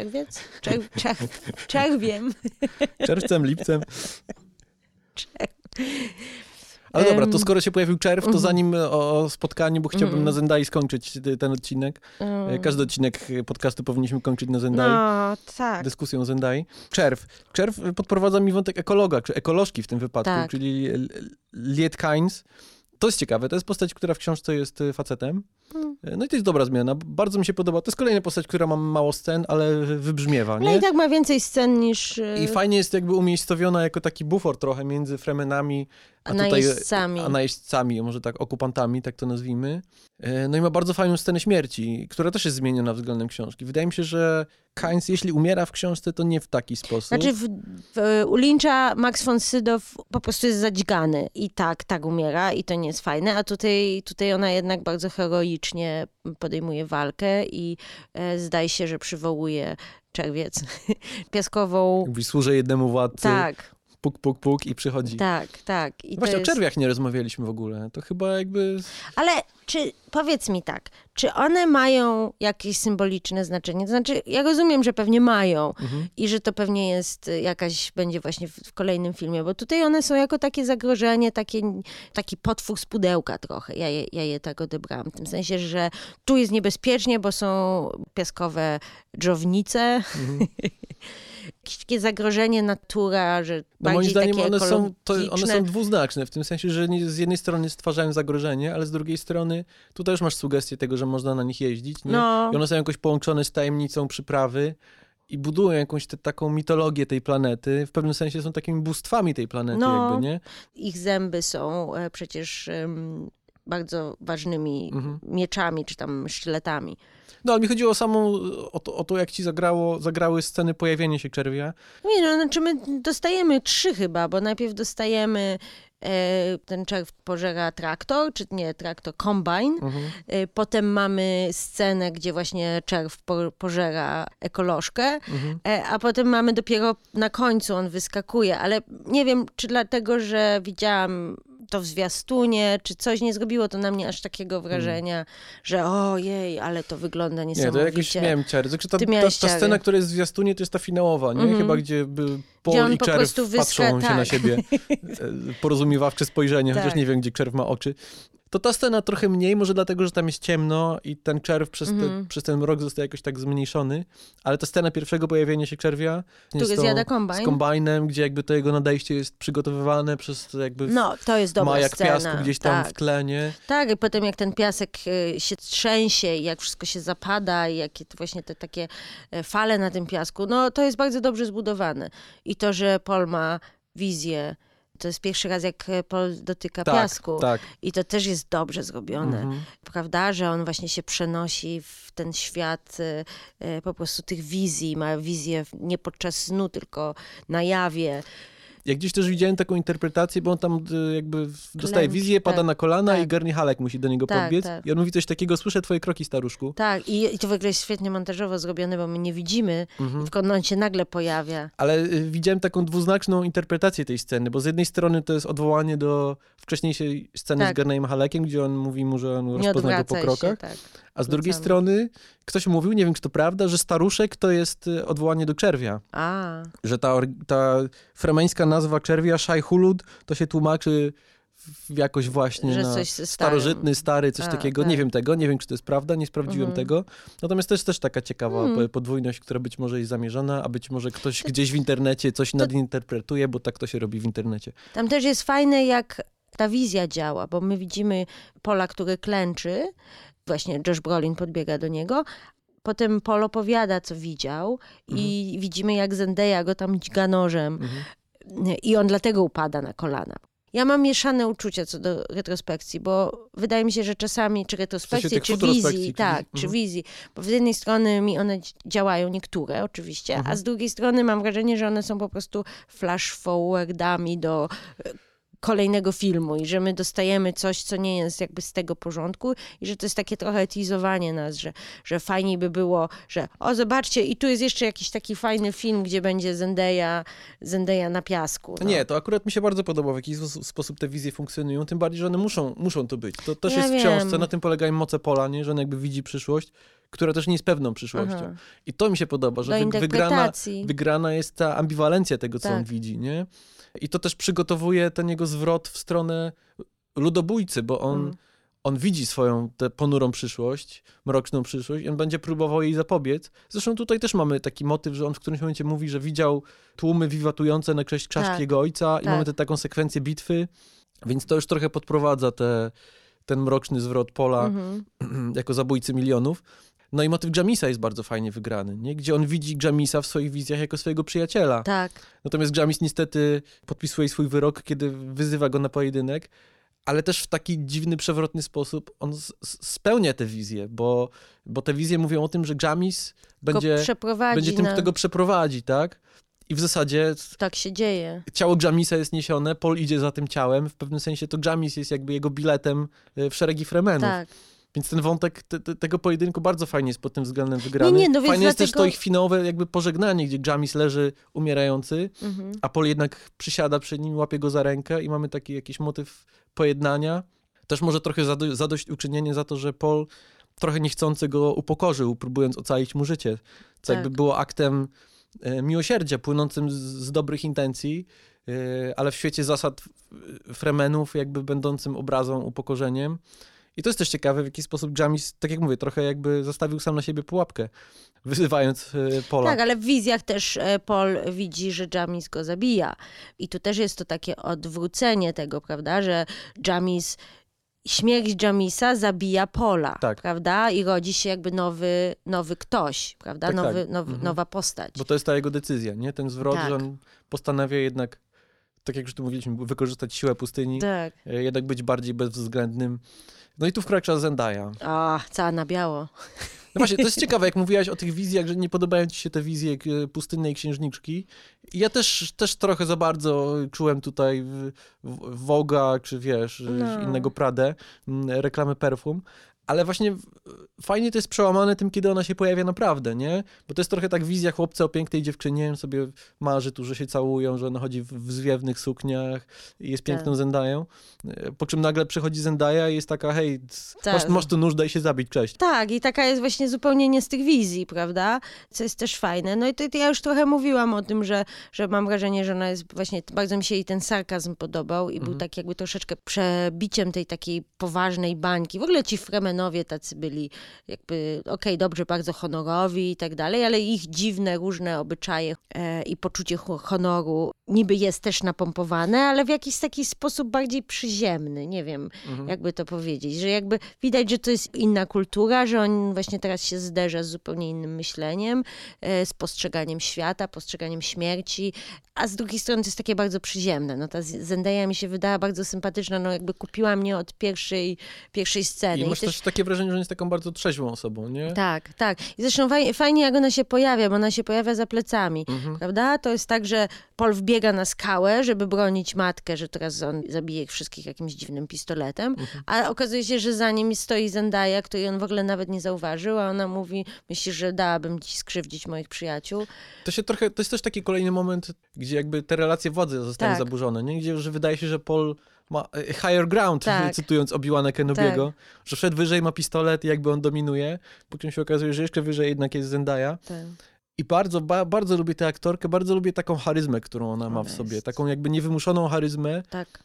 czerwiem. Czerwcem, lipcem. Ale dobra, to skoro się pojawił czerw, to zanim o spotkaniu, bo chciałbym na Zendai skończyć ten odcinek. Każdy odcinek podcastu powinniśmy kończyć na Zendai. No, tak. Dyskusją o Zendai. Czerw podprowadza mi wątek ekologa, czy ekolożki w tym wypadku, Tak. czyli Liet Kynes. To jest ciekawe, to jest postać, która w książce jest facetem. No i to jest dobra zmiana. Bardzo mi się podoba. To jest kolejna postać, która ma mało scen, ale wybrzmiewa, nie? No i tak ma więcej scen niż... I fajnie jest jakby umiejscowiona jako taki bufor trochę między Fremenami a najeźdźcami, może tak okupantami, tak to nazwijmy. No i ma bardzo fajną scenę śmierci, która też jest zmieniona względem książki. Wydaje mi się, że Kynes, jeśli umiera w książce, to nie w taki sposób. Znaczy u Lyncha Max von Sydow po prostu jest zadźgany i tak umiera i to nie jest fajne, a tutaj ona jednak bardzo heroicznie podejmuje walkę i zdaje się, że przywołuje czerwiec piaskową. Służę jednemu władcy. Tak. Puk, puk, puk i przychodzi. Tak. I Właśnie o czerwiach nie rozmawialiśmy w ogóle. To chyba jakby... Ale powiedz mi tak, czy one mają jakieś symboliczne znaczenie? To znaczy, ja rozumiem, że pewnie mają i że to pewnie jest będzie właśnie w kolejnym filmie, bo tutaj one są jako takie zagrożenie, taki potwór z pudełka trochę. Ja je tak odebrałam. W tym sensie, że tu jest niebezpiecznie, bo są piaskowe dżownice. Jakieś takie zagrożenie natura, że bardziej moim zdaniem takie one są dwuznaczne, w tym sensie, że z jednej strony stwarzają zagrożenie, ale z drugiej strony tu też masz sugestię tego, że można na nich jeździć, nie? No. I one są jakoś połączone z tajemnicą przyprawy i budują jakąś taką mitologię tej planety. W pewnym sensie są takimi bóstwami tej planety jakby, nie? Ich zęby są przecież bardzo ważnymi mieczami, czy tam sztyletami. No, ale mi chodziło o to, jak ci zagrały sceny pojawienia się czerwia. Nie, no, znaczy my dostajemy 3 chyba, bo najpierw dostajemy ten czerw pożera traktor, czy nie traktor, kombajn. Potem mamy scenę, gdzie właśnie czerw pożera ekolożkę, a potem mamy dopiero na końcu on wyskakuje, ale nie wiem, czy dlatego, że widziałam to w zwiastunie, czy coś nie zrobiło to na mnie aż takiego wrażenia, że ojej, ale to wygląda niesamowicie. Nie, to jakoś miałem czerw. Ta scena, która jest w zwiastunie, to jest ta finałowa, nie? Chyba gdzie Paul i czerw patrzą się na siebie. Porozumiewawcze spojrzenie, chociaż nie wiem, gdzie czerw ma oczy. To ta scena trochę mniej, może dlatego, że tam jest ciemno i ten czerw przez ten rok zostaje jakoś tak zmniejszony, ale ta scena pierwszego pojawienia się czerwia z kombajnem, gdzie jakby to jego nadejście jest przygotowywane przez jakby to jest dobra majak scena. piasku gdzieś tam w tle, Tak, i potem jak ten piasek się trzęsie i jak wszystko się zapada i jakie to właśnie te takie fale na tym piasku, no to jest bardzo dobrze zbudowane. I to, że Paul ma wizję. To jest pierwszy raz, jak Paul dotyka piasku. Tak. I to też jest dobrze zrobione. Prawda? Że on właśnie się przenosi w ten świat po prostu tych wizji. Ma wizję nie podczas snu, tylko na jawie. Ja gdzieś też widziałem taką interpretację, bo on tam jakby dostaje wizję, pada na kolana i Gurney Halleck musi do niego podbiec. I on mówi coś takiego: słyszę twoje kroki, staruszku. Tak, i to w ogóle jest świetnie montażowo zrobione, bo my nie widzimy, tylko on się nagle pojawia. Ale widziałem taką dwuznaczną interpretację tej sceny, bo z jednej strony to jest odwołanie do wcześniejszej sceny z Gurneyem Halleckiem, gdzie on mówi mu, że on rozpozna go po krokach. A z drugiej strony ktoś mówił, nie wiem, czy to prawda, że staruszek to jest odwołanie do czerwia. Że ta fremeńska nazwa czerwia, Shai Hulud, to się tłumaczy jakoś właśnie na starożytny, stary, coś takiego. Tak. Nie wiem tego, nie wiem, czy to jest prawda, nie sprawdziłem tego. Natomiast to jest też taka ciekawa podwójność, która być może jest zamierzona, a być może ktoś gdzieś w internecie coś nadinterpretuje, bo tak to się robi w internecie. Tam też jest fajne, jak ta wizja działa, bo my widzimy Paula, który klęczy, właśnie Josh Brolin podbiega do niego, potem Paul opowiada, co widział i widzimy, jak Zendaya go tam dźga nożem i on dlatego upada na kolana. Ja mam mieszane uczucia co do retrospekcji, bo wydaje mi się, że czasami, czy retrospekcji, czy wizji, czy wizji, bo z jednej strony mi one działają, niektóre oczywiście, a z drugiej strony mam wrażenie, że one są po prostu flash forwardami do kolejnego filmu i że my dostajemy coś, co nie jest jakby z tego porządku i że to jest takie trochę teasowanie nas, że fajniej by było, że zobaczcie i tu jest jeszcze jakiś taki fajny film, gdzie będzie Zendaya na piasku. No. Nie, to akurat mi się bardzo podoba, w jaki sposób te wizje funkcjonują, tym bardziej, że one muszą to być. To też jest w książce, na tym polegają moce Paula, nie? Że on jakby widzi przyszłość, która też nie jest pewną przyszłością. I to mi się podoba, że wygrana jest ta ambiwalencja tego, co on widzi, nie? I to też przygotowuje ten jego zwrot w stronę ludobójcy, bo on widzi swoją tę ponurą przyszłość, mroczną przyszłość i on będzie próbował jej zapobiec. Zresztą tutaj też mamy taki motyw, że on w którymś momencie mówi, że widział tłumy wiwatujące na cześć czaszki jego ojca i mamy taką sekwencję bitwy, więc to już trochę podprowadza ten mroczny zwrot Paula jako zabójcy milionów. No i motyw Jamisa jest bardzo fajnie wygrany, nie? Gdzie on widzi Jamisa w swoich wizjach jako swojego przyjaciela. Tak. Natomiast Jamis niestety podpisuje swój wyrok, kiedy wyzywa go na pojedynek, ale też w taki dziwny, przewrotny sposób on spełnia te wizje, bo te wizje mówią o tym, że Jamis będzie tym, kto go przeprowadzi, tak? I w zasadzie tak się dzieje. Ciało Jamisa jest niesione, Paul idzie za tym ciałem, w pewnym sensie to Jamis jest jakby jego biletem w szeregi Fremenów. Tak. Więc ten wątek tego pojedynku bardzo fajnie jest pod tym względem wygrany. No fajnie jest też to ich finałowe jakby pożegnanie, gdzie Jamis leży umierający, a Paul jednak przysiada przy nim, łapie go za rękę i mamy taki jakiś motyw pojednania. Też może trochę zadośćuczynienie za to, że Paul trochę niechcący go upokorzył, próbując ocalić mu życie. Co jakby było aktem miłosierdzia płynącym z dobrych intencji, ale w świecie zasad Fremenów jakby będącym obrazą, upokorzeniem. I to jest też ciekawe, w jaki sposób Jamis, tak jak mówię, trochę jakby zastawił sam na siebie pułapkę, wyzywając Paula. Tak, ale w wizjach też Paul widzi, że Jamis go zabija. I tu też jest to takie odwrócenie tego, prawda, że śmierć Jamisa zabija Paula, prawda? I rodzi się jakby nowy ktoś, prawda? Nowa postać. Bo to jest ta jego decyzja, nie? Ten zwrot, że on postanawia jednak, tak jak już tu mówiliśmy, wykorzystać siłę pustyni, jednak być bardziej bezwzględnym. No i tu wkracza Zendaya. Cała na biało. No właśnie, to jest ciekawe, jak mówiłaś o tych wizjach, że nie podobają ci się te wizje pustynnej księżniczki. I ja też trochę za bardzo czułem tutaj Vogue'a, czy wiesz, innego Pradę, reklamy perfum. Ale właśnie fajnie to jest przełamane tym, kiedy ona się pojawia naprawdę, nie? Bo to jest trochę tak wizja chłopca o pięknej dziewczynie, on sobie marzy tu, że się całują, że ona chodzi w zwiewnych sukniach i jest piękną Zendają. Po czym nagle przychodzi Zendaya i jest taka, hej, masz tu nóż, daj się zabić, cześć. Tak, i taka jest właśnie zupełnie nie z tych wizji, prawda? Co jest też fajne. No i to ja już trochę mówiłam o tym, że mam wrażenie, że ona jest właśnie, bardzo mi się jej ten sarkazm podobał i był tak jakby troszeczkę przebiciem tej takiej poważnej bańki. W ogóle ci Fremenowie tacy byli jakby, dobrze, bardzo honorowi i tak dalej, ale ich dziwne, różne obyczaje i poczucie honoru niby jest też napompowane, ale w jakiś taki sposób bardziej przyziemny, nie wiem, jakby to powiedzieć, że jakby widać, że to jest inna kultura, że on właśnie teraz się zderza z zupełnie innym myśleniem, z postrzeganiem świata, postrzeganiem śmierci, a z drugiej strony to jest takie bardzo przyziemne. No ta Zendaya mi się wydała bardzo sympatyczna, no jakby kupiła mnie od pierwszej sceny. I masz też takie wrażenie, że on jest taką bardzo trzeźwą osobą, nie? Tak. I zresztą fajnie, jak ona się pojawia, bo ona się pojawia za plecami, prawda? To jest tak, że Paul wbiega na skałę, żeby bronić matkę, że teraz on zabije ich wszystkich jakimś dziwnym pistoletem, a okazuje się, że za nim stoi Zendaya, której on w ogóle nawet nie zauważył, a ona mówi, myślisz, że dałabym ci skrzywdzić moich przyjaciół. To jest też taki kolejny moment, gdzie jakby te relacje władzy zostały zaburzone, nie? Gdzie że wydaje się, że Paul ma higher ground, cytując Obi-Wana Kenobiego, że wszedł wyżej, ma pistolet i jakby on dominuje, po czym się okazuje, że jeszcze wyżej jednak jest Zendaya. I bardzo lubię tę aktorkę, bardzo lubię taką charyzmę, którą ona ma w sobie, taką jakby niewymuszoną charyzmę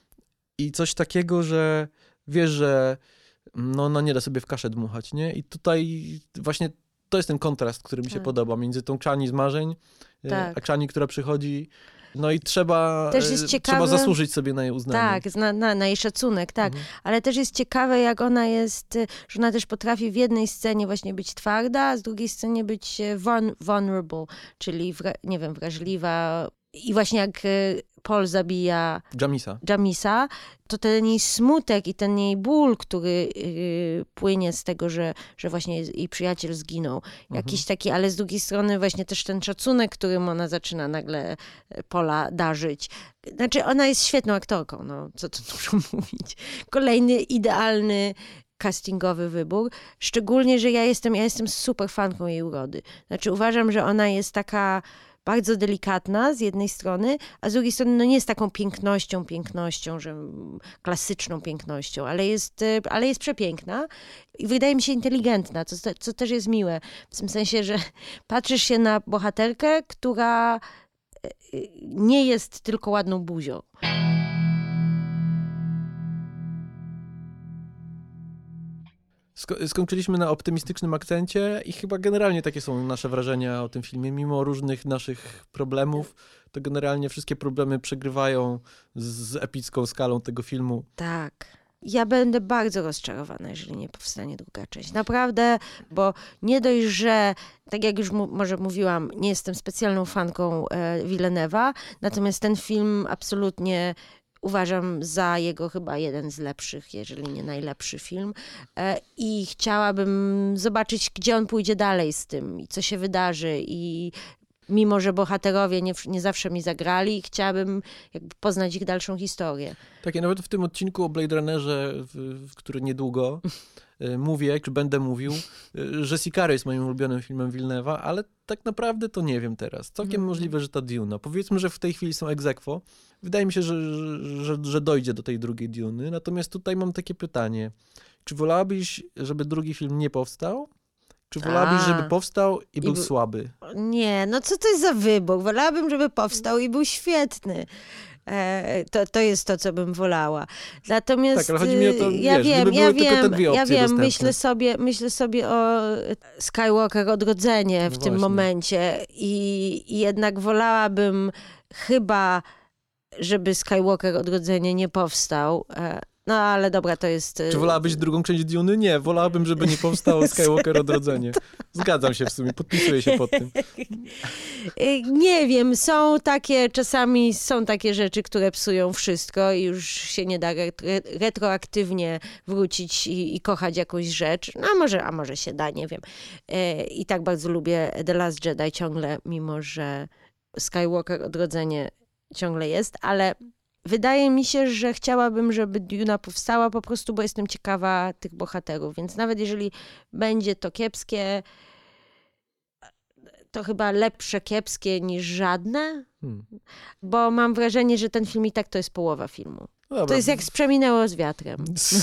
i coś takiego, że wiesz, że ona nie da sobie w kaszę dmuchać, nie? I tutaj właśnie to jest ten kontrast, który mi się podoba między tą Chani z marzeń, a Chani, która przychodzi. No i trzeba zasłużyć sobie na jej uznanie. Tak, na jej szacunek, tak. Ale też jest ciekawe, jak ona jest, że ona też potrafi w jednej scenie właśnie być twarda, a z drugiej scenie być vulnerable, czyli wrażliwa. I właśnie jak Paul zabija Jamisa, to ten jej smutek i ten jej ból, który płynie z tego, że właśnie jej przyjaciel zginął. Jakiś taki, ale z drugiej strony właśnie też ten szacunek, którym ona zaczyna nagle Paula darzyć. Znaczy, ona jest świetną aktorką, no, co tu dużo mówić. Kolejny idealny castingowy wybór. Szczególnie, że ja jestem super fanką jej urody. Znaczy, uważam, że ona jest taka bardzo delikatna z jednej strony, a z drugiej strony no nie jest taką pięknością, że klasyczną pięknością, ale jest przepiękna i wydaje mi się inteligentna, co też jest miłe. W tym sensie, że patrzysz się na bohaterkę, która nie jest tylko ładną buzią. Skończyliśmy na optymistycznym akcencie i chyba generalnie takie są nasze wrażenia o tym filmie. Mimo różnych naszych problemów, to generalnie wszystkie problemy przegrywają z epicką skalą tego filmu. Tak. Ja będę bardzo rozczarowana, jeżeli nie powstanie druga część. Naprawdę, bo nie dość, że tak jak już może mówiłam, nie jestem specjalną fanką Villeneuve'a, natomiast ten film absolutnie uważam za jego chyba jeden z lepszych, jeżeli nie najlepszy film. I chciałabym zobaczyć, gdzie on pójdzie dalej z tym i co się wydarzy. I mimo, że bohaterowie nie zawsze mi zagrali, chciałabym jakby poznać ich dalszą historię. Tak, ja nawet w tym odcinku o Blade Runnerze, który niedługo mówię, czy będę mówił, że Sicario jest moim ulubionym filmem Villeneuve'a, ale tak naprawdę to nie wiem teraz. Całkiem możliwe, że ta Duna. Powiedzmy, że w tej chwili są ex aequo. Wydaje mi się, że dojdzie do tej drugiej Duny. Natomiast tutaj mam takie pytanie. Czy wolałabyś, żeby drugi film nie powstał? Czy wolałabyś, żeby powstał i był słaby? Nie, no co to jest za wybór? Wolałabym, żeby powstał i był świetny. To jest to, co bym wolała. Natomiast tak, ale chodzi mi o to, ja wiem, myślę sobie o Skywalker Odrodzenie w tym momencie i jednak wolałabym chyba, żeby Skywalker Odrodzenie nie powstał. No ale dobra, to jest... Czy wolałabyś drugą część Duny? Nie, wolałabym, żeby nie powstało Skywalker Odrodzenie. Zgadzam się w sumie, podpisuję się pod tym. Nie wiem, czasami są takie rzeczy, które psują wszystko i już się nie da retroaktywnie wrócić i kochać jakąś rzecz. No a może się da, nie wiem. I tak bardzo lubię The Last Jedi ciągle, mimo że Skywalker Odrodzenie ciągle jest, ale... Wydaje mi się, że chciałabym, żeby Duna powstała po prostu, bo jestem ciekawa tych bohaterów, więc nawet jeżeli będzie to kiepskie, to chyba lepsze kiepskie niż żadne, bo mam wrażenie, że ten film i tak to jest połowa filmu. Dobra. To jest jak Przeminęło z wiatrem.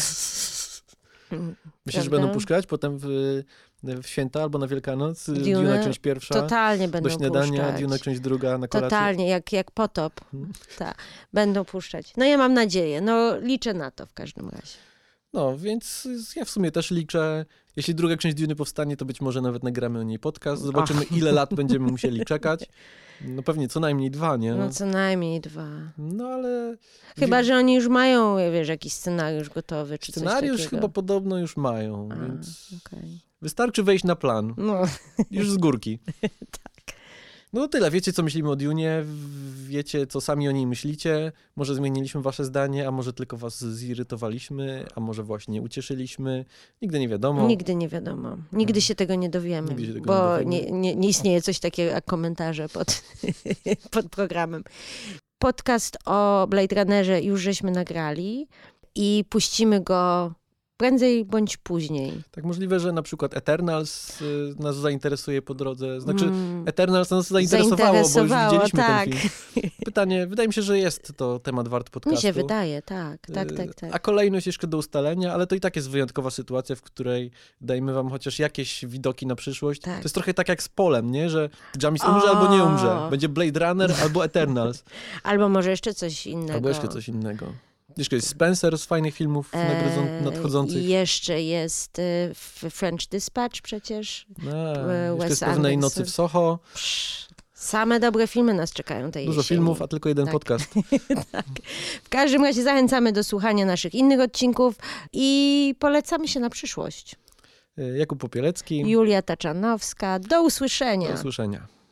Myślisz, że będą puszczać potem w święta albo na Wielkanoc? Duna część pierwsza. Totalnie będą puszczać. Do śniadania, Duna część druga na kolację. Totalnie, jak Potop. Tak, będą puszczać. No ja mam nadzieję, liczę na to w każdym razie. No, więc ja w sumie też liczę. Jeśli druga część Duny powstanie, to być może nawet nagramy o niej podcast. Zobaczymy, ile lat będziemy musieli czekać. No pewnie co najmniej 2, nie? No co najmniej 2. No ale... Chyba, że oni już mają, jakiś scenariusz gotowy, czy scenariusz coś takiego. Chyba podobno już mają, więc okay. Wystarczy wejść na plan. No. Już z górki. Tak. No tyle. Wiecie, co myślimy o Dunie, wiecie, co sami o niej myślicie. Może zmieniliśmy wasze zdanie, a może tylko was zirytowaliśmy, a może właśnie ucieszyliśmy. Nigdy nie wiadomo. Nigdy nie wiadomo. Nigdy się tego nie dowiemy, bo nie istnieje coś takiego jak komentarze pod programem. Podcast o Blade Runnerze już żeśmy nagrali i puścimy go prędzej bądź później. Tak, możliwe, że na przykład Eternals nas zainteresuje po drodze. Znaczy, Eternals nas zainteresowało, bo już widzieliśmy ten film. Pytanie, wydaje mi się, że jest to temat wart podcastu. Mi się wydaje, tak. A kolejność jeszcze do ustalenia, ale to i tak jest wyjątkowa sytuacja, w której dajmy wam chociaż jakieś widoki na przyszłość. Tak. To jest trochę tak jak z Polem, nie? Że Jamis umrze albo nie umrze. Będzie Blade Runner albo Eternals. Albo może jeszcze coś innego. Jeszcze jest Spencer z fajnych filmów nadchodzących. I jeszcze jest French Dispatch przecież. Jeszcze jest Pewnej nocy w Soho. Same dobre filmy nas czekają tej Dużo jesieni. filmów, a tylko jeden podcast. Tak. W każdym razie zachęcamy do słuchania naszych innych odcinków i polecamy się na przyszłość. Jakub Popielecki. Julia Taczanowska. Do usłyszenia. Do usłyszenia.